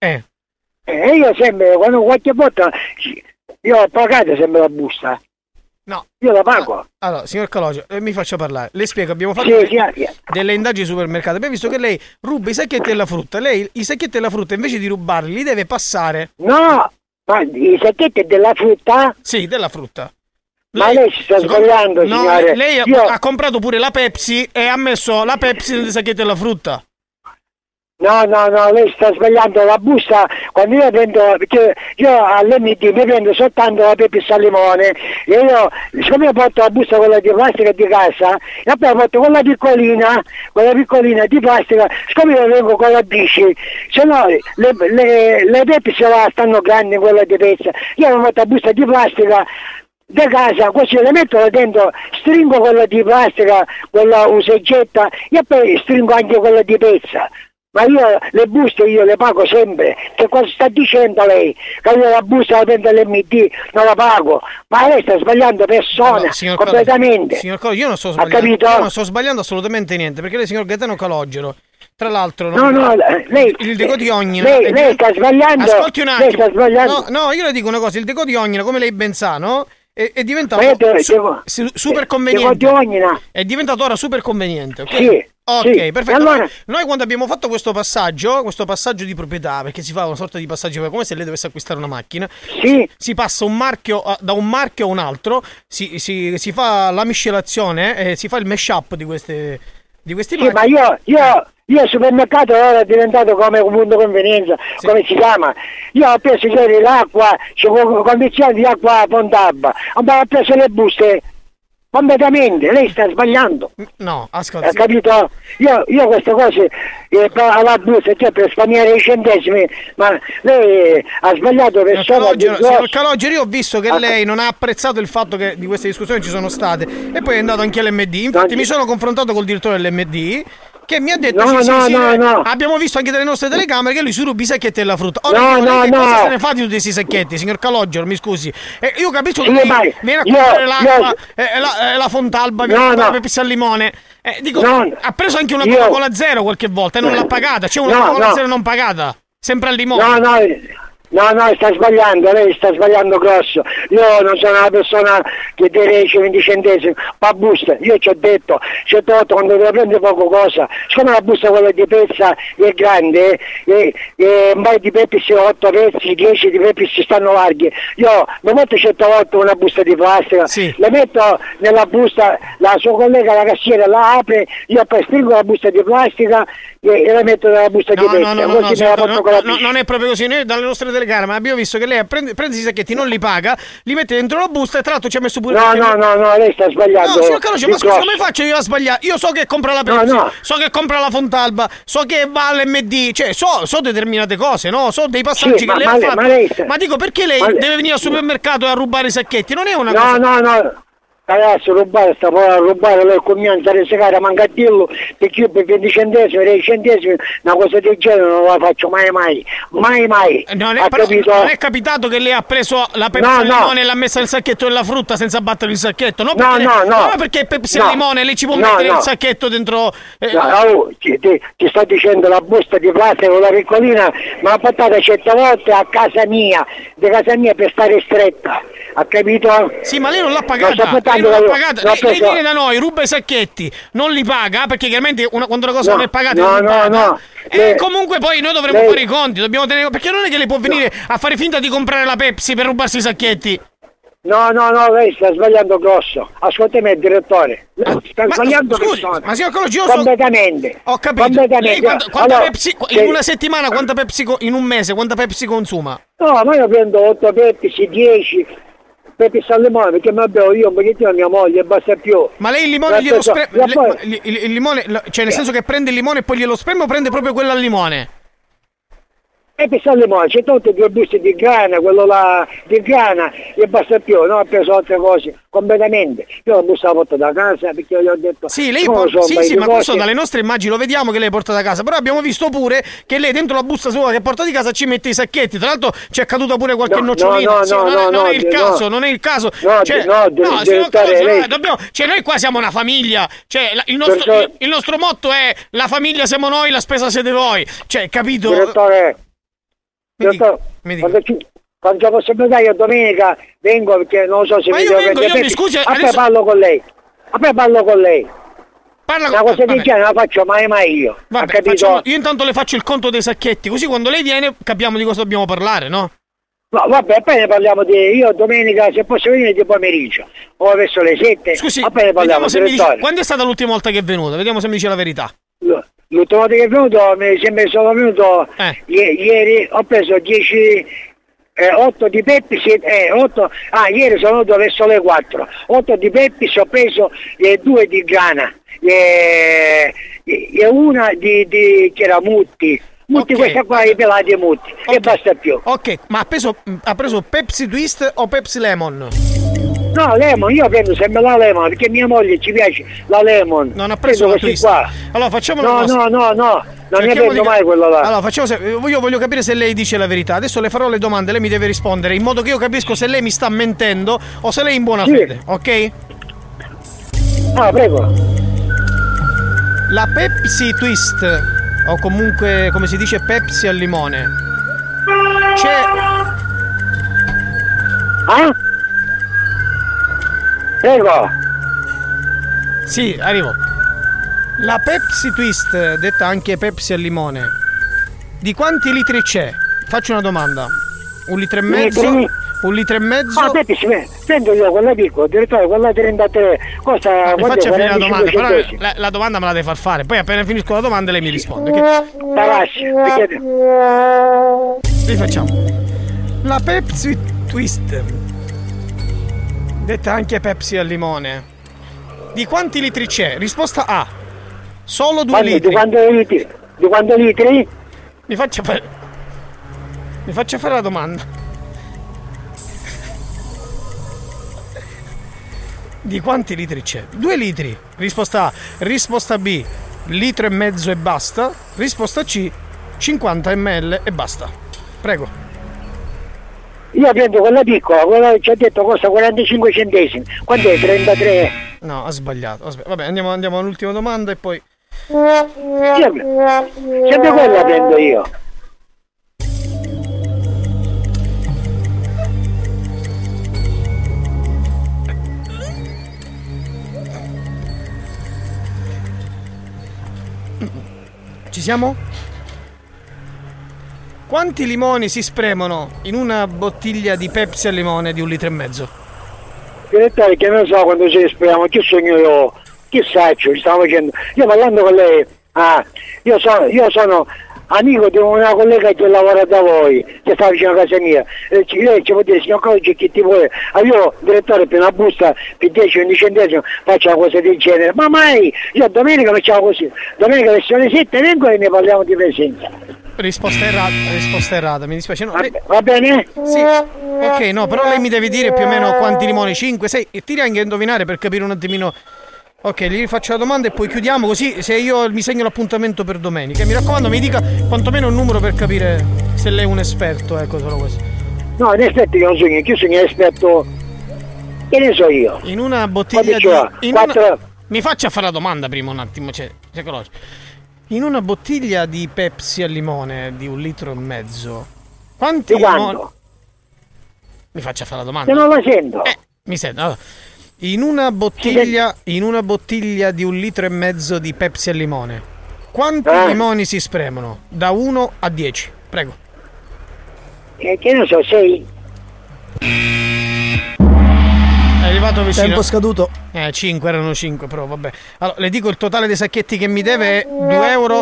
Io sempre quando qualche volta io ho pagato sempre la busta. No. Io la pago. Allora, signor Calogero, mi faccia parlare. Le spiego, abbiamo fatto delle indagini di supermercato. Abbiamo visto che lei ruba i sacchetti della frutta. Lei i sacchetti della frutta invece di rubarli li deve passare. No, ma i sacchetti della frutta? Sì, della frutta. Ma lei si sta sbagliando, signore. Lei ha comprato pure la Pepsi e ha messo la Pepsi nei sacchetti della frutta. No, lei sta sbagliando la busta. Quando io prendo, perché io all'MD mi prendo soltanto la Pepsi al limone e io, siccome io porto la busta quella di plastica di casa e poi porto quella piccolina di plastica, siccome io vengo con la bici, se no le Pepsi stanno grandi, quella di pezza, io mi porto la busta di plastica da casa, così le metto dentro, stringo quella di plastica, quella useggetta e poi stringo anche quella di pezza. Ma io le buste le pago sempre. Che cosa sta dicendo lei? Che io la busta la prendo all'MD, non la pago. Ma lei sta sbagliando persona, completamente. Signor Calogero, io non sto sbagliando. Ha capito? Io non sto sbagliando assolutamente niente, perché lei, signor Gaetano Calogero, tra l'altro lei, il Deco di Ognina lei sta sbagliando. Ascolti un attimo. Lei sta sbagliando. No, io le dico una cosa, il Deco di Ognina, come lei ben sa, no? È diventato super conveniente. È diventato ora super conveniente, ok? Sì. Ok, sì. perfetto. Allora... Noi quando abbiamo fatto questo passaggio di proprietà, perché si fa una sorta di passaggio come se lei dovesse acquistare una macchina, si passa un marchio da un marchio a un altro, si fa la miscelazione, si fa il mashup di questi marchi. Ma io il supermercato ora è diventato come un punto convenienza, come si chiama. Io ho preso ieri l'acqua, condizioni di acqua Pontabba, ho preso le buste. Completamente, lei sta sbagliando. No, ascolta. Ha capito? Io queste cose alla busta, cioè per risparmiare i centesimi, ma lei ha sbagliato per Signor Calogero, io ho visto che lei non ha apprezzato il fatto che di queste discussioni ci sono state e poi è andato anche all'MD. Infatti mi sono confrontato col direttore dell'MD che mi ha detto no. Abbiamo visto anche dalle nostre telecamere che lui si ruba i sacchetti della frutta. Cosa se ne fa di tutti questi sacchetti, signor Calogero, mi scusi? Io capisco che lei viene a comprare l'acqua, la Fontalba, la Pepsi al limone. Ha preso anche una Coca-Cola zero qualche volta e non l'ha pagata. C'è una Coca-Cola zero non pagata, sempre al limone. No, sta sbagliando, lei sta sbagliando grosso. Io non sono una persona che deve 20 centesimi, ma busta, io ci ho detto, 108 quando devo prendere poco cosa, siccome la busta quella di pezza è grande, un paio di peppi 8 pezzi, 10 di peppi si stanno larghi, io mi metto 108 una busta di plastica, le metto nella busta, la sua collega, la cassiera, la apre, io poi stringo la busta di plastica e la metto nella busta di pezza, così me la porto con la bici. Non è proprio così, noi dalle nostre telecamere abbiamo visto che lei prende i sacchetti, non li paga, li mette dentro la busta e tra l'altro ci ha messo pure no, lei sta sbagliando. No, signor Calogero, ma scusa, come faccio io a sbagliare? Io so che compra la Pepsi, so che compra la Fontalba, so che va all'MD, cioè so determinate cose, no? So dei passaggi che lei ha fatto. Ma dico, perché lei deve venire al supermercato e a rubare i sacchetti? Non è una cosa... No. Ragazzi, sta a rubare lei comincia a risecare, manca a dirlo, perché io per 20 centesimi, 10 centesimi, una cosa del genere non la faccio mai. Non è capitato che lei ha preso la Pepsi al limone e l'ha messa nel sacchetto della frutta senza battere il sacchetto? No, perché Pepsi al limone lei ci può mettere il sacchetto dentro... ti sto dicendo, la busta di plastica con la piccolina ma l'ha portata 100 volte a casa mia, per stare stretta, ha capito? Sì, ma lei non l'ha pagata. Lei viene da noi, ruba i sacchetti, non li paga perché chiaramente quando una cosa non è pagata no. E comunque poi noi dovremo fare i conti, dobbiamo tenere, perché non è che lei può venire a fare finta di comprare la Pepsi per rubarsi i sacchetti. No, lei sta sbagliando grosso. Ascolta me, direttore. Sta sbagliando grosso. Ma signor Calogero, completamente. Ho capito. Lei quanta Pepsi in una settimana, quanta Pepsi in un mese, quanta Pepsi consuma? No, ma io prendo 8 Pepsi, 10 Pepsi al limone, perché mi bevo io un pochettino a mia moglie e basta più. Ma lei il limone glielo spreme? Il limone, cioè nel senso che prende il limone e poi glielo spreme o prende proprio quello al limone? Pepsi al limone, c'è tutte 2 buste di grana, quello là di grana e basta più, no? Ha preso altre cose completamente. Io la busta la porto da casa perché gli ho detto... Sì, lei ma questo dalle nostre immagini lo vediamo che lei porta da casa, però abbiamo visto pure che lei dentro la busta sua che porta di casa ci mette i sacchetti, tra l'altro c'è caduta pure qualche nocciolina. Non è il caso. Cioè noi qua siamo una famiglia, cioè il nostro motto è la famiglia siamo noi, la spesa siete voi, cioè capito? Direttore, quando c'è possibilità io domenica vengo perché non so se mi scusi, adesso... parlo con lei. Una cosa del genere la faccio mai io. Vabbè, io intanto le faccio il conto dei sacchetti, così quando lei viene capiamo di cosa dobbiamo parlare, no? No, vabbè, poi ne parliamo io domenica, se posso venire di pomeriggio o verso le 7. Scusi, poi ne parliamo. Quando è stata l'ultima volta che è venuta? Vediamo se mi dice la verità. L'ultima volta che è venuto, mi sembra che sono venuto ieri, ho preso 8 di Pepsi, 8, ieri sono venuto verso le 4, 8 di Pepsi, ho preso 2 di grana e una di che era Mutti, questa qua i pelati e Mutti, e basta più. Ok, ma ha preso Pepsi Twist o Pepsi Lemon? No, Lemon, io prendo sempre la Lemon perché mia moglie ci piace la Lemon. Non ha preso la Twist. Qua. Allora facciamo una cosa. No, non ne prendo mai quella là. Allora io voglio capire se lei dice la verità. Adesso le farò le domande, lei mi deve rispondere in modo che io capisco se lei mi sta mentendo o se lei è in buona fede, ok? Prego. La Pepsi Twist, o comunque come si dice Pepsi al limone, c'è... Prego. Sì, arrivo. La Pepsi Twist, detta anche Pepsi al limone, di quanti litri c'è? Faccio una domanda. 1,5 litri? 1,5 litri? Prendo io quella piccola, direttore, quella 33. Costa, mi faccia finire la domanda, però la domanda me la deve far fare. Poi appena finisco la domanda lei mi risponde. Rifacciamo. La Pepsi Twist, detta anche Pepsi al limone, di quanti litri c'è? Risposta A, solo 2 litri. Di quanti litri? Mi faccia fare la domanda. Di quanti litri c'è? 2 litri. Risposta A. Risposta B, 1,5 litri e basta. Risposta C, 50 ml e basta. Prego. Io prendo quella piccola, quella che ci ha detto costa 45 centesimi. Quanto è? 33? No, ha sbagliato. Vabbè, andiamo all'ultima domanda e poi... Sempre quella prendo io. Ci siamo? Quanti limoni si spremono in una bottiglia di Pepsi al limone di 1,5 litri? Direttore, che non so quando ci spremiamo, che sogno io, che saccio, stavo facendo. Io parlando con lei, io sono amico di una collega che lavora da voi, che sta vicino a casa mia. Lei ci può dire, signor Codice, che ti vuole? Io, direttore, per una busta per 10-11 centesimi faccio una cosa del genere. Ma mai! Io domenica facciamo così. Domenica verso le 7 vengo e ne parliamo di presenza. Risposta errata, mi dispiace. No, va bene? Sì. Ok, no, però lei mi deve dire più o meno quanti limoni, 5, 6, e tiri anche a indovinare per capire un attimino. Ok, gli rifaccio la domanda e poi chiudiamo, così se io mi segno l'appuntamento per domenica. Mi raccomando, mi dica quantomeno un numero per capire se lei è un esperto, ecco, solo questo. No, in effetti io non so niente, io sono un esperto. Che ne so io? In una bottiglia Mi faccia fare la domanda prima un attimo, in una bottiglia di Pepsi al limone di 1,5 litri, quanti limoni? Mi faccia fare la domanda. Se non la sento. Mi sento. Allora, in una bottiglia di 1,5 litri di Pepsi al limone, quanti limoni si spremono? Da 1 a 10, prego. Che ne so, 6. È arrivato vicino. Tempo scaduto. 5, erano 5, però vabbè. Allora, le dico il totale dei sacchetti che mi deve è 2 euro.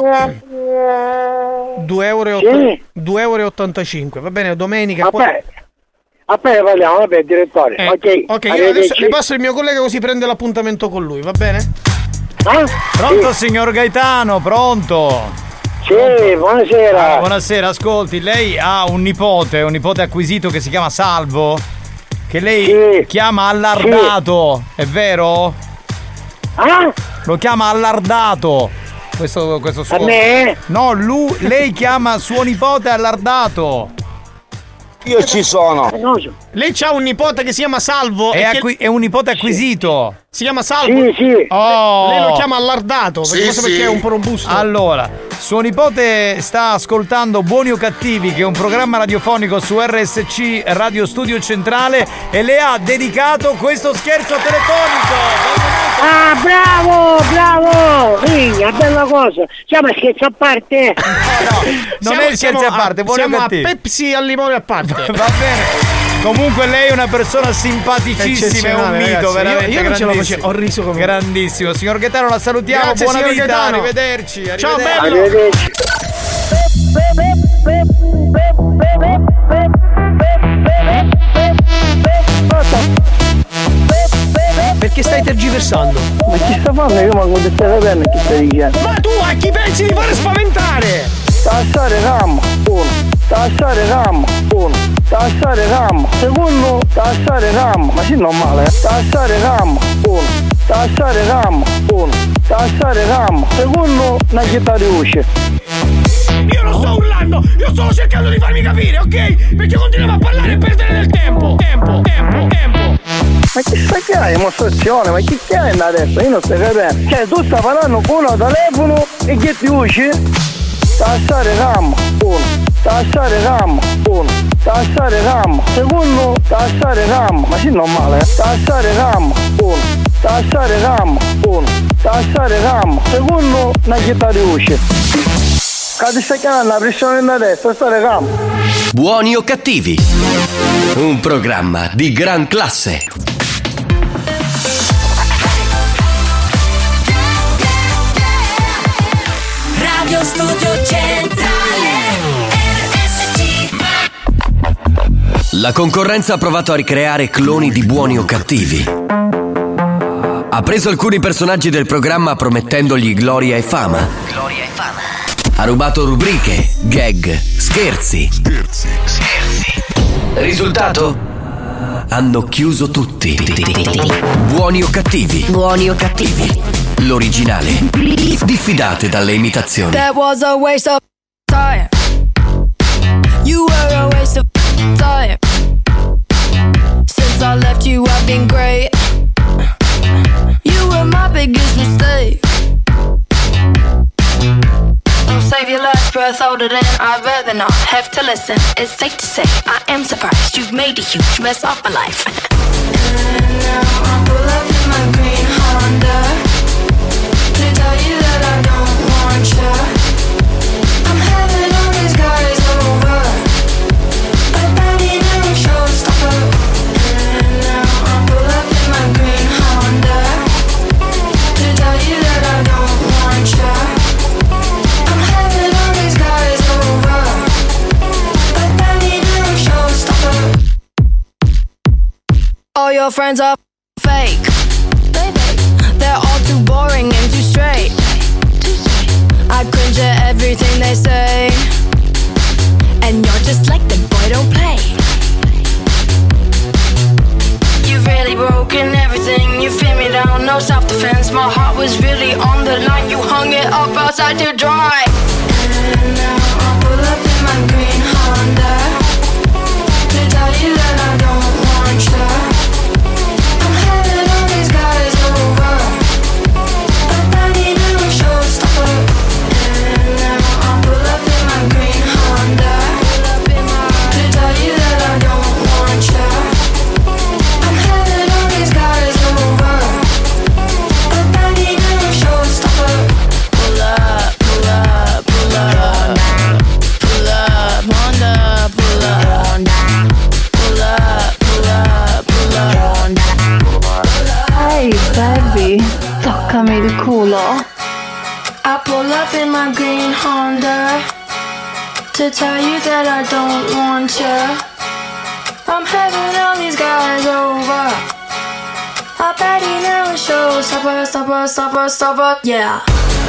2,85 €. Va bene, domenica. Appena parliamo, vabbè, direttore. Ok, io adesso le passo il mio collega così prende l'appuntamento con lui, va bene? Pronto, signor Gaetano, pronto? Sì, buonasera. Buonasera, ascolti, lei ha un nipote acquisito che si chiama Salvo, che lei chiama allardato, è vero? Lo chiama allardato. Questo suo... A me? No, lei chiama suo nipote allardato. Io ci sono. Lei c'ha un nipote che si chiama Salvo. È un nipote acquisito. Si chiama Salvo? Sì. Oh. Lei lo chiama allardato perché è un po' robusto. Allora, suo nipote sta ascoltando Buoni o Cattivi, che è un programma radiofonico su RSC Radio Studio Centrale, e le ha dedicato questo scherzo telefonico. Bravo! Migna, bella cosa. Siamo a scherzo a parte. Non è scherzo a parte, Buoni o Siamo Cattivi. a Pepsi al limone a parte. Va bene. Comunque lei è una persona simpaticissima, è un mito, ragazzi, veramente io non ce la grandissimo. facevo, ho riso come grandissimo. Signor Gaetano, la salutiamo. Grazie, buona signor vita, Gaetano. Arrivederci. Ciao, bello. Arrivederci. Perché stai tergiversando? Ma chi sta fanno? Io manco di stare bene, chi stai dicendo? Ma tu a chi pensi di fare spaventare? Tassare RAM, 1. Tassare RAM, 1. Tassare RAM, secondo. Tassare RAM, ma sì, non male. Tassare RAM, 1. Tassare RAM, 1. Tassare RAM, secondo. Una chitarra usce. Io non sto urlando, io sto cercando di farmi capire, ok? Perché continuiamo a parlare e perdere del tempo. Tempo. Ma che sta che hai? Dimostrazione, ma chi è adesso? Io non sto capendo. Cioè, tu stai parlando con uno telefono e che ti usci? Tassare RAM, 1. Tassare RAM, 1. Tassare RAM, secondo. Tassare RAM, ma sì, non male. Tassare RAM, 1. Tassare RAM, 1. Tassare RAM, secondo. Una chitarra usci. Cade sta chiamando la pressione da destra, stare RAM. Buoni o Cattivi? Un programma di gran classe. Radio Studio Centrale RSC. La concorrenza ha provato a ricreare cloni di Buoni o Cattivi. Ha preso alcuni personaggi del programma promettendogli gloria e fama. Ha rubato rubriche, gag, scherzi. Risultato? Hanno chiuso tutti. Buoni o Cattivi? Buoni o Cattivi? L'originale. Diffidate dalle imitazioni. That was a waste of time. You were a waste of time. Since I left you, I've been great. You were my biggest mistake. Don't save your last breath older than I'd rather not have to listen. It's safe to say I am surprised you've made a huge mess of my life. And now I pull up in my green Honda to tell you that I don't want you. your friends are fake. They're all too boring and too straight. I cringe at everything they say. And you're just like them, boy, don't play. You've really broken everything. You feel me down, no self-defense. My heart was really on the line. You hung it up outside to dry. And now I'll pull up in my green Honda to tell you that I don't want you. I'm having all these guys over, but I need a showstopper. And now I'll pull up in my green Honda to tell you that I don't want you. I'm having all these guys over, but I need a showstopper. Pull up, pull up, pull up, pull up, Honda, pull up, pull up, pull up, pull up. Hey baby, toccami il culo. I pull up in my green Honda to tell you that I don't want you. I'm having all these guys over. I bet he never shows. Stopper, yeah.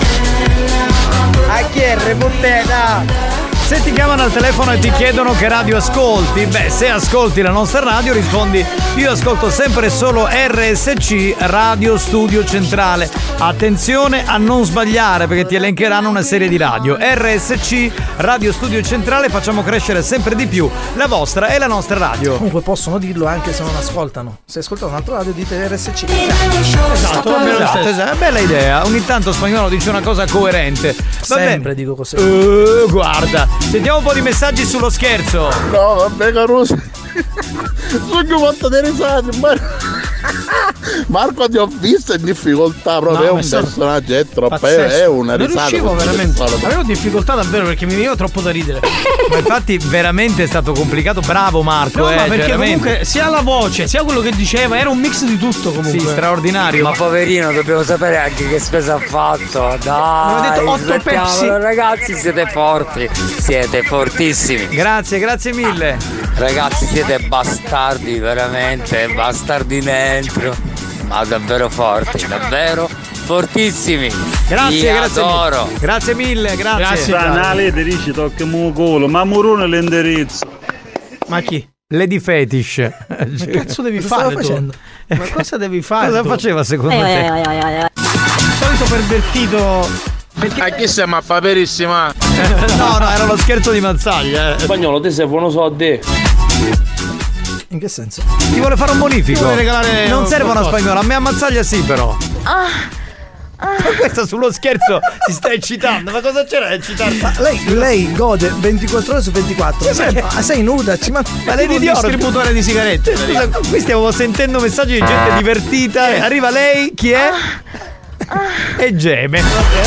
A chi è reputata? Se ti chiamano al telefono e ti chiedono che radio ascolti, beh, se ascolti la nostra radio rispondi: io ascolto sempre solo RSC, Radio Studio Centrale. Attenzione a non sbagliare, perché ti elencheranno una serie di radio. RSC, Radio Studio Centrale, facciamo crescere sempre di più la vostra e la nostra radio. Comunque possono dirlo anche se non ascoltano. Se ascoltano un'altra radio dite RSC. Esatto, bella idea. Ogni tanto Spagnolo dice una cosa coerente. Va Sempre bene. dico così. Guarda, sentiamo un po' di messaggi sullo scherzo. No, vabbè, Caruso. Sono fatto delle risate, Marco, ti ho visto in difficoltà, proprio è un personaggio, è troppo, è una risata. Non riuscivo veramente. Avevo difficoltà davvero perché mi veniva troppo da ridere. Ma infatti veramente è stato complicato. Bravo Marco, no, ma perché veramente. comunque sia la voce sia quello che diceva era un mix di tutto comunque. Sì, straordinario. Ma poverino, dobbiamo sapere anche che spesa ha fatto. Dai, mi ha detto 8 Pepsi. Ragazzi, siete forti, siete fortissimi. Grazie mille. Ragazzi, siete bastardi, veramente, bastardi dentro. Ma davvero forti, davvero fortissimi. Grazie, adoro. Grazie mille, grazie. Canale ti dici tocchiamo culo, ma Murone l'indirizzo. Ma chi? Lady Fetish. Ma cazzo devi fare tu? Ma cosa devi fare? Cosa faceva secondo te? Solito pervertito. Perché? A chi siamo a paperissima? No, era lo scherzo di Mazzaglia. Spagnolo, te servono soldi. In che senso? Ti vuole fare un bonifico. Vuole regalare non servono a Spagnolo, a me a Mazzaglia sì però. Ma questa sullo scherzo si sta eccitando. Ma cosa c'era da eccitarsi? Ma lei gode 24 ore su 24. Sei nuda, ma lei di distributore di sigarette. Scusa, qui stiamo sentendo messaggi di gente divertita. Arriva lei, chi è? E geme.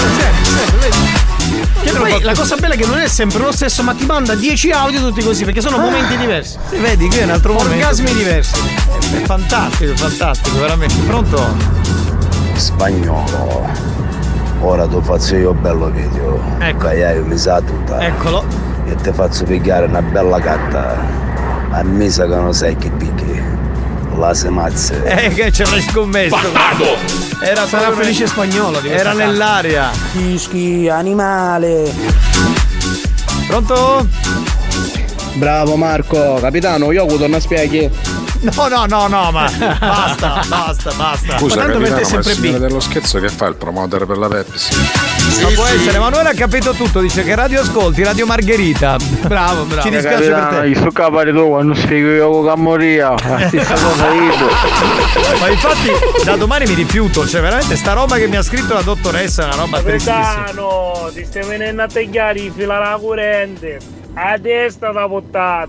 Che poi la cosa bella è che non è sempre lo stesso, ma ti manda 10 audio tutti così, perché sono momenti diversi. Sì, vedi, qui è un altro momento. Orgasmi diversi. È fantastico, veramente. Pronto? Spagnolo, ora ti faccio io un bello video. Ecco. Che hai mi tutta. Eccolo. E ti faccio pigliare una bella gatta. A me sa che non sai che picchi. La semazze. Che ce l'hai scommesso. Bastardo! Sarà felice Spagnolo. Era nell'aria. Fischi, animale. Pronto? Bravo Marco, capitano, io torno a spieghi. No, ma basta. Scusa, ma tanto per te è sempre B. dello scherzo che fa il promoter per la Pepsi? Sì, può essere, Emanuele ha capito tutto, dice che radio ascolti, Radio Margherita. Bravo. Ci dispiace per te. Io sto capare tu quando spiego io con Cammoria. Stessa cosa io. Ma infatti da domani mi rifiuto, cioè veramente sta roba che mi ha scritto la dottoressa è una roba tristissima. Capitano, ti stai venendo a tagliare i fila la corrente. A destra da buttata.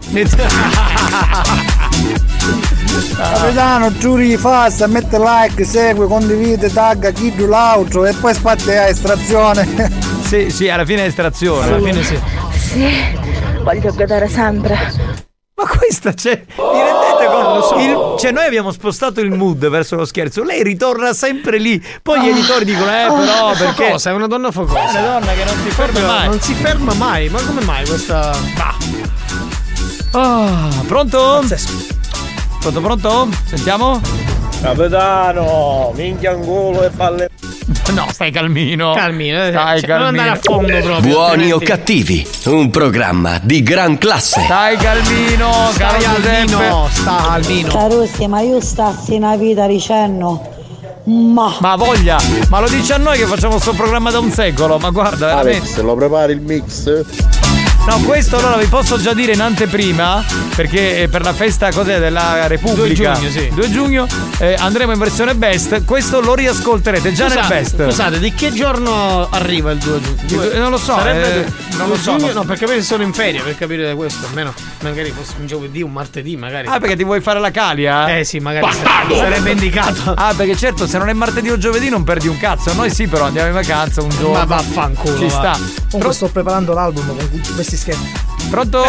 Capitano, giuri fasta, mette like, segue, condivide, tagga chi più l'altro e poi spatti a estrazione. Sì, alla fine è estrazione. Alla fine sì. Sì, voglio godere sempre. Ma questa c'è. Vi rendete conto? Cioè, noi abbiamo spostato il mood verso lo scherzo. Lei ritorna sempre lì. Poi gli editori dicono: però perché? Focosa, è una donna focosa. È una donna che non si ferma mai. Non si ferma mai. Ma come mai questa. Pronto? Pazzesco. Pronto? Sentiamo? Capitano, minchia in culo e palle. No, stai calmino. Calmino, Stai calmino. Non andare a fondo proprio. Buoni o cattivi, un programma di gran classe. Stai calmino, Stai Albino. Carussi, ma io stassi una vita dicendo. Ma voglia, ma lo dice a noi che facciamo sto programma da un secolo, ma guarda, veramente. Alex, lo prepari il mix? No, questo allora vi posso già dire in anteprima, perché per la festa cos'è della Repubblica 2 giugno, sì. 2 giugno andremo in versione best. Questo lo riascolterete già nel best. Scusate, di che giorno arriva il 2 giugno? Non lo so, Sarebbe non lo so. Giugno, no, perché capire se sono in ferie, per capire questo, almeno magari fosse un giovedì, un martedì, magari. Ah, perché ti vuoi fare la calia? Sì, magari sarebbe indicato. Ah, perché certo, se non è martedì o giovedì non perdi un cazzo. Noi sì, però andiamo in vacanza un giorno. Ma vaffanculo. Ci sta. Comunque sto preparando l'album con questi scherzi. Pronto?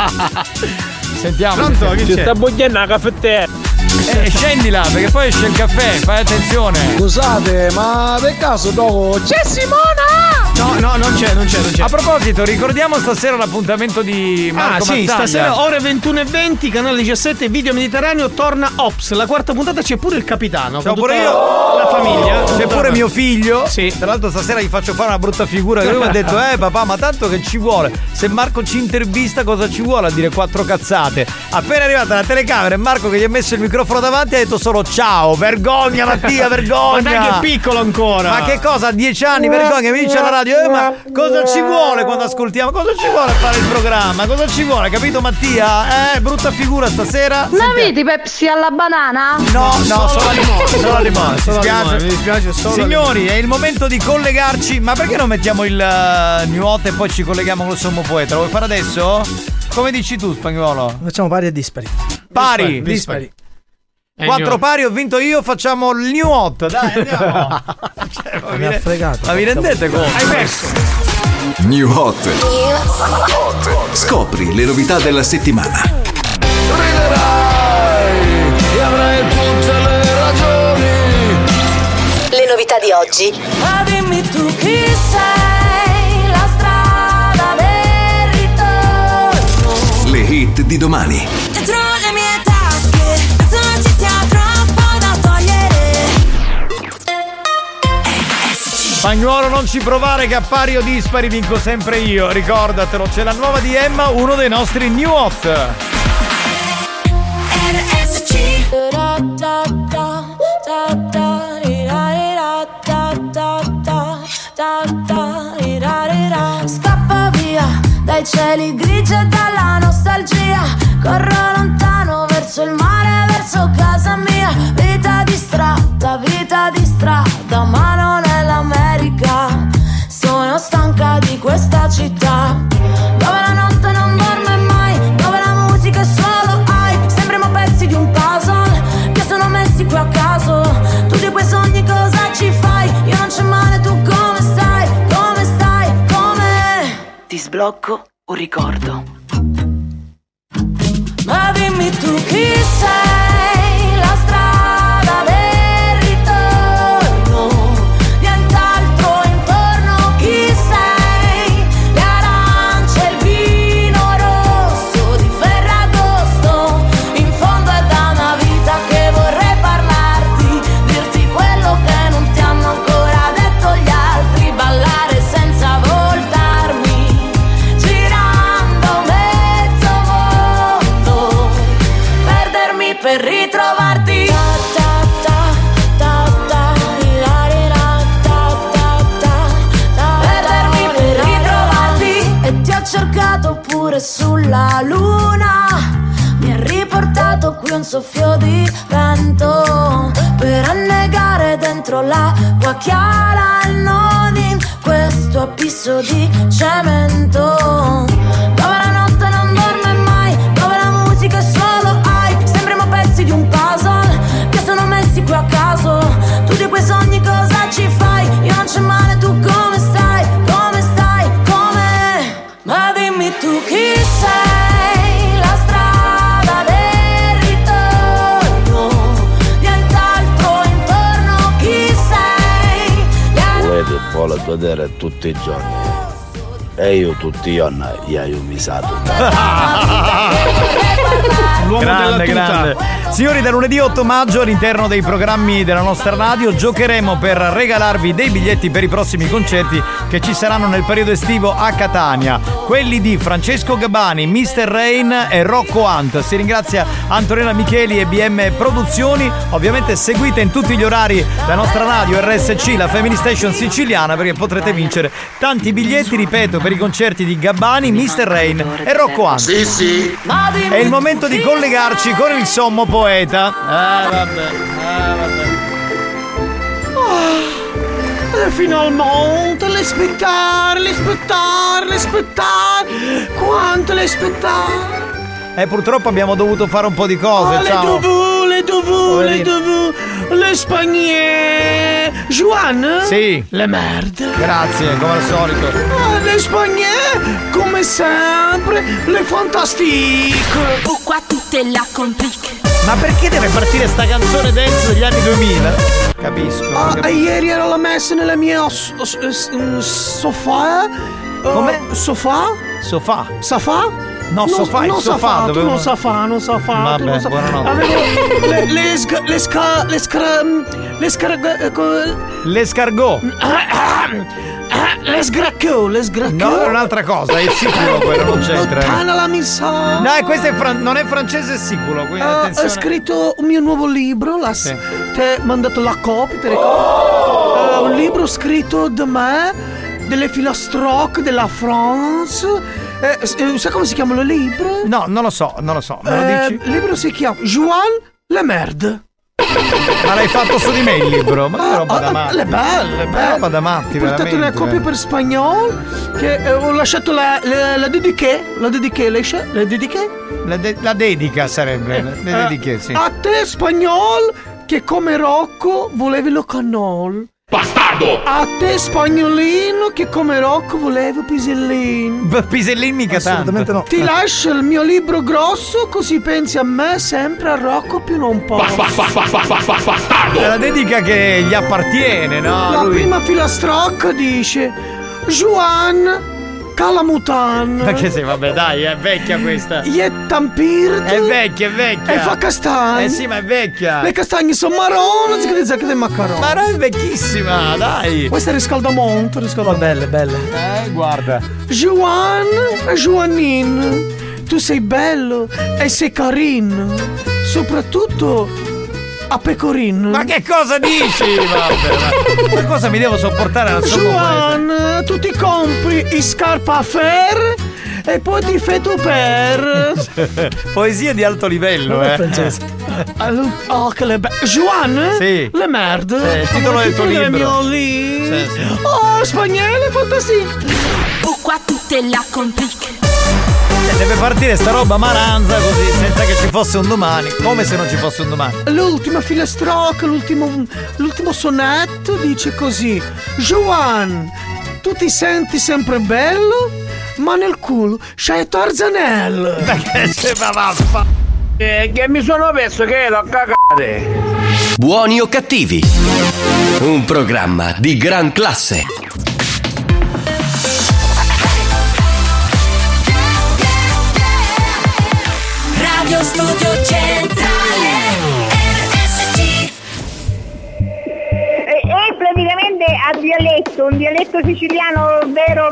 Sentiamo. Pronto? Chi Ci c'è? sta bugliando la caffettiera. Scendila, perché poi esce il caffè, fai attenzione. Scusate, ma per caso dopo c'è Simona? No, non c'è. A proposito, ricordiamo stasera l'appuntamento di Marco sì, Mazzaglia. stasera ore 21:20, canale 17, Video Mediterraneo, torna Ops. La quarta puntata c'è pure il capitano. C'ho con pure tutta io. La famiglia. C'è pure mio figlio. Sì. Tra l'altro stasera gli faccio fare una brutta figura. Che lui mi ha detto, papà, ma tanto che ci vuole? Se Marco ci intervista, cosa ci vuole a dire 4 cazzate? Appena è arrivata la telecamera e Marco che gli ha messo il microfono davanti ha detto solo ciao. Vergogna Mattia, vergogna. Ma dai che è piccolo ancora. Ma che cosa? A 10 anni, vergogna, mi dice alla radio, ma cosa ci vuole quando ascoltiamo? Cosa ci vuole a fare il programma? Cosa ci vuole, capito Mattia? Brutta figura stasera. Non avete Pepsi alla banana? No, solo limone. Solo limone. Mi dispiace solo. Signori, è il momento di collegarci. Ma perché non mettiamo il New Hot e poi ci colleghiamo col sommo poeta? Lo vuoi fare adesso? Come dici tu, Spagnolo? Facciamo pari e dispari. Dispari. 4 pari, ho vinto io, facciamo il New Hot. Dai, andiamo. Mi ha fregato. Ma vi rendete conto? Hai perso. New Hot. Scopri le novità della settimana. Riderai e avrai tutte le ragioni. Le novità di oggi. Ma dimmi tu chi sei, la strada del ritorno. Le hit di domani. Dentro le mie tasche, penso non ci sia troppo da togliere. Spagnuolo, non ci provare che a pari o dispari vinco sempre io. Ricordatelo, c'è la nuova di Emma, uno dei nostri New Hot. Scappa via dai cieli grigi e dalla nostalgia. Corro lontano verso il mare, verso casa mia. Vita di strada, ma non è l'America. Sono stanca di questa città, dove la notte non dorme mai, dove la musica è solo hype. Sembriamo pezzi di un puzzle che sono messi qui a caso. Tu di quei sogni cosa ci fai? Io non c'è male, tu come stai? Come? Ti sblocco un ricordo. Ma dimmi tu chi sei, la strada del ritorno. Nient'altro intorno, chi sei? Le arance, il vino rosso di Ferragosto. In fondo è da una vita che vorrei parlarti, dirti quello che non ti hanno ancora detto gli altri. Ballare senza voltarmi, girando mezzo mondo, perdermi per ritrovarti. Perdermi per ritrovarti. E ti ho cercato pure sulla luna. Mi ha riportato qui un soffio di vento per annegare dentro l'acqua chiara e non in questo abisso di cemento, dove la notte non dorme mai, dove la musica è solo hype. Sembriamo pezzi di un puzzle che sono messi qui a caso. Tu di quei sogni cosa ci fai? Io non c'è male, tu come stai? Ma dimmi tu chi sei, la strada del ritorno. Nient'altro intorno, chi sei? Volete vuole godere tutti i giorni. E io tutti io gli ho misato. L'uomo Grande, della tuta. grande. Signori, da lunedì 8 maggio all'interno dei programmi della nostra radio giocheremo per regalarvi dei biglietti per i prossimi concerti che ci saranno nel periodo estivo a Catania. Quelli di Francesco Gabbani, Mr. Rain e Rocco Hunt. Si ringrazia Antonella Micheli e BM Produzioni. Ovviamente seguite in tutti gli orari la nostra radio RSC, la Family Station siciliana, perché potrete vincere tanti biglietti, ripeto, per i concerti di Gabbani, Mr. Rain e Rocco Hunt. Sì. È il momento di collegarci con il sommo poeta. Vabbè. Finalmente l'aspettare. Quanto l'aspettare. Purtroppo abbiamo dovuto fare un po' di cose. Ciao. Le dovù. Le spagnole. Juan? Sì. Le merde. Grazie, come al solito. Le spagnole, come sempre, le fantastiche. Pourquoi tout est là compliqué? Ma perché deve partire sta canzone dance degli anni 2000? Capisco. Ieri ero la messa nella mia sofà. Come? Sofà? Safà? No, sofà, il sofà. Tu non sa fa. Vabbè, buonanotte. Avevo L'escargot. L'esgracchio. No, è un'altra cosa, è siculo quello, non c'entra. Tana la missa. No, questo non è francese, è siculo. Quindi attenzione. Ho scritto un mio nuovo libro, Sì. ti ho mandato la copia, ti ricordi? Un libro scritto da me, delle filastrocche della France. Sai come si chiama il libro? No, non lo so. Me lo dici? Il libro si chiama Juan Le Merde. Ma l'hai fatto su di me il libro? Ma che roba da matti. Le belle. Roba da matti, ho portato veramente. una copia per spagnolo che ho lasciato la dediché. La dediché. La dedica sarebbe. Le dediche, sì. A te spagnolo che come Rocco volevi lo cannol. Bastardo! A te spagnolino che come Rocco volevo pisellino. Pisellin mica Assolutamente tanto. Ti lascio il mio libro grosso così pensi a me sempre a Rocco più non posso. Bastardo! È la dedica che gli appartiene, no? La prima filastrocca dice Juan Calamutan. Ma che sei, vabbè, dai, è vecchia questa. Yettampirt. È vecchia. E fa castagne. Sì, ma è vecchia. Le castagne sono marrone, si dice che dei maccaroni. Ma è vecchissima, dai. Questo è riscaldamonte. Belle. Guarda. Juanin, tu sei bello e sei carino. Soprattutto a pecorin. Ma che cosa dici? Vabbè, ma cosa mi devo sopportare al sommo Juan, tu ti compri i scarpa a fer e poi ti fai tu per. Poesia di alto livello, francese. Oh, che le Juan? Sì. Le merde. Sì, il titolo del tuo libro. Sì. Sì. Oh, spagnolo, fantastico. Pourquoi tout est là compliqué? Deve partire sta roba maranza così, senza che ci fosse un domani. Come se non ci fosse un domani. L'ultima filastrocca, l'ultimo sonetto dice così: Juan, tu ti senti sempre bello, ma nel culo c'hai Tarzanello. Che sembra vaffa. Che mi sono perso che l'ho cagate. Buoni o cattivi? Un programma di gran classe. Radio Studio Centrale RSC. È praticamente a dialetto, un dialetto siciliano vero,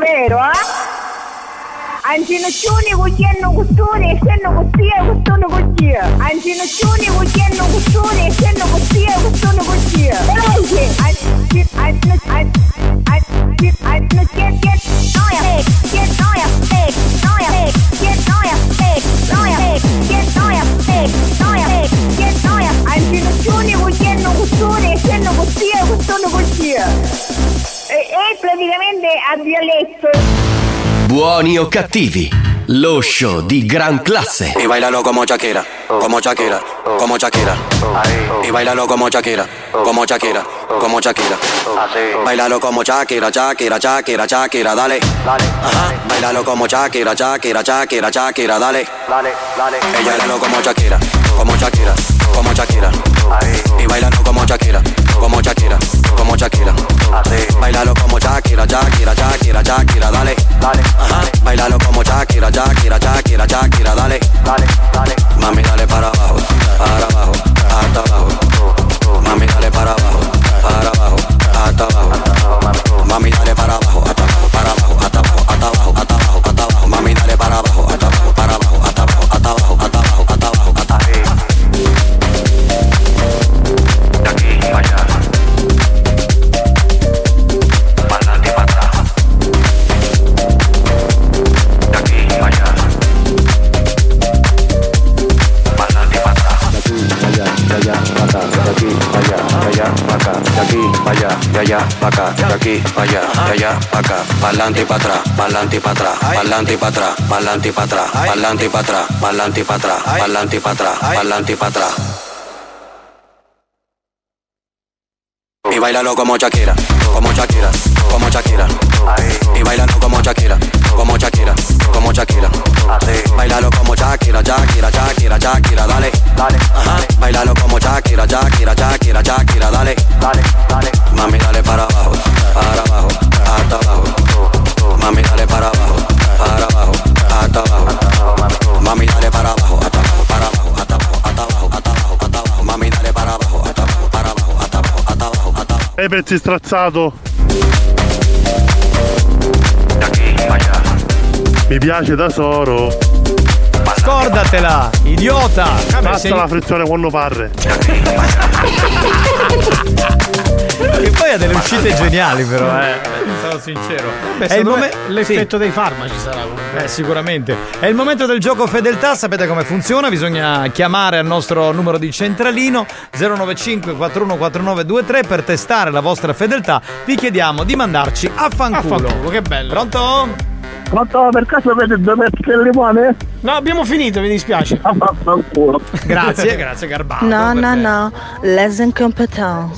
Ancinoccioni cucchiano costone e senno costia, costone costia. Ancinoccioni cucchiano costone e senno costia, costone costia. Ancinoccioni cucchiano costone e senno costia, costone costia. È praticamente a dialetto. Buoni o cattivi? Lo show di gran classe. Y bailalo como Shakira, como Shakira, como Shakira. Y bailalo como Shakira, como Shakira, como Shakira. Bailalo como Shakira, Shakira, Shakira, Shakira, dale. Ajá. Bailalo como Shakira, Shakira, Shakira, Shakira, dale. Ella bailalo como Shakira, como Shakira, como Shakira. Y bailalo como Shakira, como Shakira, como Shakira. Bailalo como Shakira, Shakira, Shakira, Shakira, dale. como Shakira, Shakira, Shakira, Shakira, dale, dale, dale. Mami, dale para abajo, hasta abajo. Mami, dale para abajo, hasta abajo. Mami, dale para abajo, hasta abajo, para abajo, hasta abajo, hasta abajo, hasta abajo, hasta abajo. Mami, dale para abajo, hasta abajo, para abajo, hasta abajo, hasta abajo, hasta abajo, hasta abajo, hasta abajo. De aquí para allá. Allá, pa' acá, de aquí, pa' allá, de allá, pa' acá, pa'lante y pa' atrás, pa'lante y pa' atrás, pa'lante y pa' atrás, pa'lante y pa' atrás, pa'lante y pa' atrás, pa'lante y pa' atrás, pa'lante y pa' atrás, pa'lante y pa' atrás. Y bailalo como Shakira, como Shakira, como Shakira. Y bailalo como Shakira, como Shakira, como Shakira. Bailalo como Shakira, Shakira, Shakira, Shakira, dale, dale, dale. Bailalo como Shakira, Shakira, Shakira, Shakira, dale, dale, dale. Mami, dale para abajo, hasta abajo. Mami, dale para abajo, hasta abajo. Mami, dale para abajo, hasta abajo, para abajo, hasta abajo, hasta abajo, hasta abajo, hasta abajo. Mami, dale para abajo, hasta abajo, para abajo, hasta abajo, hasta abajo, hasta abajo. Ehi, pezzi strazzato. Da qui, pa' allá. Mi piace tesoro. Scordatela, idiota. Basta la frizione quando parre. E poi ha delle uscite geniali però, sarò sincero. Beh, È il l'effetto dei farmaci sarà comunque. Sicuramente. È il momento del gioco fedeltà, sapete come funziona? Bisogna chiamare al nostro numero di centralino 095 414923 per testare la vostra fedeltà. Vi chiediamo di mandarci a fanculo. Che bello. Pronto? Pronto, per caso avete due pezzi di limone? No, abbiamo finito, mi dispiace. Grazie, grazie Garbato. No, les incompetents.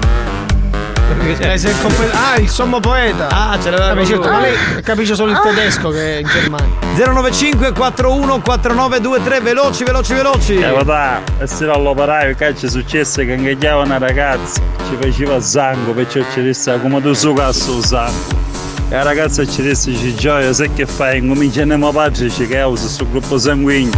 Il sommo poeta. Ah, ce l'aveva certo, ma lei capisce solo il tedesco che è in Germania. 095 414923, veloci. Guarda, se all'operaio che c'è successo che ingaggiava una ragazza, ci faceva sangue, perciò ci disse come tu su cazzo sangue. E la ragazza ci disse, Gioia, sai che fai? Incomincia a mio padre, ci che usa sul gruppo sanguigno.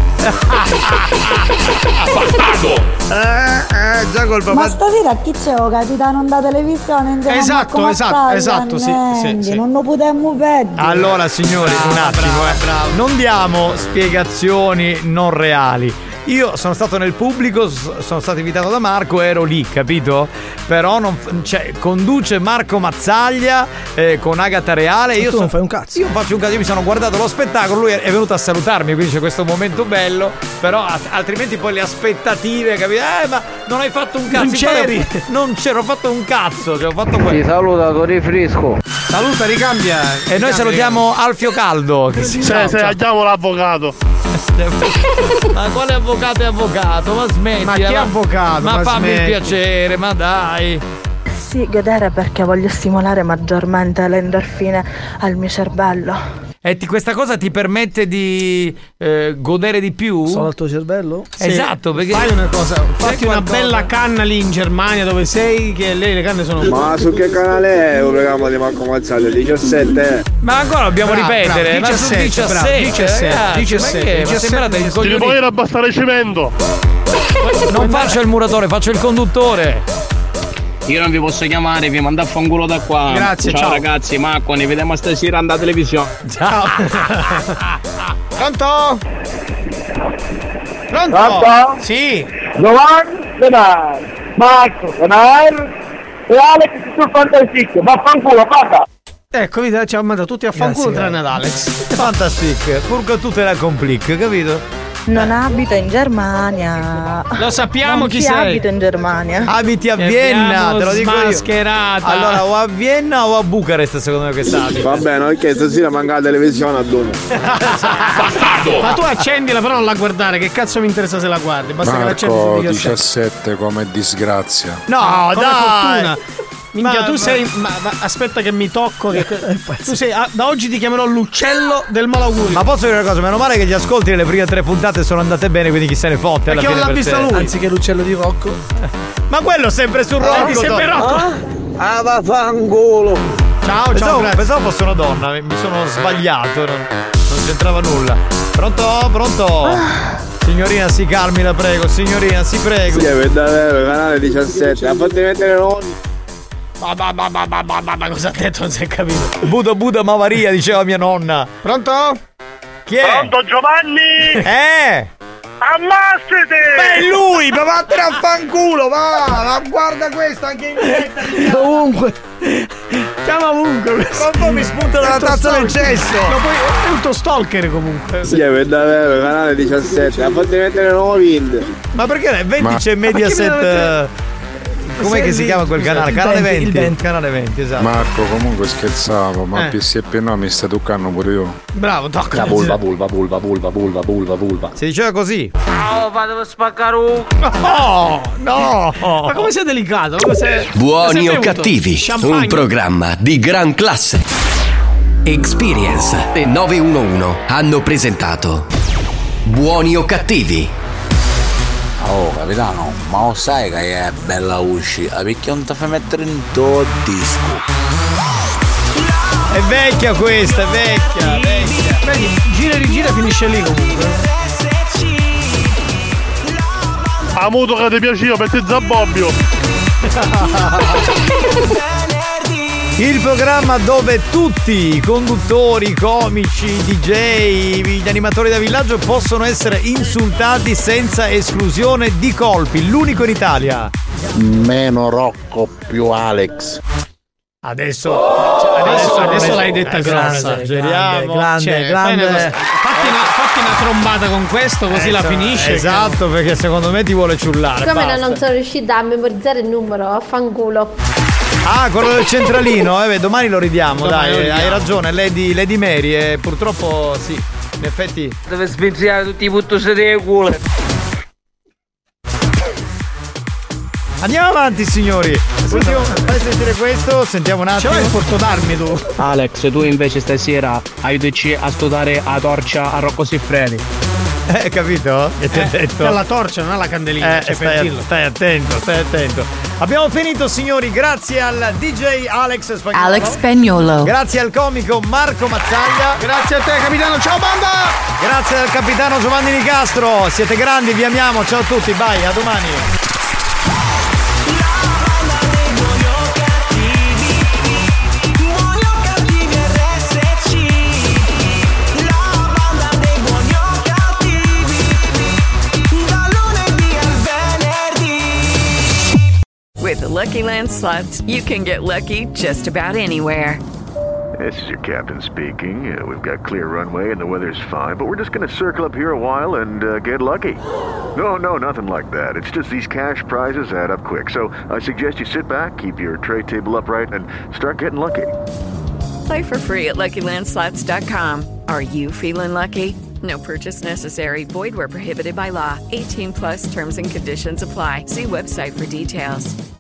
Già colpa. Ma stasera chi c'è o capitano da televisione? Esatto, sì. Non lo potremmo perdere. Allora signori, un attimo, non diamo spiegazioni non reali. Io sono stato nel pubblico, sono stato invitato da Marco, ero lì, capito? Però conduce Marco Mazzaglia con Agata Reale. Tu non fai un cazzo. Io faccio un cazzo, io mi sono guardato lo spettacolo, lui è venuto a salutarmi, quindi c'è questo momento bello. Però altrimenti poi le aspettative, capito? Ma non hai fatto un cazzo. Non c'eri. Non c'ero, ho fatto un cazzo, ho fatto quello. Ti saluta, ti rifrisco. Saluta, ricambia. E noi salutiamo Alfio Caldo. Andiamo l'avvocato. Ma quale avvocato è avvocato? Ma smetti. Ma che avvocato? Ma fammi il piacere, ma dai. Sì, godere perché voglio stimolare maggiormente le endorfine al mio cervello. E questa cosa ti permette di godere di più? Solo al tuo cervello? Esatto, perché fai una cosa, fatti una bella canna lì in Germania dove sei, che lei le canne sono. Ma su che canale è un programma di Marco Mazzaglia? 17? Ma ancora dobbiamo ripetere. 17. Ma sembrate il coglione. Ti puoi abbassare cemento. Non faccio il muratore, faccio il conduttore. Io non vi posso chiamare, vi mando a fanculo da qua. Grazie, ciao ragazzi, Marco, ne vediamo stasera alla televisione. Ciao. Pronto? Pronto? Sì. Giovanni Denar, Marco Denar e Alex sul Fantastic. Vaffanculo, passa. Ecco, ci ha mandato tutti a fanculo tranne ad Alex. Fantastic, purché tu te la complichi, capito? Non abito in Germania. Lo sappiamo non chi sei. Abito in Germania. Abiti a Vienna, te lo dico io. Allora, o a Vienna o a Bucarest, secondo me che abiti. Va bene, ok, stasera manca la televisione a domo. Ma tu accendila, però non la guardare, che cazzo mi interessa se la guardi? Basta che l'accendi su 17 come disgrazia. No, come dai. fortuna. Minchia, tu sei. Ma aspetta che mi tocco. Tu sei. Da oggi ti chiamerò l'uccello del malaugurio. Ma posso dire una cosa? Meno male che gli ascolti nelle prime 3 puntate sono andate bene, quindi chi se ne fotte. Perché non l'ha vista lui. Anziché l'uccello di Rocco. Ma quello sempre su Rocco. Sempre Rocco. Vaffanculo. Ciao, pensavo fosse una donna, mi sono sbagliato. Non non c'entrava nulla. Pronto? Signorina, si calmi, la prego, signorina, si prego. Sì, per davvero, canale 17, a fatti mettere nonni. Ma cosa ha detto? Non si è capito. Buda Mavaria, diceva mia nonna. Pronto? Chi è? Pronto Giovanni? Ammazzate! Beh, lui, ma vattene a fanculo, va, guarda questo anche in diretta. Ovunque. Chiama ovunque. Ma poi mi spunta dalla tazza del cesso. Ma poi è un tuo stalker comunque. Sì, per davvero, canale 17, a fatti mettere nuovi Ind. Ma perché 20 c'è Mediaset? Com'è che si chiama quel canale? Canale 20. Canale 20, esatto. Marco, comunque scherzavo, ma PSP no, mi sta toccando pure io. Bravo, tocca. Vulva. Si diceva così. Ciao, vado a spaccare un... No! Ma come sei delicato? Buoni o cattivi, un programma di gran classe. Experience e 911 hanno presentato Buoni o cattivi. Oh capitano, ma lo sai che è bella uscita, perché non ti fai mettere in tuo disco? È vecchia questa, è vecchia. Vedi, gira e rigira finisce lì comunque. A muto che ti piaceva, metti Zabobbio. Il programma dove tutti i conduttori, i comici, i DJ, gli animatori da villaggio possono essere insultati senza esclusione di colpi. L'unico in Italia. Meno Rocco, più Alex. Adesso l'hai detta grossa. Grande. Fatti una trombata con questo, così la finisce. Esatto, perché secondo me ti vuole ciullare. Come non sono riuscita a memorizzare il numero, affanculo. Ah, quello del centralino, domani lo ridiamo, dai, hai ragione, Lady Mary, purtroppo sì, in effetti. Deve spenziare tutti i puttosi dei culo. Andiamo avanti, signori. Fai sentire questo, sentiamo un attimo. Ce l'hai il porto d'armi tu? Alex, tu invece stasera aiutaci a studiare a torcia a Rocco Siffredi. Capito? Che ti ho detto? È la torcia, non è la candelina. Stai attento. Abbiamo finito, signori, grazie al DJ Alex Spagnuolo. Alex Spagnuolo. Grazie al comico Marco Mazzaglia. Grazie a te, capitano. Ciao banda. Grazie al capitano Giovanni Nicastro. Siete grandi, vi amiamo. Ciao a tutti, bye, a domani. With the Lucky Land Slots, you can get lucky just about anywhere. This is your captain speaking. We've got clear runway and the weather's fine, but we're just going to circle up here a while and get lucky. No, nothing like that. It's just these cash prizes add up quick. So I suggest you sit back, keep your tray table upright, and start getting lucky. Play for free at LuckyLandSlots.com. Are you feeling lucky? No purchase necessary. Void where prohibited by law. 18+ terms and conditions apply. See website for details.